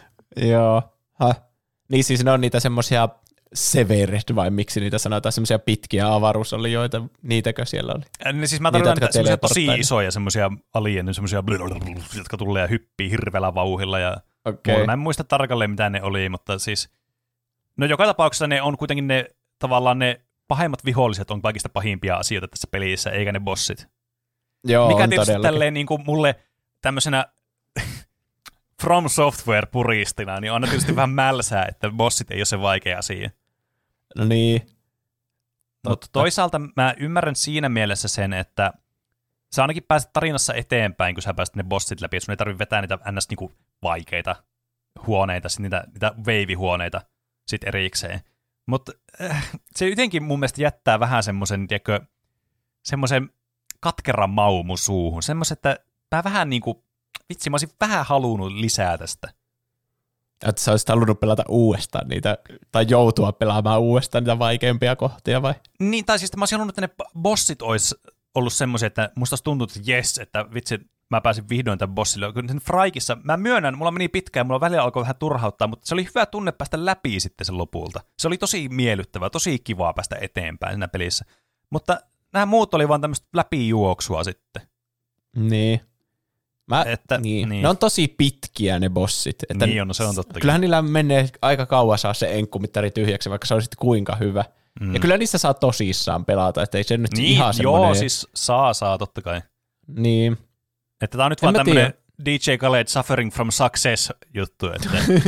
Joo, ha. Niin siis ne on niitä semmosia severed, vai miksi niitä sanotaan, semmoisia pitkiä avaruusolioita, niitäkö siellä oli? Ne siis mä tarkoitan niitä semmoisia tosi isoja semmoisia alien, semmoisia jotka tulee ja hyppii hirveällä vauhilla, ja okay. Mä en muista tarkalleen mitä ne oli, mutta siis no joka tapauksessa ne on kuitenkin ne tavallaan ne pahemmat viholliset on kaikista pahimpia asioita tässä pelissä, eikä ne bossit. Joo, mikä on tietysti todellakin. Tälleen niin kuin mulle tämmöisenä From Software-puristina, niin on tietysti vähän mälsää, että bossit ei ole se vaikea asia. No niin. Mutta toisaalta mä ymmärrän siinä mielessä sen, että sä ainakin pääset tarinassa eteenpäin, kun sä pääset ne bossit läpi, että sun ei tarvitse vetää niitä ns. Niinku vaikeita huoneita, sit niitä, niitä veivihuoneita sit erikseen. Mutta äh, se jotenkin mun mielestä jättää vähän semmoisen, tiedätkö, semmoisen katkeran maumun suuhun. Semmoisen, että mä vähän niinku, vitsi, mä olisin vähän halunnut lisää tästä. Että sä olisit halunnut pelata uudestaan niitä, tai joutua pelaamaan uudestaan niitä vaikeampia kohtia, vai? Niin, tai siis mä olisin halunnut, että ne bossit olisi ollut semmoisia, että musta olisi tuntunut, että jes, että vitsi, mä pääsin vihdoin tämän bossille. Sen Frykissa, mä myönnän, mulla meni pitkään, mulla välillä alkoi vähän turhauttaa, mutta se oli hyvä tunne päästä läpi sitten sen lopulta. Se oli tosi miellyttävää, tosi kivaa päästä eteenpäin siinä pelissä. Mutta nämä muut oli vaan tämmöistä läpijuoksua sitten. Niin. Mä, että, niin. Niin. Ne on tosi pitkiä ne bossit. Että niin on, no se on totta. Kyllähän niillä menee aika kauan saa se enkkumittari tyhjäksi, vaikka se olisi kuinka hyvä. Mm. Ja kyllä niissä saa tosissaan pelata, että ei se nyt niin, ihan semmoinen. Joo, siis saa, saa totta kai. Niin. Että tää on nyt en vaan tämmönen D J Khaled Suffering from Success juttu. Että.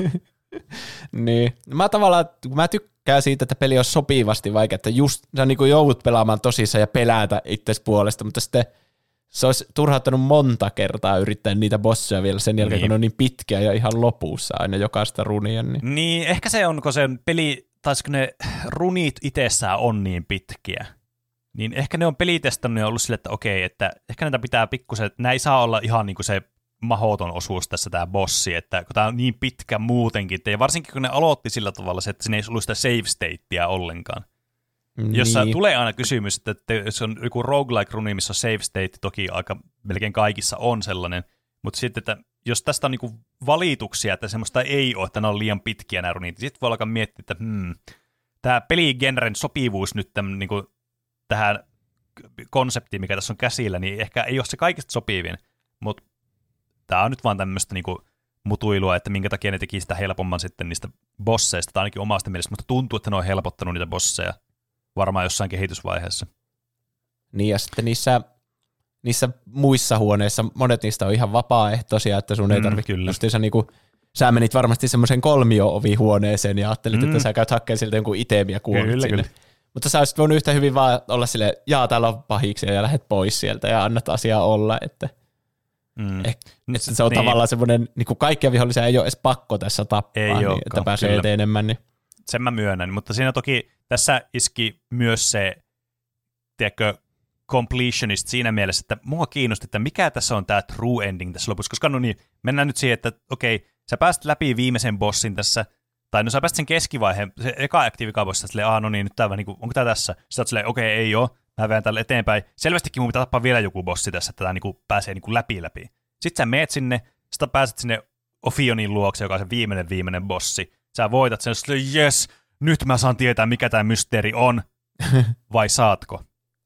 Niin. Mä tavallaan, kun mä tykkään siitä, että peli on sopivasti vaikea, että just sä niin kuin joudut pelaamaan tosissaan ja pelätä itsesi puolesta, mutta sitten se olisi turhauttanut monta kertaa yrittää niitä bosseja vielä sen jälkeen, niin. kun ne on niin pitkiä ja ihan lopussa aina jokaista runia. Niin, niin ehkä se on, kun se peli, tai kun ne runit itsessään on niin pitkiä, niin ehkä ne on pelitestannut ja ollut sille, että okei, että ehkä näitä pitää pikkusen, että nämä ei saa olla ihan niin kuin se mahoton osuus tässä tämä bossi, että kun tämä on niin pitkä muutenkin, ja varsinkin kun ne aloitti sillä tavalla se, että siinä ei ollut sitä save statea ollenkaan. Niin. Jossa tulee aina kysymys, että se on joku roguelike-runi, missä on save state, toki aika melkein kaikissa on sellainen, mutta sitten, että jos tästä on niinku valituksia, että semmoista ei ole, että ne on liian pitkiä nämä runit, niin sitten voi alkaa miettiä, että hmm, tämä peligenren sopivuus nyt tämän, niinku, tähän konseptiin, mikä tässä on käsillä, niin ehkä ei ole se kaikista sopivin, mutta tämä on nyt vaan tämmöistä niinku mutuilua, että minkä takia ne teki sitä helpomman sitten niistä bosseista, tai ainakin omasta mielestä, mutta tuntuu, että ne on helpottanut niitä bosseja varmaan jossain kehitysvaiheessa. Niin, ja sitten niissä, niissä muissa huoneissa, monet niistä on ihan vapaaehtoisia, että sun ei tarvitse mm, justiinsa niinku, sä menit varmasti semmoisen kolmio-ovihuoneeseen ja ajattelit, mm. että sä käyt hakkeen siltä jonkun itemiä kuolit sinne. Kyllä. Mutta sä olisit voinut yhtä hyvin vaan olla silleen, jaa, täällä on pahiksi ja lähdet pois sieltä ja annat asiaa olla, että mm. eh, että se on niin. Tavallaan semmoinen, niin kuin kaikkia vihollisia ei ole edes pakko tässä tappaa, ei niin, että pääsee kyllä. etenemään. Niin. Sen mä myönnän, mutta siinä toki tässä iski myös se, tiedätkö, completionist siinä mielessä, että mua kiinnosti, että mikä tässä on tämä true ending tässä lopussa, koska no niin, mennään nyt siihen, että okei, sä pääst läpi viimeisen bossin tässä, tai no sä pääst sen keskivaiheen, se eka aktiivikaupassa, silleen, aah no niin, nyt tää vähän niin kuin, onko tää tässä? Sä oot silleen, okei, ei oo, mä vedän tälle eteenpäin. Selvästikin mun pitää tappaa vielä joku bossi tässä, että tää niin kuin pääsee niin kuin läpi läpi. Sitten sä meet sinne, sä pääset sinne Ophionin luokse, joka on se viimeinen viimeinen bossi. Sä voitat sen, silleen, jes, nyt mä saan tietää, mikä tää mysteeri on, vai saatko?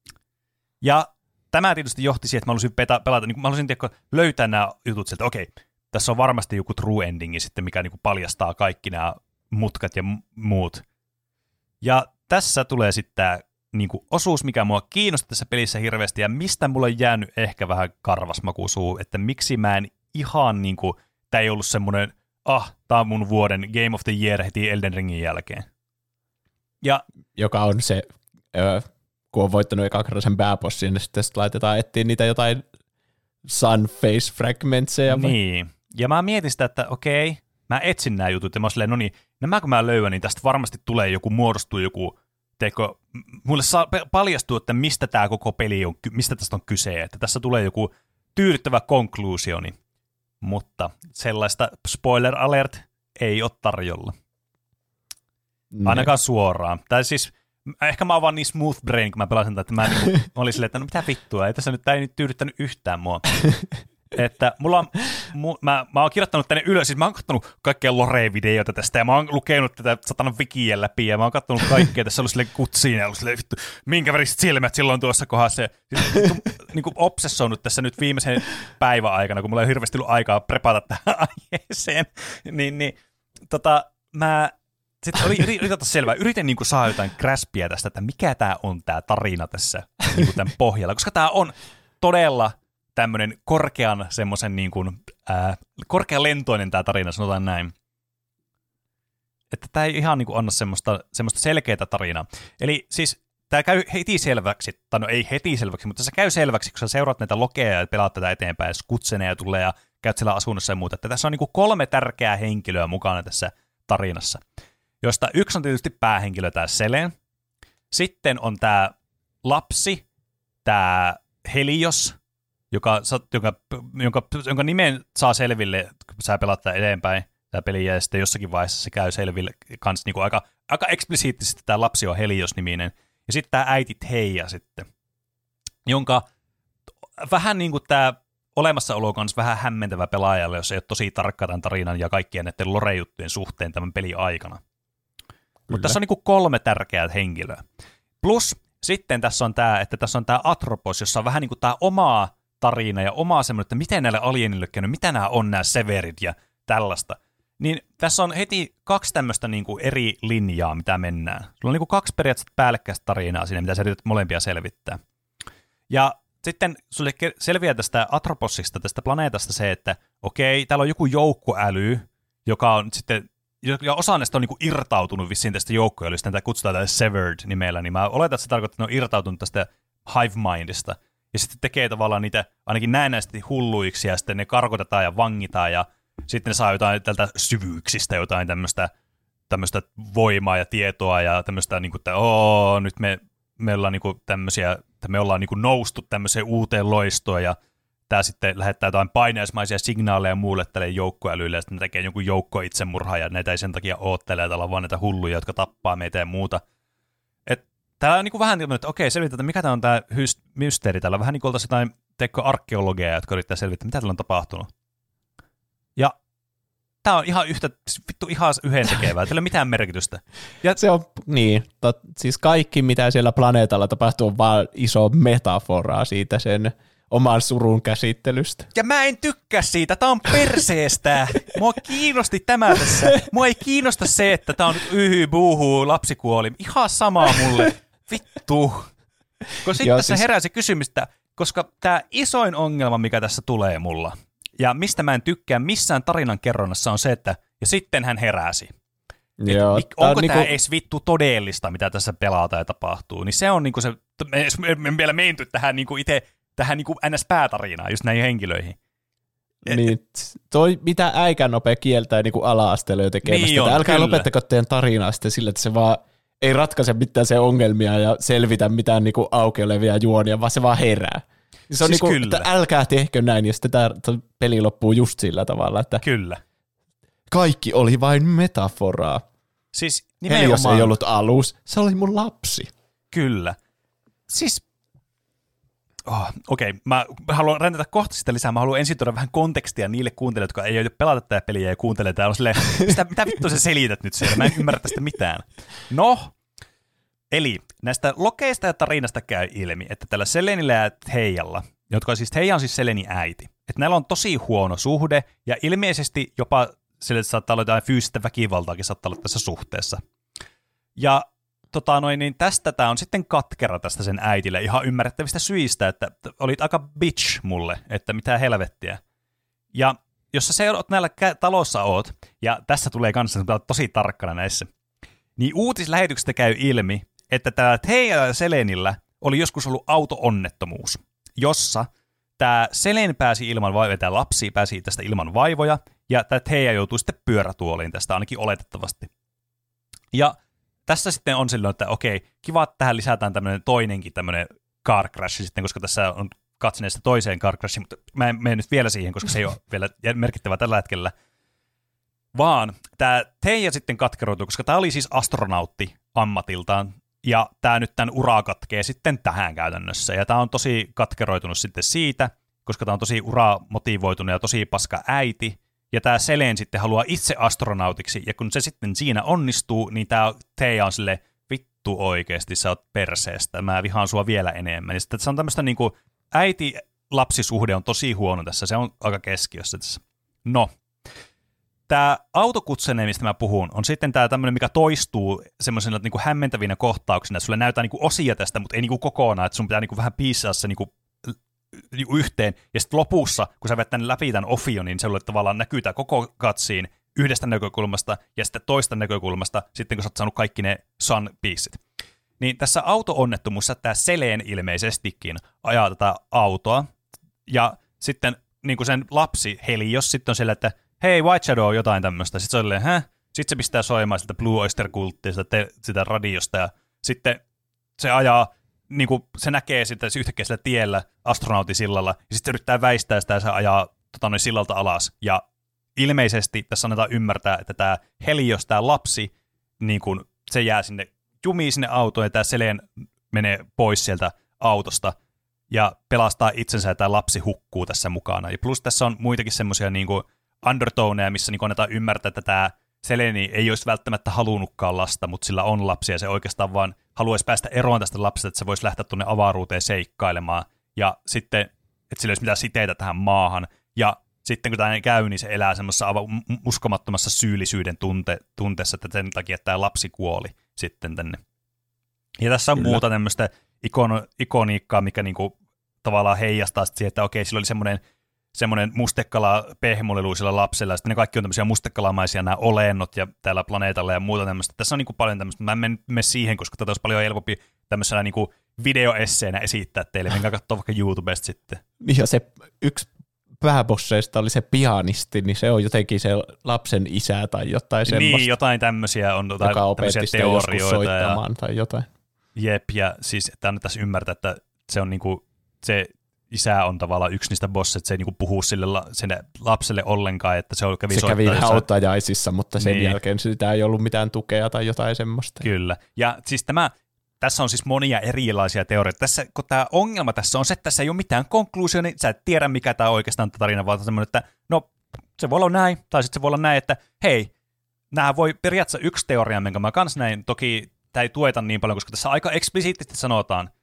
Ja tämä tietysti johti siihen, että mä halusin peta, pelata, niin mä halusin tiedä, löytää nämä jutut sieltä, okei, tässä on varmasti joku true endingi sitten, mikä niin kuin paljastaa kaikki nämä mutkat ja muut. Ja tässä tulee sitten tämä niin kuin osuus, mikä mua kiinnosti tässä pelissä hirveästi, ja mistä mulla on jäänyt ehkä vähän karvasmakusuu, että miksi mä en ihan niin kuin, tämä ei ollut semmoinen, ah, tää on mun vuoden Game of the Year heti Elden Ringin jälkeen. Ja, joka on se... Öö... kun on voittanut eka kerran sen pääbossin, niin sitten laitetaan etsiä niitä jotain Sunface fragmentseja. Niin, ja mä mietin sitä, että okei, mä etsin nämä jutut, ja mä oon silleen, no niin, nämä kun mä löydän, niin tästä varmasti tulee joku, muodostuu joku, teikö, mulle saa, paljastuu, että mistä tämä koko peli on, mistä tästä on kyse, että tässä tulee joku tyydyttävä konkluusioni, mutta sellaista spoiler alert ei ole tarjolla. Ne. Ainakaan suoraan. Tai siis... Ehkä mä oon vaan niin smooth brain, kun mä pelasin tätä, että mä niin olin silleen, että no mitä vittua, ei tässä nyt, tää ei nyt tyydyttänyt yhtään mua. Että mulla on, mu, mä, mä oon kirjoittanut tänne ylös, siis mä oon katsonut kaikkia Lore-videoita tästä, ja mä oon lukenut tätä satanan wikiä läpi, ja mä oon katsonut kaikkea, tässä on ollut silleen kutsiin, ja ollut silleen, vittu, minkä väriset silmät silloin tuossa kohdassa, ja siis, vittu, niin kuin obsessoinut tässä nyt viimeisen päivän aikana, kun mulla ei hirveästi ollut aikaa prepata tähän aiheeseen, niin, niin tota, mä... Sitten oli, yritin selvää, yritin niin kuin saada jotain graspia tästä, että mikä tämä on tämä tarina tässä niin kuin tämän pohjalla, koska tämä on todella tämmöinen korkean semmoisen niin kuin, ää, korkealentoinen tämä tarina, sanotaan näin. Että tämä ei ihan niin kuin anna semmoista, semmoista selkeää tarinaa. Eli siis tämä käy heti selväksi, tai no ei heti selväksi, mutta se käy selväksi, kun sä seuraat näitä lokeja ja pelaat tätä eteenpäin, ja skutseneja tulee ja käyt siellä asunnossa ja muuta, että tässä on niin kuin kolme tärkeää henkilöä mukana tässä tarinassa, josta yksi on tietysti päähenkilö, tämä Selene. Sitten on tämä lapsi, tämä Helios, joka, joka, jonka, jonka nimen saa selville, kun sä pelaat tämän eteenpäin, tämä peli, ja sitten jossakin vaiheessa se käy selville kans niin kuin aika, aika eksplisiittisesti, tämä lapsi on Helios-niminen. Ja sitten tämä äiti Theia sitten, jonka vähän niin kuin tämä olemassaolo on myös vähän hämmentävä pelaajalle, jos ei ole tosi tarkka tämän tarinan ja kaikkien näiden lore-juttujen suhteen tämän pelin aikana. Mutta tässä on niin kolme tärkeää henkilöä. Plus sitten tässä on tämä, että tässä on tämä Atropos, jossa on vähän niin kuin tämä omaa tarina ja omaa semmoinen, että miten näille alienille käynyt, mitä nämä on nämä Severit ja tällaista. Niin tässä on heti kaksi tämmöistä niin kuin eri linjaa, mitä mennään. Sulla on niin kuin kaksi periaatteessa päällekkäistä tarinaa siinä, mitä sä yrität molempia selvittää. Ja sitten sulle selviää tästä Atroposista, tästä planeetasta se, että okei, täällä on joku joukkoäly, joka on sitten, ja osa näistä on niin kuin irtautunut vissiin tästä joukkoälystä, tätä kutsutaan tätä Severed nimellä, niin mä oletan, että se tarkoittaa, että ne on irtautunut tästä Hive-mindista, ja sitten tekee tavallaan niitä ainakin näennäisesti hulluiksi, ja sitten ne karkotetaan ja vangitaan, ja sitten ne saa jotain tältä syvyyksistä, jotain tämmöistä, tämmöistä voimaa ja tietoa, ja tämmöistä, niin kuin, että ooo, nyt me, me ollaan niin kuin tämmöisiä, että me ollaan niin kuin noustu tämmöiseen uuteen loistoon, ja tämä sitten lähettää jotain paineismaisia signaaleja muulle tälle joukkoälylle, ja sitten ne tekee jonkun joukko itsemurhaa, ja näitä ei sen takia oottele, että ollaan vaan näitä hulluja, jotka tappaa meitä ja muuta. Täällä on niin kuin vähän tämmöinen, että okei, selvitetään, mikä tämä on tämä mysteeri. Täällä on vähän niin kuin oltaisiin jotain teikko arkeologeja, jotka yrittää selvittää, mitä täällä on tapahtunut. Ja tämä on ihan yhtä, vittu ihan yhdentekevää, ei ole mitään merkitystä. Ja se on, niin, tot, siis kaikki mitä siellä planeetalla tapahtuu on vaan iso metaforaa siitä sen oman surun käsittelystä. Ja mä en tykkää siitä, tää on perseestä. Mua kiinnosti tämä tässä. Mua ei kiinnosta se, että tää on nyt yhy, buuhuu, lapsi kuoli. Ihan samaa mulle. Vittu. Kun sitten tässä siis... herää se kysymys, että koska tää isoin ongelma, mikä tässä tulee mulla, ja mistä mä en tykkää missään tarinan kerronnassa on se, että ja sitten hän heräsi. Joo, Et, onko tämä niinku... edes vittu todellista, mitä tässä pelataan ja tapahtuu? Niin se on niinku se, me, me vielä menty tähän niinku itse, tähän niinku N S-päätarinaan, just näihin henkilöihin. Niin, toi mitä äikän nopea kieltää niinku ala-asteella tekemästä. Niin on, älkää kyllä. Lopettako teidän tarinaa sitten sillä, että se vaan ei ratkaise mitään se ongelmia ja selvitä mitään niinku auki olevia juonia, vaan se vaan herää. Se on siis niinku, että älkää tehkö näin, ja sitten tämä peli loppuu just sillä tavalla, että kyllä. Kaikki oli vain metaforaa. Siis Helios ei ollut alus, se oli mun lapsi. Kyllä. Siis, oh, okei, okay. Mä haluan räntätä kohta sitä lisää. Mä haluan ensin tuoda vähän kontekstia niille kuuntelijoille, jotka ei ole pelata tätä peliä ja kuuntelee täällä. Silleen, mitä, mitä vittua sä selität nyt siellä? Mä en ymmärrä tästä mitään. No, eli näistä lokeista ja tarinasta käy ilmi, että tällä Selenillä ja Theijalla, jotka on siis, Theija on siis Selenin äiti, että näillä on tosi huono suhde ja ilmeisesti jopa sille saattaa olla jotain fyysistä väkivaltaakin saattaa olla tässä suhteessa. Ja tota noin, niin tästä tämä on sitten katkera tästä sen äitille ihan ymmärrettävistä syistä, että olit aika bitch mulle, että mitä helvettiä. Ja jos sä seuraat näillä talossa oot, ja tässä tulee kanssa tosi tarkkana näissä, niin uutislähetyksestä käy ilmi, että tämä Theija ja Selenillä oli joskus ollut auto-onnettomuus, jossa tämä Selen pääsi ilman vaivoja, tämä lapsi pääsi tästä ilman vaivoja, ja tämä Theija joutui sitten pyörätuoliin tästä ainakin oletettavasti. Ja tässä sitten on silloin, että okei, kiva, että tähän lisätään tämmöinen toinenkin tämmöinen car crash sitten, koska tässä on katsoneesta toiseen car crashiin, mutta mä en mene nyt vielä siihen, koska se ei ole vielä merkittävä tällä hetkellä. Vaan tämä Theija sitten katkeroitui, koska tämä oli siis astronautti ammatiltaan, ja tämä nyt tämän ura katkee sitten tähän käytännössä. Ja tämä on tosi katkeroitunut sitten siitä, koska tämä on tosi uramotivoitunut ja tosi paska äiti. Ja tämä Selen sitten haluaa itse astronautiksi, ja kun se sitten siinä onnistuu, niin tämä Theija on silleen, vittu oikeasti, sä oot perseestä, mä vihaan sua vielä enemmän. Ja sitten se on tämmöistä niin kuin äiti-lapsisuhde on tosi huono tässä, se on aika keskiössä tässä. No, tämä autokutsene, mistä mä puhun, on sitten tämä tämmöinen, mikä toistuu semmoisena niin kuin hämmentävinä kohtauksina, että sulle näytetään niin kuin osia tästä, mutta ei niin kuin kokonaan, että sun pitää niin kuin vähän piissaa se niin kuin yhteen, ja sitten lopussa, kun sä vet tänne läpi tämän ofion, niin sulle tavallaan näkyy tämä koko katsiin yhdestä näkökulmasta, ja sitten toista näkökulmasta, sitten kun sä oot saanut kaikki ne sun pieceit. Niin tässä auto-onnettomuussa tämä Selen ilmeisestikin ajaa tätä autoa, ja sitten niin kuin sen lapsi Helios sitten on siellä, että hei, White Shadow, jotain tämmöistä. Sitten se on silleen, häh? Sitten se pistää soimaan sitä Blue Oyster-kulttia, sitä, te- sitä radiosta, ja sitten se ajaa, niin kuin se näkee sitä yhtäkkiä sillä tiellä astronautisillalla, ja sitten se yrittää väistää sitä, ja se ajaa tota, noin sillalta alas. Ja ilmeisesti tässä annetaan ymmärtää, että tämä Helios, tämä lapsi, niin kuin se jää sinne jumiin sinne autoon, ja tämä Selen menee pois sieltä autosta, ja pelastaa itsensä, ja tämä lapsi hukkuu tässä mukana. Ja plus tässä on muitakin semmoisia niin kuin undertoneja, missä niin annetaan ymmärtää, että tämä Seleni ei olisi välttämättä halunnutkaan lasta, mutta sillä on lapsia, ja se oikeastaan vaan haluaisi päästä eroon tästä lapsesta, että se voisi lähteä tuonne avaruuteen seikkailemaan, ja sitten, että sillä olisi mitään siteitä tähän maahan, ja sitten kun tämä käy, niin se elää semmoisessa aivan uskomattomassa syyllisyyden tunte, tunteessa, että sen takia että tämä lapsi kuoli sitten tänne. Ja tässä on Kyllä. muuta tämmöistä ikono, ikoniikkaa, mikä niinku tavallaan heijastaa siihen, että okei, sillä oli semmoinen semmoinen mustekala-pehmoleluisella lapsella, ja sitten ne kaikki on tämmöisiä mustekalamaisia nämä olennot ja täällä planeetalla ja muuta tämmöistä. Tässä on niin kuin paljon tämmöistä, mä en mene siihen, koska tätä olisi paljon helpompi tämmöisenä niin kuin videoesseenä esittää teille, minkä katsoa vaikka YouTubesta sitten. Ja se yksi pääbosseista oli se pianisti, niin se on jotenkin se lapsen isä tai jotain semmoista. Niin, jotain tämmöisiä on, jotain joka opetti sitä joskus soittamaan ja, tai jotain. Jep, ja siis että annettaisiin ymmärtää, että se on niin kuin se isä on tavallaan yksi niistä bosseista, että se ei niinku puhu sille la, lapselle ollenkaan, että se kävi Se kävi hautajaisissa, mutta sen niin. jälkeen sitä ei ollut mitään tukea tai jotain semmoista. Kyllä. Ja siis tämä, tässä on siis monia erilaisia teorioita. Tässä, kun tämä ongelma tässä on se, että tässä ei ole mitään konkluusio, niin sä et tiedä, mikä tämä oikeastaan tarina, vaan semmoinen, että no, se voi olla näin, tai sitten se voi olla näin, että hei, nämä voi periaatteessa yksi teoria, minkä mä kans näin, toki tämä ei tueta niin paljon, koska tässä aika eksplisiittisesti sanotaan,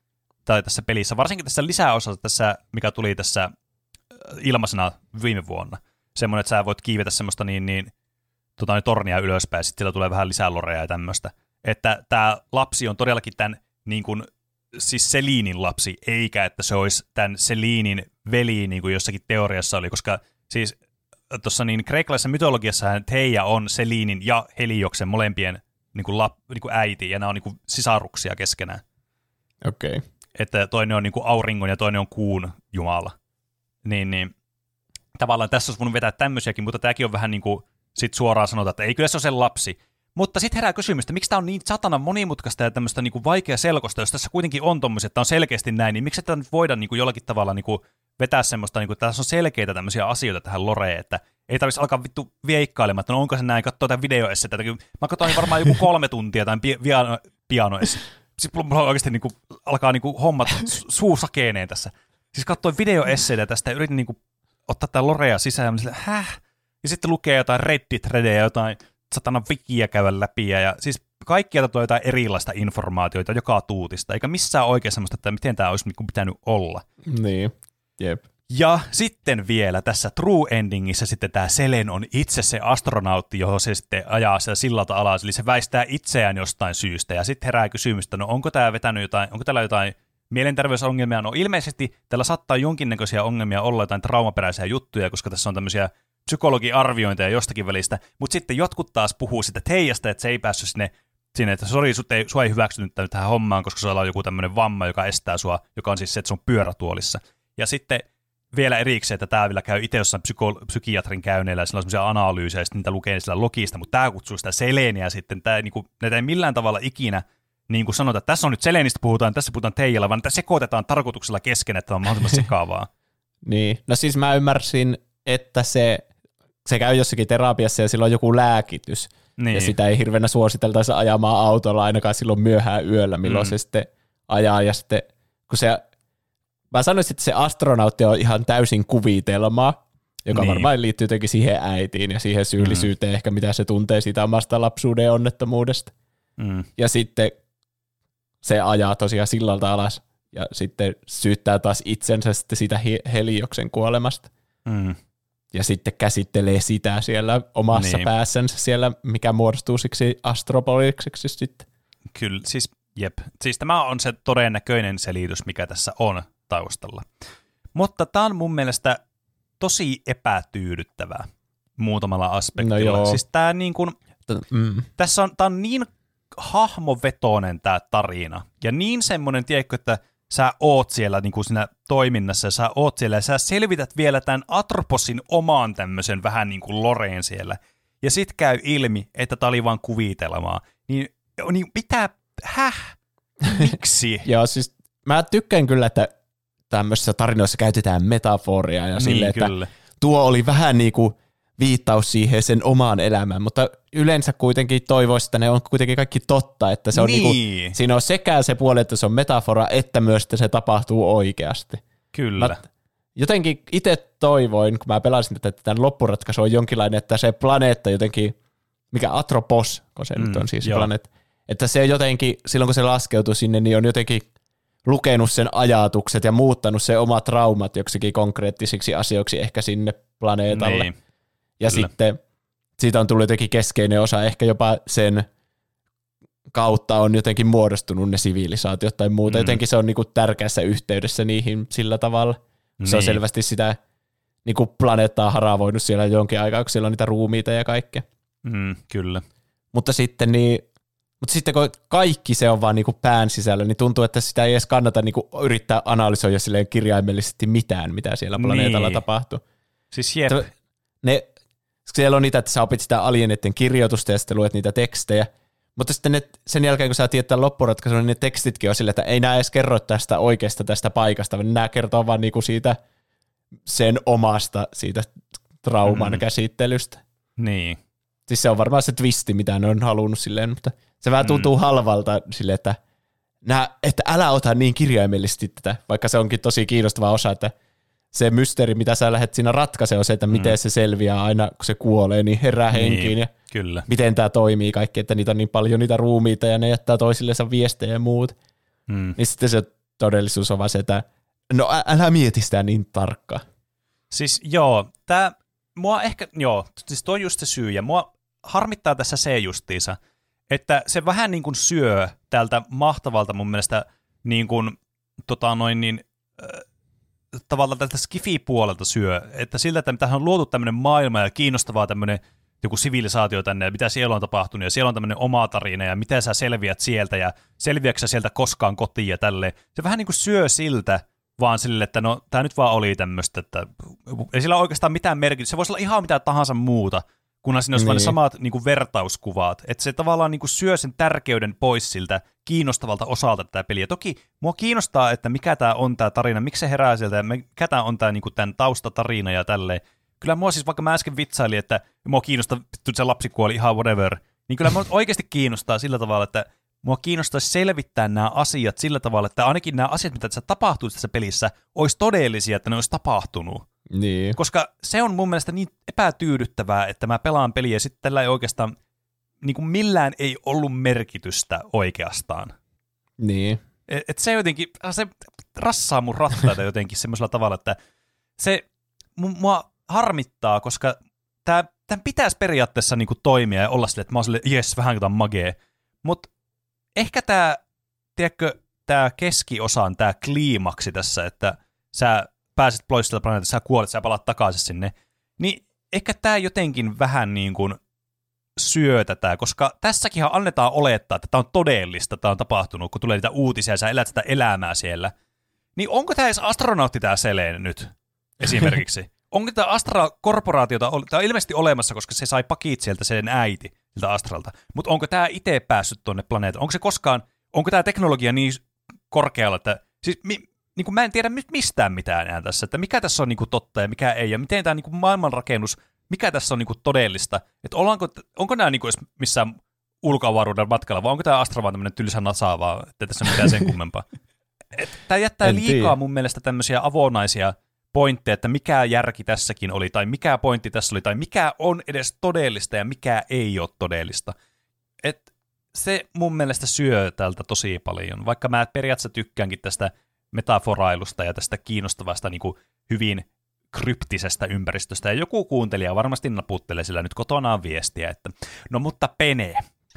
tai tässä pelissä, varsinkin tässä lisäosassa, tässä, mikä tuli tässä ilmaisena viime vuonna. Semmoinen, että sä voit kiivetä semmoista niin, niin, tota, niin tornia ylöspäin, ja sitten siellä tulee vähän lisää lorea ja tämmöistä. Että tämä lapsi on todellakin tämän niin kuin, siis Selinin lapsi, eikä että se olisi tämän Selinin veli, niin kuin jossakin teoriassa oli, koska siis tuossa niin kreikkalaisessa mytologiassahan Theia on Selinin ja Helioksen molempien niin kuin lap, niin kuin äiti, ja nämä on niin kuin sisaruksia keskenään. Okei. Okay. Että toinen on niin kuin auringon ja toinen on kuun jumala. Niin, niin tavallaan tässä olisi voinut vetää tämmöisiäkin, mutta tämäkin on vähän niin kuin sit suoraan sanotaan, että ei kyllä se ole sen lapsi. Mutta sitten herää kysymys, että miksi tämä on niin satanan monimutkaista ja tämmöistä niin kuin vaikea selkosta, jos tässä kuitenkin on tommoiset, että on selkeästi näin, niin miksi tätä nyt voida niin kuin jollakin tavalla niin kuin vetää semmoista, niin kuin, että tässä on selkeitä tämmöisiä asioita tähän loreen, että ei tarvitsisi alkaa vittu veikkailemaan, että no onko se näin, katsoo tämän videoessettä. Mä katsoin varmaan joku kolme tuntia tämän piano, pianoessa. Sitten mulla oikeasti niin kuin, alkaa niin kuin, hommat suu sakeeneen tässä. Siis katsoin videoesseitä tästä ja yritin niin kuin, ottaa tämän lorea sisään ja sille, häh? Ja sitten lukee jotain Reddit-redejä, jotain satana wikiä käydä läpi. Ja siis kaikkialta tulee jotain erilaista informaatiota joka tuutista, eikä missään oikein semmoista, että miten tämä olisi niin kuin, pitänyt olla. Niin, jep. Ja sitten vielä tässä True Endingissä sitten tämä Selen on itse se astronautti, johon se sitten ajaa siellä sillalta alas, eli se väistää itseään jostain syystä. Ja sitten herää kysymys, että no onko tämä vetänyt jotain, onko täällä jotain mielenterveysongelmia? No ilmeisesti tällä saattaa jonkinnäköisiä ongelmia olla, jotain traumaperäisiä juttuja, koska tässä on tämmöisiä psykologiarviointeja jostakin välistä, mutta sitten jotkut taas puhuu sitä Teijasta, että se ei päässyt sinne, sinne että sori, sua ei hyväksynyt tähän hommaan, koska sulla on joku tämmöinen vamma, joka estää sua, joka on siis se, että se on pyörätuolissa. Ja sitten vielä erikseen, että tämä vielä käy itse jossain psyko- psykiatrin käynneillä, ja sillä on semmoisia analyysejä, ja sitten niitä lukee sillä logista, mutta tämä kutsuu sitä Seleniä sitten, tämä, niin kuin, näitä ei millään tavalla ikinä niin kuin sanotaan, että tässä on nyt Selenistä puhutaan, tässä puhutaan Teijalla, vaan että sekoitetaan tarkoituksella kesken, että on mahdollisimman sekaavaa. Niin, no siis mä ymmärsin, että se, se käy jossakin terapiassa ja sillä on joku lääkitys, niin. Ja sitä ei hirveänä suositeltaisi ajamaan autolla ainakaan silloin myöhään yöllä, milloin mm. se sitten ajaa, ja sitten kun se mä sanoisin, että se astronautti on ihan täysin kuvitelmaa, joka niin. varmaan liittyy jotenkin siihen äitiin ja siihen syyllisyyteen, mm. ehkä mitä se tuntee siitä omasta lapsuuden onnettomuudesta. Mm. Ja sitten se ajaa tosiaan sillalta alas ja sitten syyttää taas itsensä sitten siitä Helioksen kuolemasta. Mm. Ja sitten käsittelee sitä siellä omassa niin. päässänsä siellä, mikä muodostuu siksi astropolikseksi sitten. Kyllä, siis jep. Siis tämä on se todennäköinen selitys, mikä tässä on taustalla. Mutta tämä on mun mielestä tosi epätyydyttävää muutamalla aspektilla. No siis tämä niin kuin, mm. tässä on, tämä on niin hahmovetoinen tämä tarina, ja niin semmoinen, tiedätkö, että sä oot siellä niin kuin siinä toiminnassa, ja sä oot siellä, ja sä selvität vielä tämän Atroposin omaan tämmöisen vähän niin kuin loreen siellä, ja sit käy ilmi, että tämä oli vaan kuvitelmaa. Niin, niin mitä, häh? Miksi? Joo, siis mä tykkään kyllä, että tämmöisissä tarinoissa käytetään metaforia ja niin, silleen, että kyllä. Tuo oli vähän niin kuin viittaus siihen sen omaan elämään, mutta yleensä kuitenkin toivoisi, että ne on kuitenkin kaikki totta, että se on niin. Niin kuin, siinä on sekä se puoli, että se on metafora, että myös, että se tapahtuu oikeasti. Kyllä. Mä jotenkin itse toivoin, kun mä pelasin tätä, että tämän loppuratkaisu on jonkinlainen, että se planeetta jotenkin, mikä Atropos, kun se mm, nyt on siis joo. planeetta, että se jotenkin, silloin kun se laskeutui sinne, niin on jotenkin lukenut sen ajatukset ja muuttanut sen omat traumat joksikin konkreettisiksi asioiksi ehkä sinne planeetalle. Niin, ja kyllä. Sitten siitä on tullut jotenkin keskeinen osa, ehkä jopa sen kautta on jotenkin muodostunut ne sivilisaatiot tai muuta. Mm. Jotenkin se on niinku tärkeässä yhteydessä niihin sillä tavalla. Niin. Se on selvästi sitä niinku planeettaa haravoinut siellä jonkin aikaa, kun siellä on niitä ruumiita ja kaikkea. Mm, kyllä. Mutta sitten niin Mutta sitten kun kaikki se on vaan niinku pään sisällä, niin tuntuu, että sitä ei edes kannata niinku yrittää analysoida silleen kirjaimellisesti mitään, mitä siellä planeetalla niin. tapahtuu. Siis jep. Ne, siellä on niitä, että sä opit sitä alieneiden kirjoitusta ja sitten luet niitä tekstejä, mutta sitten ne, sen jälkeen, kun sä tiedät tämän loppuratkaisun, niin ne tekstitkin on silleen, että ei nämä edes kerro tästä oikeasta tästä paikasta, vaan nämä kertoo vaan niinku siitä sen omasta siitä trauman mm. käsittelystä. Niin. Siis se on varmaan se twisti, mitä ne on halunnut silleen, mutta se vähän tuntuu mm. halvalta silleen, että, nää, että älä ota niin kirjaimellisesti tätä, vaikka se onkin tosi kiinnostava osa, että se mysteeri, mitä sä lähdet siinä ratkaisemaan, on se, että mm. miten se selviää aina, kun se kuolee, niin herää niin, henkiin ja kyllä. miten tämä toimii kaikki, että niitä on niin paljon niitä ruumiita ja ne jättää toisillensa viestejä ja muut. Mm. Niin sitten se todellisuus on vaan se, että no ä- älä mieti sitä niin tarkkaan. Siis joo, tää, mua ehkä, joo, siis toi on just se syy, ja mua harmittaa tässä se justiinsa, että se vähän niin kuin syö tältä mahtavalta mun mielestä niin kuin, tota noin niin, äh, tavallaan tältä skifi-puolelta syö, että siltä, että tähän on luotu tämmöinen maailma ja kiinnostavaa tämmöinen joku sivilisaatio tänne, ja mitä siellä on tapahtunut, ja siellä on tämmöinen oma tarina, ja miten sä selviät sieltä, ja selviätkö sä sieltä koskaan kotiin ja tälleen. Se vähän niin kuin syö siltä, vaan sille, että no, tää nyt vaan oli tämmöistä, että ei sillä ole oikeastaan mitään merkitystä. Se voisi olla ihan mitä tahansa muuta, kunhan siinä olisi niin. vain ne samat niin kuin vertauskuvat. Että se tavallaan niin kuin syö sen tärkeyden pois siltä kiinnostavalta osalta tätä peliä. Toki mua kiinnostaa, että mikä tämä on tämä tarina, miksi se herää sieltä, ja mikä tämä on tämä niin kuin tämän taustatarina ja tälleen. Kyllä mua siis, vaikka mä äsken vitsailin, että mua kiinnostaa, että se lapsi kuoli ihan whatever, niin kyllä mua oikeasti kiinnostaa sillä tavalla, että mua kiinnostaisi selvittää nämä asiat sillä tavalla, että ainakin nämä asiat, mitä tässä tapahtuu tässä pelissä, olisi todellisia, että ne olisi tapahtunut. Niin. Koska se on mun mielestä niin epätyydyttävää, että mä pelaan peliä ja sitten tällä ei oikeastaan, niin kuin millään ei ollut merkitystä oikeastaan. Niin. Et, et se jotenkin, se rassaa mun rattaita jotenkin semmoisella tavalla, että se mua harmittaa, koska tää, tämän pitäisi periaatteessa niin kuin toimia ja olla silleen, että mä oon silleen, jes, vähän jotain magee. Mutta ehkä tämä, tiedätkö, tämä keskiosan, tämä kliimaksi tässä, että sä pääset pois sieltä planeetalta, sä kuolet, sä palaat takaisin sinne, niin ehkä tämä jotenkin vähän niin kuin syö tätä, koska tässäkinhan annetaan olettaa, että tämä on todellista, tämä on tapahtunut, kun tulee niitä uutisia ja sä elät sitä elämää siellä. Niin onko tämä edes astronautti tämä Selene nyt esimerkiksi? Onko tämä Astra-korporaatiota, tämä on ilmeisesti olemassa, koska se sai pakit sieltä sen äiti, siltä Astralta, mutta onko tämä itse päässyt tuonne planeetalle? Onko se koskaan, onko tämä teknologia niin korkealla, että siis mi, niin kuin mä en tiedä mistään mitään enää tässä, että mikä tässä on niin kuin totta ja mikä ei, ja miten tämä niin kuin maailmanrakennus, mikä tässä on niin kuin todellista, että ollaanko, onko nämä niin kuin missään ulkoavaruuden matkalla, vai onko tämä Astra vaan tämmöinen tylsä nasa, vaan että tässä on mitään sen kummempaa. Tämä jättää en liikaa tiedä. Mun mielestä tämmöisiä avonaisia pointteja, että mikä järki tässäkin oli, tai mikä pointti tässä oli, tai mikä on edes todellista ja mikä ei ole todellista. Et se mun mielestä syö tältä tosi paljon, vaikka mä periaatteessa tykkäänkin tästä metaforailusta ja tästä kiinnostavasta niin kuin hyvin kryptisestä ympäristöstä, ja joku kuuntelija varmasti naputtelee sillä nyt kotonaan viestiä, että no mutta Pene,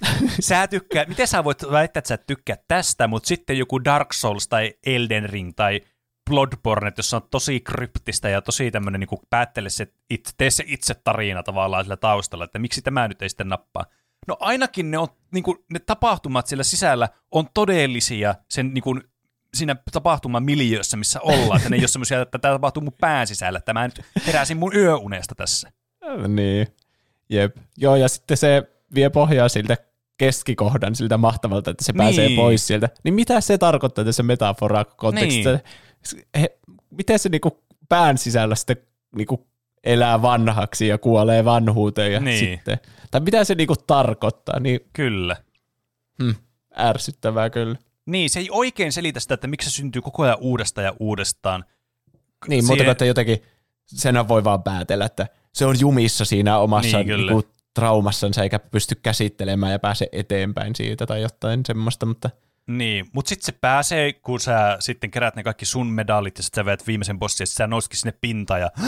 sä tykkää, miten sä voit väittää, että sä tykkää tästä, mutta sitten joku Dark Souls tai Elden Ring tai Bloodborne, jossa on tosi kryptistä ja tosi tämmöinen niin päättele se itse, tee se itse tarina tavallaan sillä taustalla, että miksi tämä nyt ei sitten nappaa. No ainakin ne, on, niin kuin, ne tapahtumat siellä sisällä on todellisia sen niin kuin, siinä tapahtuman miljöössä, missä ollaan, että ne ei ole semmoisia, että tämä tapahtuu mun pään sisällä, että mä nyt heräsin mun yöunesta tässä. Niin, jep. Joo, ja sitten se vie pohjaa siltä keskikohdan siltä mahtavalta, että se niin. pääsee pois sieltä. Niin mitä se tarkoittaa tässä metafora-kontekstissa? Niin. He, miten se niinku pään sisällä sitten niinku elää vanhaksi ja kuolee vanhuuteen ja niin. sitten. Tai mitä se niinku tarkoittaa? Niin, kyllä. Hmm, ärsyttävää kyllä. Niin, se ei oikein selitä sitä, että miksi se syntyy koko ajan uudestaan ja uudestaan. Niin, Siihen... mutta että jotenkin sen voi vaan päätellä, että se on jumissa siinä omassa niin, niinku, traumassansa eikä pysty käsittelemään ja pääse eteenpäin siitä tai jotain semmoista, mutta... Niin, mutta sitten se pääsee, kun sä sitten kerät ne kaikki sun medallit ja sitten sä veet viimeisen bossin ja sitten sä nousitkin sinne pintaan ja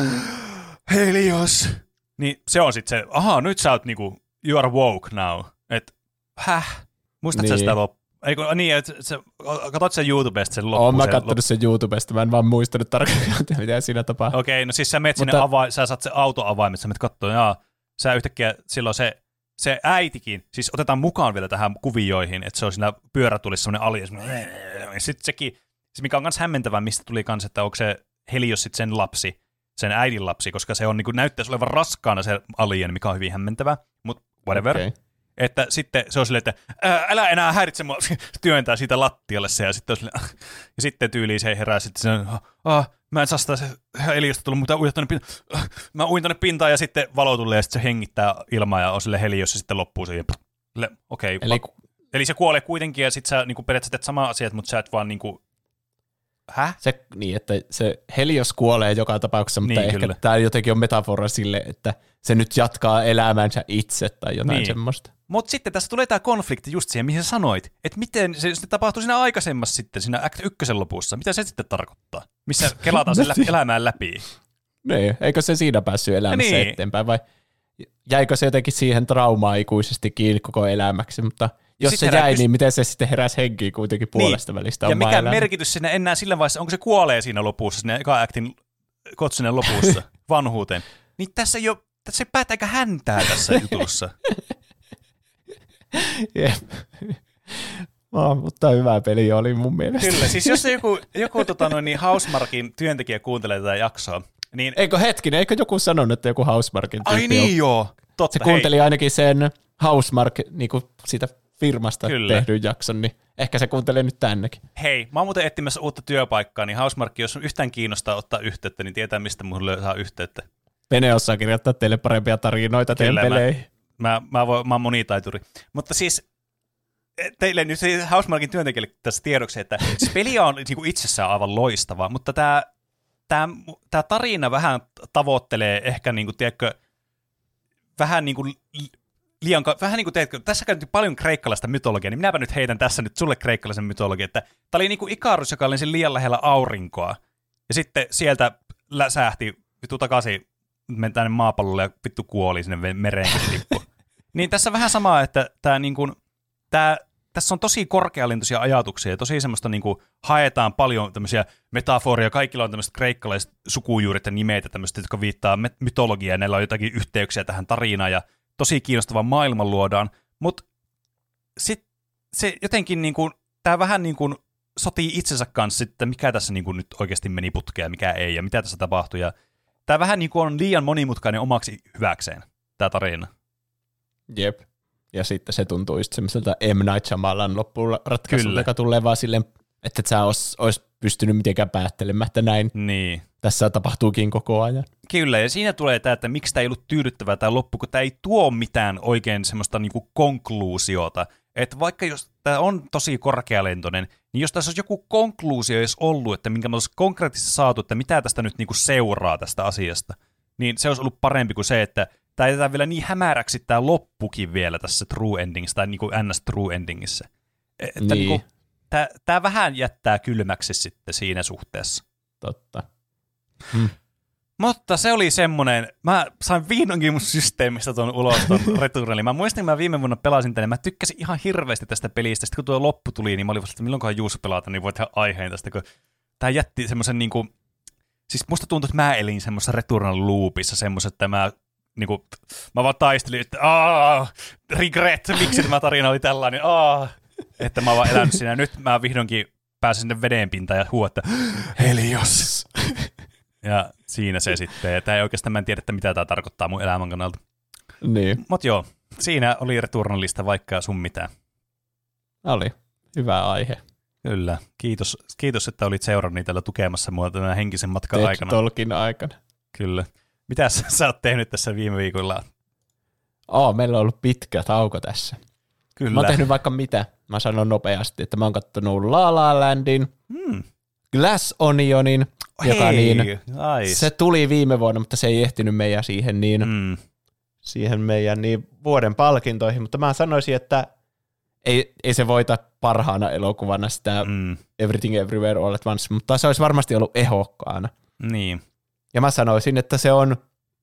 Helios! Niin se on sitten se, aha, nyt sä oot niinku, you are woke now. Että, häh? Muistatko niin. sä sitä loppuun? Eikö, niin, että se, katsot sen YouTubesta sen loppuun. Oon mä kattonut lop... sen YouTubesta, mä en vaan muistanut tarkkaan, mitä siinä tapahtuu. Okei, okay, no siis sä menet mutta... sinne avaimet, sä saat se autoavaimet, sä menet katsoa, jaa, sä yhtäkkiä silloin se, se äitikin, siis otetaan mukaan vielä tähän kuvioihin, että se on siinä pyörätulissa semmoinen ali, ja sitten sekin, siis mikä on myös hämmentävää, mistä tuli kans, että onko se Helios sitten sen lapsi, sen äidin lapsi, koska se on niin kuin näyttäisi olevan raskaana se alien, mikä on hyvin hämmentävää, mutta whatever. Okay. Että sitten se on silleen, että älä enää häiritse mua, työntää siitä lattialle se, ja sitten, on silleen, ja sitten tyyliin se herää sitten sen, ah, mä en saa sitä Heliosta tullut, mutta uida tuonne pintaan, mä uin tuonne pintaan, ja sitten valo tulee, ja sitten se hengittää ilmaa, ja on sille Helios, ja sitten loppuu se, ja okei. Okay, eli, eli se kuolee kuitenkin, ja sitten sä niin periaatteessa teet samaa asiat, mutta sä et vaan niin kuin, Häh? Se, niin, että se Helios kuolee joka tapauksessa, mutta niin, ehkä kyllä. tämä jotenkin on metafora sille, että se nyt jatkaa elämänsä itse tai jotain niin. semmoista. Mutta sitten tässä tulee tämä konflikti just siihen, mihin sä sanoit, että miten se, se tapahtui siinä aikaisemmassa sitten, siinä Act ykkösen lopussa. Mitä se sitten tarkoittaa? Missä kelataan sen lä- elämään läpi? Niin, eikö se siinä päässyt elämässä niin. eteenpäin vai jäikö se jotenkin siihen traumaan ikuisesti kiinni koko elämäksi, mutta jos sitten se jäi, kys... niin miten se sitten heräsi henkiin kuitenkin puolesta niin. välistä. Ja mikä elämä. merkitys siinä enää sillä vaiheessa, onko se kuolee siinä lopussa, siinä eka actin Kotsunen lopussa, vanhuuteen. Niin tässä ei ole, tässä ei päätä eikä häntää tässä jutussa. Jep. Oh, mutta hyvä peli oli mun mielestä. Kyllä, siis jos joku, joku tota noin, niin Housemarquin työntekijä kuuntelee tätä jaksoa, niin... Eikö hetkinen, eikö joku sanonut, että joku Housemarquin tyyppi Ai niin joo, totta. Se kuunteli hei. ainakin sen Housemark niinku siitä firmasta Kyllä. tehdyn jakson, niin ehkä se kuuntelee nyt tännekin. Hei, mä oon muuten etsimässä uutta työpaikkaa, niin Housemarque, jos yhtään kiinnostaa ottaa yhteyttä, niin tietää, mistä mulle saa yhteyttä. Pene osaa kirjoittaa teille parempia tarinoita teidän peleihin. Mä, mä, mä, voin, mä oon monitaituri. Mutta siis teille nyt siis Housemarquin työntekijälle tässä tiedoksi, että siis peli on niin kuin itsessään aivan loistava, mutta tämä, tämä, tämä tarina vähän tavoittelee ehkä, niin kuin, tiedätkö, vähän niin kuin liian, vähän niin kuin teetkö, tässä käytettiin paljon kreikkalaista mytologiaa, niin minäpä nyt heitän tässä nyt sulle kreikkalaisen mytologian, että tämä oli niin kuin Ikarus, joka oli liian lähellä aurinkoa, ja sitten sieltä läsähti vittu takaisin meni tänne maapallolle ja vittu kuoli sinne mereen tippu. Niin tässä vähän samaa, että tämä niin kuin, tämä, tässä on tosi korkealintoisia ajatuksia ja tosi semmoista niin kuin haetaan paljon tämmöisiä metaforia, kaikilla on tämmöiset kreikkalaiset sukujuuret ja nimeitä tämmöistä, jotka viittaa mytologiaan ja näillä on jotakin yhteyksiä tähän tarinaan ja tosi kiinnostava maailman luodaan, mutta sitten se jotenkin niin kuin, tämä vähän niin kuin sotii itsensä kanssa, että mikä tässä niin kuin nyt oikeasti meni putkeen ja mikä ei ja mitä tässä tapahtui ja tämä vähän niin kuin on liian monimutkainen omaksi hyväkseen, tämä tarina. Jep. Ja sitten se tuntuu just semmoiselta M. Night Shyamalan loppuun ratkaisulta, joka tulee vaan silleen, että et sä ois, ois pystynyt mitenkään päättelemään, että näin niin. Tässä tapahtuukin koko ajan. Kyllä, ja siinä tulee tämä, että miksi tämä ei ollut tyydyttävää tämä loppu, kun tämä ei tuo mitään oikein semmoista niinku konkluusiota. Että vaikka jos tämä on tosi korkealentoinen, niin jos tässä olisi joku konkluusio edes ollut, että minkä me olisi konkreettisesti saatu, että mitä tästä nyt niinku seuraa tästä asiasta, niin se olisi ollut parempi kuin se, että tämä jätetään vielä niin hämäräksi tämä loppukin vielä tässä true endingissa, tai niinku ns. True endingissä. Että niin. Niinku, tämä, tämä vähän jättää kylmäksi sitten siinä suhteessa. Totta. Hmm. Mutta se oli semmoinen, mä sain vihdoinkin mun systeemistä tuon ulos tuon Returnalin. Mä muistin, että mä viime vuonna pelasin tänne, mä tykkäsin ihan hirveästi tästä pelistä. Sitten kun tuo loppu tuli, niin mä olin vasta, että milloinkohan Juuso pelata, niin voit tehdä aiheen tästä. Kun tää jätti semmoisen niinku, siis musta tuntui, että mä elin semmoisessa Returnal loopissa semmoisen, että mä niinku, mä vaan taistelin, että aah, regret, miksi tämä tarina oli tällainen, aah. Että mä oon vaan elänyt siinä. Nyt mä vihdoinkin pääsin sinne vedenpintaan ja huuan, että Helios. Ja siinä se sitten. Tämä ei oikeastaan, mä en tiedä, että mitä tämä tarkoittaa mun elämän kannalta. Niin. Mut joo, siinä oli Returnalista vaikka sun mitään. Oli. Hyvä aihe. Kyllä. Kiitos, kiitos että olit seurannut tällä tukemassa mua tämän henkisen matkan Ted aikana. Tolkin aikana. Kyllä. Mitäs sä oot tehnyt tässä viime viikolla? Oh, meillä on ollut pitkä tauko tässä. Kyllä. Mä oon tehnyt vaikka mitä. Mä sanon nopeasti, että mä oon kattonut La La Landin, hmm. Glass Onionin, joka Hei, niin, nice. se tuli viime vuonna, mutta se ei ehtinyt meidän siihen, niin, hmm. siihen meidän niin vuoden palkintoihin, mutta mä sanoisin, että ei, ei se voita parhaana elokuvana sitä hmm. Everything Everywhere All at Once, mutta se olisi varmasti ollut ehokkaana. Niin. Ja mä sanoisin, että se on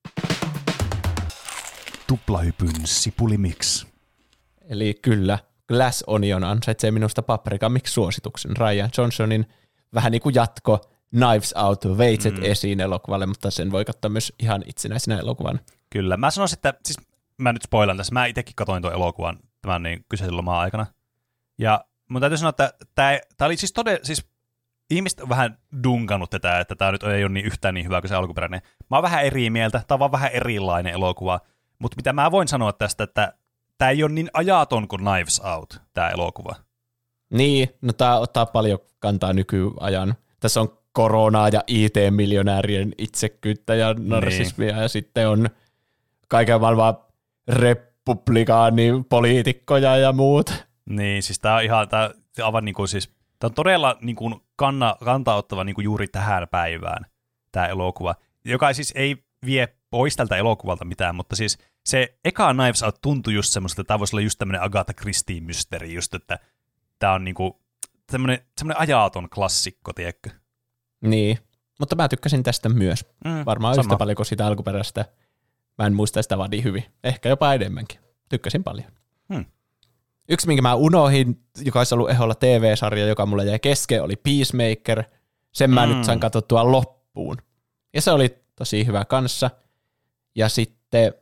tuplahypyn sipulimix. Eli kyllä, Glass Onion ansaitsee minusta Paprika Mix-suosituksen. Rian Johnsonin vähän niin kuin jatko Knives Out, Veitset mm. esiin elokuvalle, mutta sen voi katsoa myös ihan itsenäisenä elokuvan. Kyllä, mä sanoisin, että siis mä nyt spoilan tässä, mä itsekin katsoin tuon elokuvan tämän niin kyseisen loman aikana. Ja mun täytyy sanoa, että tämä oli siis todella, siis ihmiset on vähän dunkannut tätä, että tämä nyt ei ole niin yhtään niin hyvä kuin se alkuperäinen. Mä oon vähän eri mieltä, tämä on vaan vähän erilainen elokuva, mutta mitä mä voin sanoa tästä, että tämä ei ole niin ajaton kuin Knives Out, tämä elokuva. Niin, no tämä ottaa paljon kantaa nykyajan. Tässä on koronaa ja I T-miljonäärien itsekkyyttä ja narsismia niin. Ja sitten on kaiken maailman republikaanipoliitikkoja ja muut. Niin, siis tämä on ihan, tämä aivan niin kuin siis, tämä on todella niin kuin kanna, kantaa ottava niin kuin juuri tähän päivään tämä elokuva, joka siis ei vie pois tältä elokuvalta mitään, mutta siis se eka Knives Out tuntui just semmoista, että tämä voisi olla just tämmöinen Agatha Christie-mysteeri, just että tämä on niinku semmoinen, semmoinen ajaton klassikko, tiedätkö? Niin, mutta mä tykkäsin tästä myös. Mm, Varmaan sama. yhtä paljon kuin sitä alkuperäistä. Mä en muista sitä vaan niin hyvin. Ehkä jopa enemmänkin. Tykkäsin paljon. Hmm. Yksi, minkä mä unohdin, joka olisi ollut eholla T V-sarja, joka mulle jäi kesken, oli Peacemaker. Sen mä Mm. nyt sain katsottua loppuun. Ja se oli tosi hyvä kanssa. Ja sitten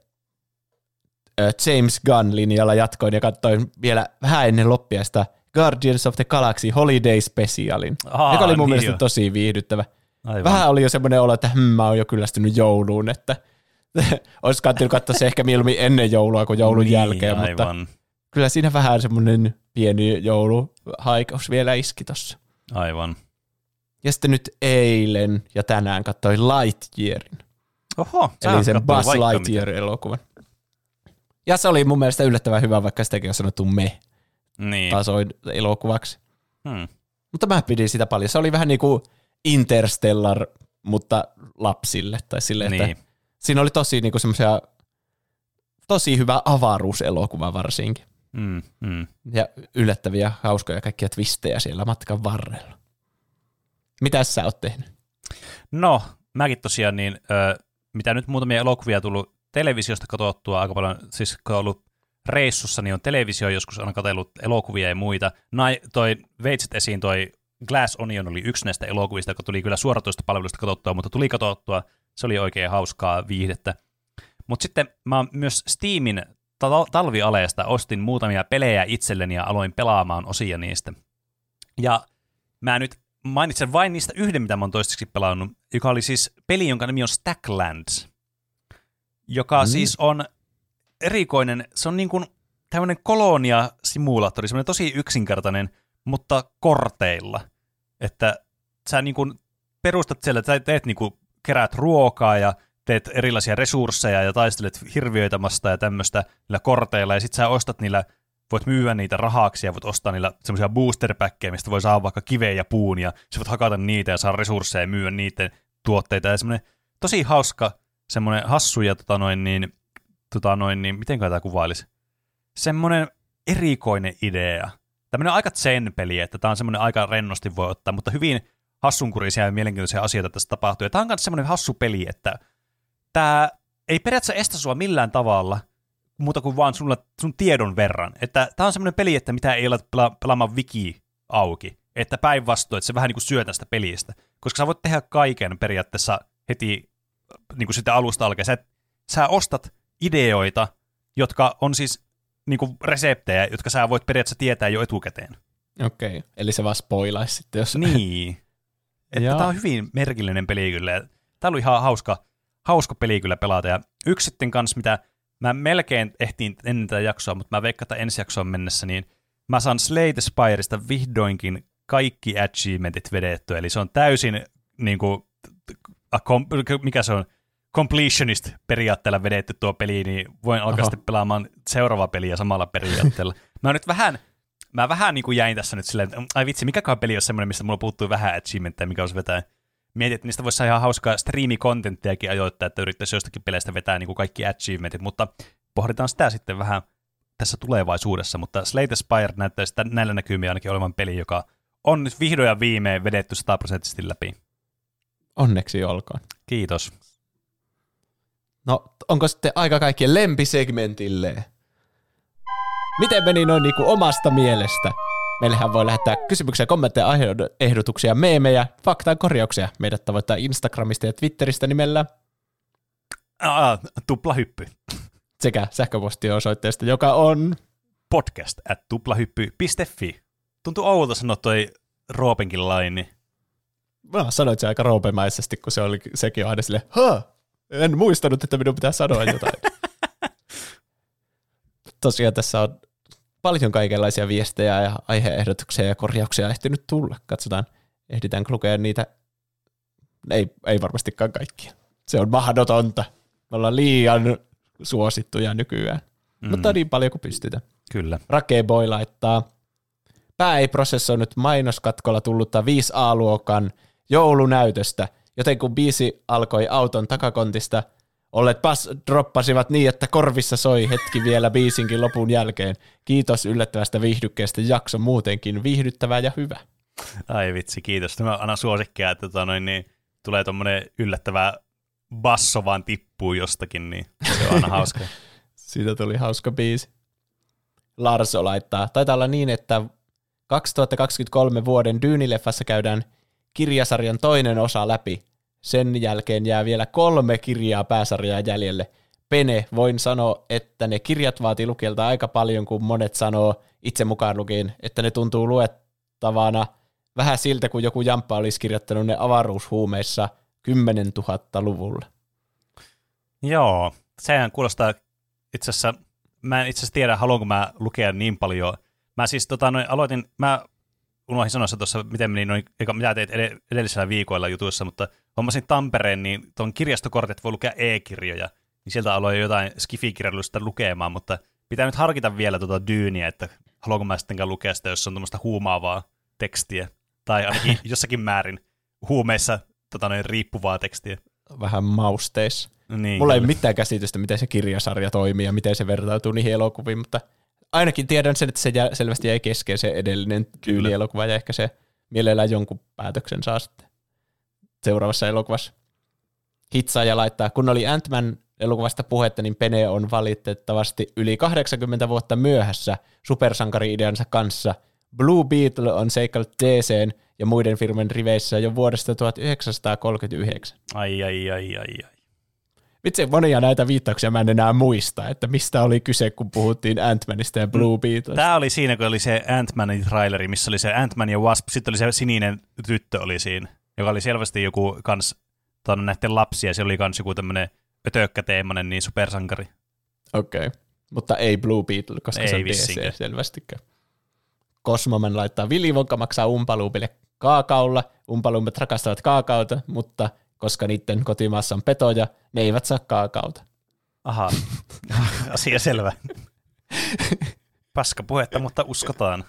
äh, James Gunn-linjalla jatkoin ja katsoin vielä vähän ennen loppia sitä Guardians of the Galaxy Holiday Specialin, Aa, joka oli mun niin mielestä jo. tosi viihdyttävä. Aivan. Vähän oli jo semmoinen olo, että hm, mä oon jo kyllästynyt jouluun, että olisi kannattanut katsoa se ehkä mieluummin ennen joulua kuin joulun niin, jälkeen, aivan. mutta kyllä siinä vähän semmoinen pieni jouluhaikaus vielä iski tossa. Aivan. Ja sitten nyt eilen ja tänään katsoin Lightyearin, Oho, sä eli oot sen kattonut Buzz vaikka Lightyear-elokuvan. Ja se oli mun mielestä yllättävän hyvä, vaikka sitäkin on sanottu me-tasoin Niin. elokuvaksi. Hmm. Mutta mä pidin sitä paljon. Se oli vähän niin kuin Interstellar, mutta lapsille. Tai sille, Niin. että siinä oli tosi niin kuin semmoisia, tosi hyvä avaruuselokuva varsinkin. Mm, mm. Ja yllättäviä, hauskoja kaikkia twistejä siellä matkan varrella. Mitäs sä oot tehnyt? No, mäkin tosiaan niin, ö, mitä nyt muutamia elokuvia tullut televisiosta katsottua aika paljon, siis kun on ollut reissussa, niin on televisio joskus aina katsellut elokuvia ja muita. Nai, toi veitset esiin, toi Glass Onion oli yksi näistä elokuvista, joka tuli kyllä suoratoista palvelusta katsottua, mutta tuli katsottua, se oli oikein hauskaa viihdettä. Mutta sitten mä myös Steamin tal- talvialeesta ostin muutamia pelejä itselleni ja aloin pelaamaan osia niistä. Ja mä nyt mainitsen vain niistä yhden, mitä mä oon toistaiseksi pelannut, joka oli siis peli, jonka nimi on Stacklands, joka mm. siis on erikoinen, se on niin kuin tämmöinen kolonia-simulaattori, semmoinen tosi yksinkertainen, mutta korteilla, että sä niin kuin perustat siellä, sä teet niin kuin, keräät ruokaa ja teet erilaisia resursseja ja taistelet hirviöitä vastaan ja tämmöistä niillä korteilla, ja sit sä ostat niillä, voit myyä niitä rahaksi ja voit ostaa niillä semmoisia booster-päkkejä, mistä voi saada vaikka kiveä ja puun, ja sä voit hakata niitä ja saada resursseja ja myyä niiden tuotteita, ja semmoinen tosi hauska, semmoinen hassu ja tota noin niin, tota noin niin, miten tämä kuvailisi? Semmoinen erikoinen idea. Tämmöinen aika zen-peli, että tämä on semmoinen aika rennosti voi ottaa, mutta hyvin hassunkurisia ja mielenkiintoisia asioita tässä tapahtuu. Ja tämä on myös semmoinen hassu peli, että tämä ei periaatteessa estä sua millään tavalla, muuta kuin vaan sulla, sun tiedon verran. Että tämä on semmoinen peli, että mitä ei ole pela- pelaamaan wiki auki. Että päinvastoin, että se vähän niin kuin syö tästä pelistä. Koska sä voit tehdä kaiken periaatteessa heti niin kuin sitä alusta alkaen. Sä, sä ostat ideoita, jotka on siis niin kuin reseptejä, jotka sä voit periaatteessa tietää jo etukäteen. Okei, okay. Eli se vaan spoilaisi sitten, jos... Niin. Että tämä on hyvin merkillinen peli kyllä. Tämä oli ihan hauska, hauska peli kyllä pelata. Ja yksi sitten kanssa, mitä mä melkein ehtiin ennen tätä jaksoa, mutta mä veikkaan, että ensi jaksoon mennessä, niin mä saan Slay the Spiresta vihdoinkin kaikki achievementit vedettyä. Eli se on täysin, niin kuin, mikä se on, completionist periaatteella vedetty tuo peli, niin voin alkaa sitten pelaamaan seuraavaa peliä samalla periaatteella. Mä nyt vähän, mä vähän niin kuin jäin tässä nyt silleen, että ai vitsi, mikäkään peli on semmoinen, mistä mulla puuttuu vähän achievementteja, mikä olisi vetää. Mietin, että niistä voisi saada ihan hauskaa striimikontenttiakin ajoittaa, että yrittäisi jostakin peleistä vetää niin kuin kaikki achievementit, mutta pohditaan sitä sitten vähän tässä tulevaisuudessa, mutta Slay the Spire näyttää sitä näillä näkymiä ainakin olevan peli, joka on nyt vihdoin ja viimein vedetty sataprosenttisesti läpi. Onneksi olkoon. Kiitos. No, onko sitten aika kaikkien lempisegmentille? Miten meni noin niin kuin omasta mielestä? Meillähän voi lähettää kysymyksiä, kommentteja, ehdotuksia, meemejä, faktaa, korjauksia. Meidät tavoittaa Instagramista ja Twitteristä nimellä. Ah, tuplahyppy. Sekä sähköpostiosoitteesta, joka on podcast at tuplahyppy piste fi. Tuntuu oudolta sanoa toi Roopenkin laini. Mä sanoit se aika roopemaisesti, kun se oli sekin aina silleen, ha, en muistanut, että minun pitää sanoa jotain. Tosiaan tässä on paljon kaikenlaisia viestejä ja aiheehdotuksia ja korjauksia ehtinyt tulla. Katsotaan, ehditäänkö lukea niitä. Ei, ei varmastikaan kaikkia. Se on mahdotonta. Me ollaan liian suosittuja nykyään. Mm. Mutta niin paljon kuin pystytään. Kyllä. Rakeboy laittaa, Pää ei prosessoinut mainoskatkolla tullutta viisi A-luokan joulunäytöstä, joten kun biisi alkoi auton takakontista, olleet pas droppasivat niin, että korvissa soi hetki vielä biisinkin lopun jälkeen. Kiitos yllättävästä viihdykkeestä, jakso muutenkin viihdyttävää ja hyvä. Ai vitsi, kiitos. Tämä on aina suosikkia, että tota noin, niin, tulee tommonen yllättävä basso vaan tippuu jostakin, niin se on aina hauska. Siitä tuli hauska biisi. Larso laittaa. Taitaa olla niin, että kaksituhattakaksikymmentäkolme vuoden Dune-leffassa käydään kirjasarjan toinen osa läpi. Sen jälkeen jää vielä kolme kirjaa pääsarjaa jäljelle. Pene, voin sanoa, että ne kirjat vaatii lukijalta aika paljon, kun monet sanoo itse mukaan lukien, että ne tuntuu luettavana vähän siltä, kun joku jamppa olisi kirjoittanut ne avaruushuumeissa kymmenentuhatta-luvulla. Joo, sehän kuulostaa itse asiassa, mä en itse asiassa tiedä, haluanko mä lukea niin paljon. Mä siis tota, noin, aloitin, mä unohdin sanoa tuossa, miten meni noin, eikä mitä teit edellisellä viikoilla jutuissa, mutta hommasin Tampereen, niin tuon kirjastokortit voi lukea e-kirjoja, niin sieltä aloin jotain skifi-kirjallisuutta lukemaan, mutta pitää nyt harkita vielä tuota Dyniä, että haluanko mä sittenkään lukea sitä, jos on tuommoista huumaavaa tekstiä, tai ainakin jossakin määrin huumeissa tota, noin, riippuvaa tekstiä. Vähän mausteissa. Niin, Mulla ei ole mitään käsitystä, miten se kirjasarja toimii ja miten se vertautuu niihin elokuviin, mutta ainakin tiedän sen, että se jä, selvästi jäi kesken se edellinen Dune-elokuva, ja ehkä se mielellään jonkun päätöksen saa sitten seuraavassa elokuvassa. Hitsaaja laittaa, kun oli Ant-Man elokuvasta puhetta, niin Pene on valitettavasti yli kahdeksankymmentä vuotta myöhässä supersankari-ideansa kanssa. Blue Beetle on seikkaillut D C:n ja muiden firmen riveissä jo vuodesta tuhatyhdeksänsataakolmekymmentäyhdeksän. Ai, ai, ai, ai, ai. Vitsi, monia näitä viittauksia mä en enää muista, että mistä oli kyse, kun puhuttiin Ant-Manista ja Blue Beetlesta. Tämä oli siinä, kun oli se Ant-Manin traileri, missä oli se Ant-Man ja Wasp, sitten oli se sininen tyttö oli siinä, joka oli selvästi joku kans näiden lapsia, se oli kans joku tämmönen ötökkäteemainen niin supersankari. Okei, okay. Mutta ei Blue Beetle, koska ei se on D C selvästikään. Cosmoman laittaa, Willy Wonka maksaa Umpaluupille kaakaolla, Umpaluumet rakastavat kaakaota, mutta koska niiden kotimaassa on petoja, ne eivät saa kaakaota. Aha, asia selvä. Paska puhetta, mutta uskotaan.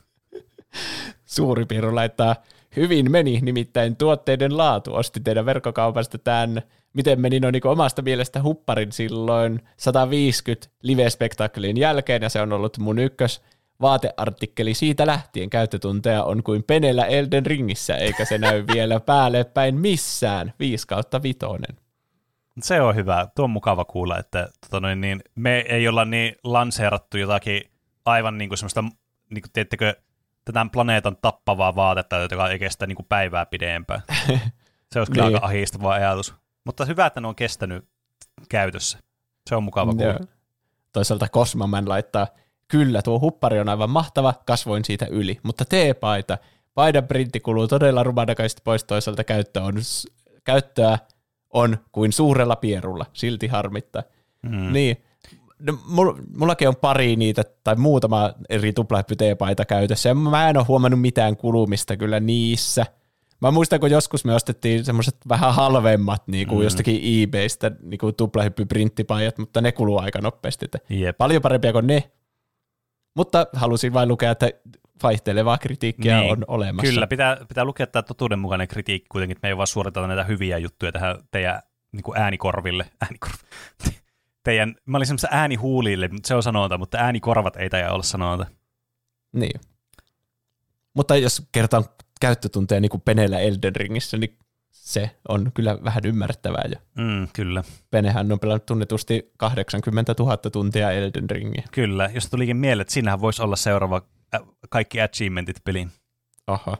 Suuri Piru laittaa, hyvin meni, nimittäin tuotteiden laatu. Osti teidän verkkokaupasta tämän, miten meni noin niin omasta mielestä hupparin silloin sata viisikymmentä live-spektaakkelin jälkeen, ja se on ollut mun ykkös vaateartikkeli siitä lähtien. Käyttötunteja on kuin Penellä Elden Ringissä, eikä se näy vielä päälle päin missään. viisi kautta vitonen. Se on hyvä. Tuo on mukava kuulla, että tota noin, niin, me ei olla niin lanseerattu jotakin aivan niin kuin semmoista, niin kuin, teettekö, tätä planeetan tappavaa vaatetta, joka ei kestä niin kuin päivää pidempään. Se olisi kyllä niin aika ahistava ajatus. Mutta hyvä, että ne on kestänyt käytössä. Se on mukava kuulla. Ja toisaalta Cosmoman laittaa, kyllä, tuo huppari on aivan mahtava, kasvoin siitä yli, mutta teepaita. Paidan printti kuluu todella rumanakaisesti pois, toisaalta käyttö on, käyttöä on kuin suurella pierulla, silti harmittaa. Mm. Niin, no, mullakin on pari niitä, tai muutama eri tuplahyppy-teepaita käytössä, ja mä en ole huomannut mitään kulumista kyllä niissä. Mä muistan, kun joskus me ostettiin semmoiset vähän halvemmat niin kuin mm. jostakin eBaystä niin kuin tuplahyppy-printtipaijat, mutta ne kuluu aika nopeasti. Yep. Paljon parempia kuin ne. Mutta halusin vain lukea, että vaihtelevaa kritiikkiä niin, on olemassa. Kyllä, pitää, pitää lukea tämä totuudenmukainen kritiikki kuitenkin, että me ei vaan suoriteta näitä hyviä juttuja tähän teidän niin kuin äänikorville. Äänikorv... teidän, mä olin semmoista äänihuulille, mutta se on sanonta, mutta äänikorvat ei taida olla sanonta. Niin. Mutta jos kertaan käyttötunteja niin kuin Penellä Elden Ringissä, niin se on kyllä vähän ymmärrettävää jo. Mm, kyllä. Penehän on pelannut tunnetusti kahdeksankymmentätuhatta tuntia Elden Ringiä. Kyllä, jos tulikin mieleen, että siinähän voisi olla seuraava äh, kaikki achievementit peliin. Aha.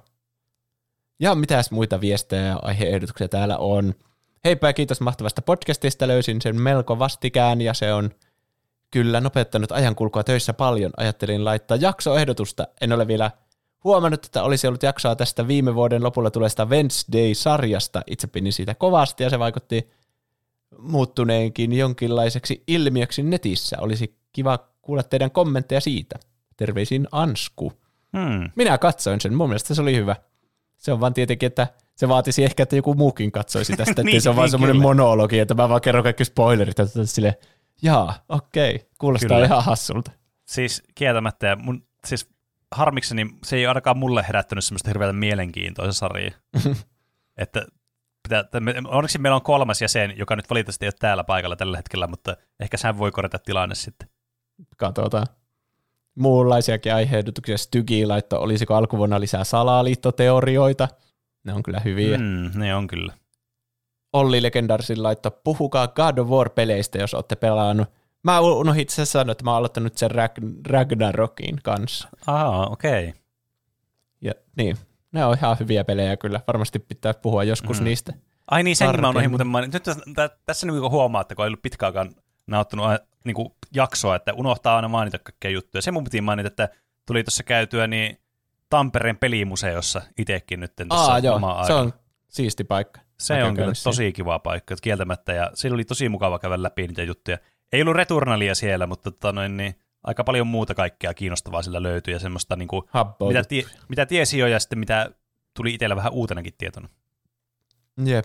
Ja mitäs muita viestejä ja aihe-ehdotuksia täällä on? Heipä, kiitos mahtavasta podcastista, löysin sen melko vastikään ja se on kyllä nopeuttanut ajankulkua töissä paljon. Ajattelin laittaa jaksoehdotusta, en ole vielä huomannut, että olisi ollut jaksoa tästä viime vuoden lopulla tulesta Wednesday-sarjasta. Itse pidin siitä kovasti ja se vaikutti muuttuneenkin jonkinlaiseksi ilmiöksi netissä. Olisi kiva kuulla teidän kommentteja siitä. Terveisin Ansku. Hmm. Minä katsoin sen. Mun mielestä se oli hyvä. Se on vaan tietenkin, että se vaatisi ehkä, että joku muukin katsoisi tästä. niin, se on vaan semmoinen monologi, että mä vaan kerron kaikki spoilerit. Että silleen, jaa, okei, kuulostaa kyllä ihan hassulta. Siis kieltämättä, mun, siis harmikseni se ei ainakaan mulle herättänyt semmoista hirveätä mielenkiintoa se sarja. Että pitää, onneksi meillä on kolmas jäsen, joka nyt valitettavasti ei ole täällä paikalla tällä hetkellä, mutta ehkä hän voi korjata tilanne sitten. Katsotaan. Muunlaisiakin aiheutuksia. Stygi laittoi, olisiko alkuvuonna lisää salaliittoteorioita. Ne on kyllä hyviä. Mm, ne on kyllä. Olli Legendarsin laittoi, puhukaa God of War-peleistä, jos olette pelannut. Mä unohdin itse asiassa sanoa, että mä oon aloittanut sen Rag- Ragnarokin kanssa. Aha, okei. Okay. Ja niin, ne on ihan hyviä pelejä kyllä. Varmasti pitää puhua joskus mm. niistä. Ai niin, senkin mä unohdin muuten mainita. Nyt tässä, tässä niin huomaa, että kun ei ollut pitkäänkaan nauttunut niin kuin jaksoa, että unohtaa aina mainita kaikkia juttuja. Se mun piti mainita, että tuli tuossa käytyä niin Tampereen pelimuseossa itsekin nyt tuossa omaa aikaa. Se on siisti paikka. Se on kyllä tosi kiva paikka, kieltämättä, ja siinä oli tosi mukava käydä läpi niitä juttuja. Ei ollut Returnalia siellä, mutta tota noin, niin aika paljon muuta kaikkea kiinnostavaa sillä löytyi, ja semmoista, niin kuin, mitä, tie, mitä tiesi jo, ja sitten mitä tuli itsellä vähän uutenakin tietona. Jep.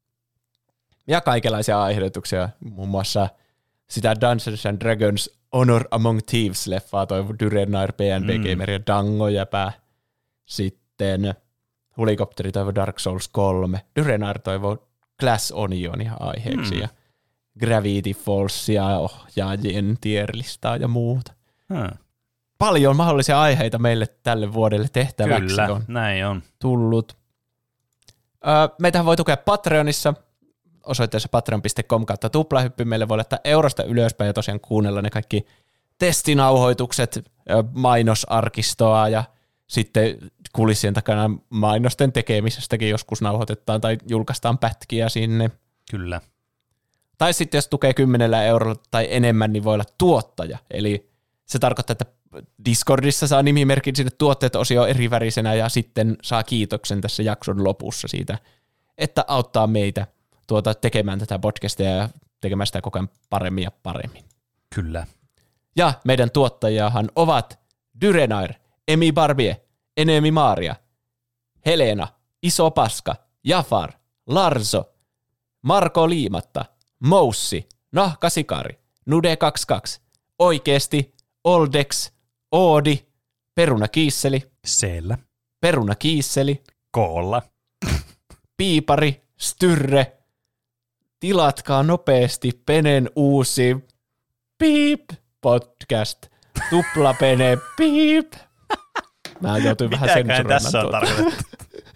Ja kaikenlaisia aiheutuksia, muun muassa sitä Dungeons and Dragons Honor Among Thieves-leffaa toivo Dyrenair, P N B Gamer ja Dangojäpä. Sitten Hulikopteri toivo Dark Souls kolme. Dyrenair toivo Glass Onionia aiheeksi. Mm. Ja Gravity Fallsia, ohjaajien tierlistaa ja muuta. Hmm. Paljon mahdollisia aiheita meille tälle vuodelle tehtäväksi. Kyllä, on näin on. Tullut. Öö, meitähän voi tukea Patreonissa. Osoitteessa patreon piste com kautta tuplahyppy. Meille voi laittaa eurosta ylöspäin ja tosiaan kuunnella ne kaikki testinauhoitukset, mainosarkistoa ja sitten kulissien takana mainosten tekemisestäkin joskus nauhoitetaan tai julkaistaan pätkiä sinne. Kyllä. Tai sitten jos tukee kymmenellä eurolla tai enemmän, niin voi olla tuottaja. Eli se tarkoittaa, että Discordissa saa nimimerkin sinne tuotteet-osio eri värisenä ja sitten saa kiitoksen tässä jakson lopussa siitä, että auttaa meitä tuota tekemään tätä podcastia ja tekemään sitä koko ajan paremmin ja paremmin. Kyllä. Ja meidän tuottajahan ovat Dyrenair, Emi Barbie, Enemi Maaria, Helena, Iso Paska, Jafar, Larso, Marko Liimatta, Moussi, Nahkasikari, Nude kaksikymmentäkaksi, Oikeesti, Oldex, Oodi, Peruna Kiisseli, Seellä, Peruna Kiisseli, Koolla, Piipari, Styrre, tilatkaa nopeasti Penen uusi Piip podcast, Tuplapene, Piip. Mä joutuin vähän sensuroimaan. Tässä on tarkoitettu?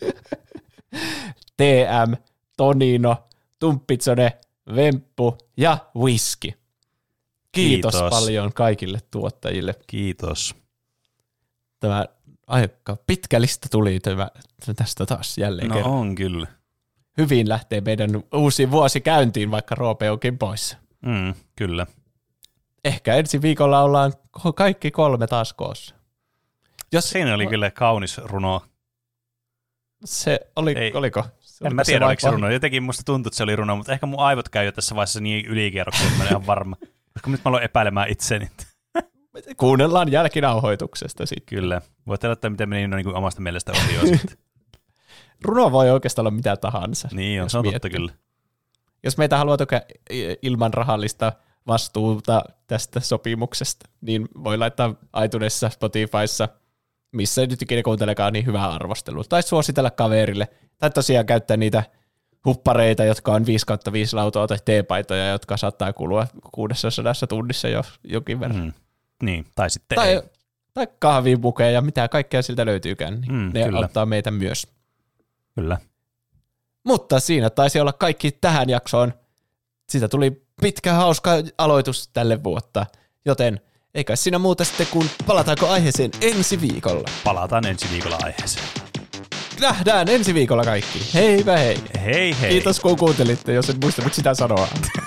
T M, Tonino, Tumppitsone, Vemppu ja Whisky. Kiitos, Kiitos paljon kaikille tuottajille. Kiitos. Tämä aika pitkä lista tuli tämä, tästä taas jälleen no kerran. On kyllä. Hyvin lähtee meidän uusi vuosi käyntiin, vaikka Roope onkin poissa. Mm, kyllä. Ehkä ensi viikolla ollaan kaikki kolme taas koossa. Jos siinä oli kyllä kaunis runo. Se oli, Ei. oliko? En mä tiedä, oliko se runo. Jotenkin musta tuntui, että se oli runo, mutta ehkä mun aivot käy jo tässä vaiheessa niin ylikierroksella, että mä en ihan varma. Koska nyt mä aloin epäilemään itseni. Kuunnellaan jälkinauhoituksesta sitten. Kyllä. Voit aloittaa, miten meni niin kuin omasta mielestä ohioon sitten. Runo voi oikeastaan olla mitä tahansa. Niin on, se on totta kyllä. Jos meitä haluaa tukea ilman rahallista vastuuta tästä sopimuksesta, niin voi laittaa iTunesissa, Spotifyssa, missä nyt ikinä kuuntelekaan niin hyvää arvostelua. Tai suositella kaverille. Tai tosiaan käyttää niitä huppareita, jotka on viisi kautta viisi lautoa tai teepaitoja, jotka saattaa kulua kuusisataa tunnissa jo jokin verran. Mm. Niin, tai sitten tai, ei. Tai kahvimukeja ja mitä kaikkea siltä löytyykään. Niin mm, ne kyllä. Auttaa meitä myös. Kyllä. Mutta siinä taisi olla kaikki tähän jaksoon. Siitä tuli pitkä hauska aloitus tälle vuotta, joten eikä siinä muuta sitten kuin palataanko aiheeseen ensi viikolla. Palataan ensi viikolla aiheeseen. Nähdään ensi viikolla kaikki. Heipä hei. Hei hei. Kiitos kun kuuntelitte, jos en muistanut sitä sanoa.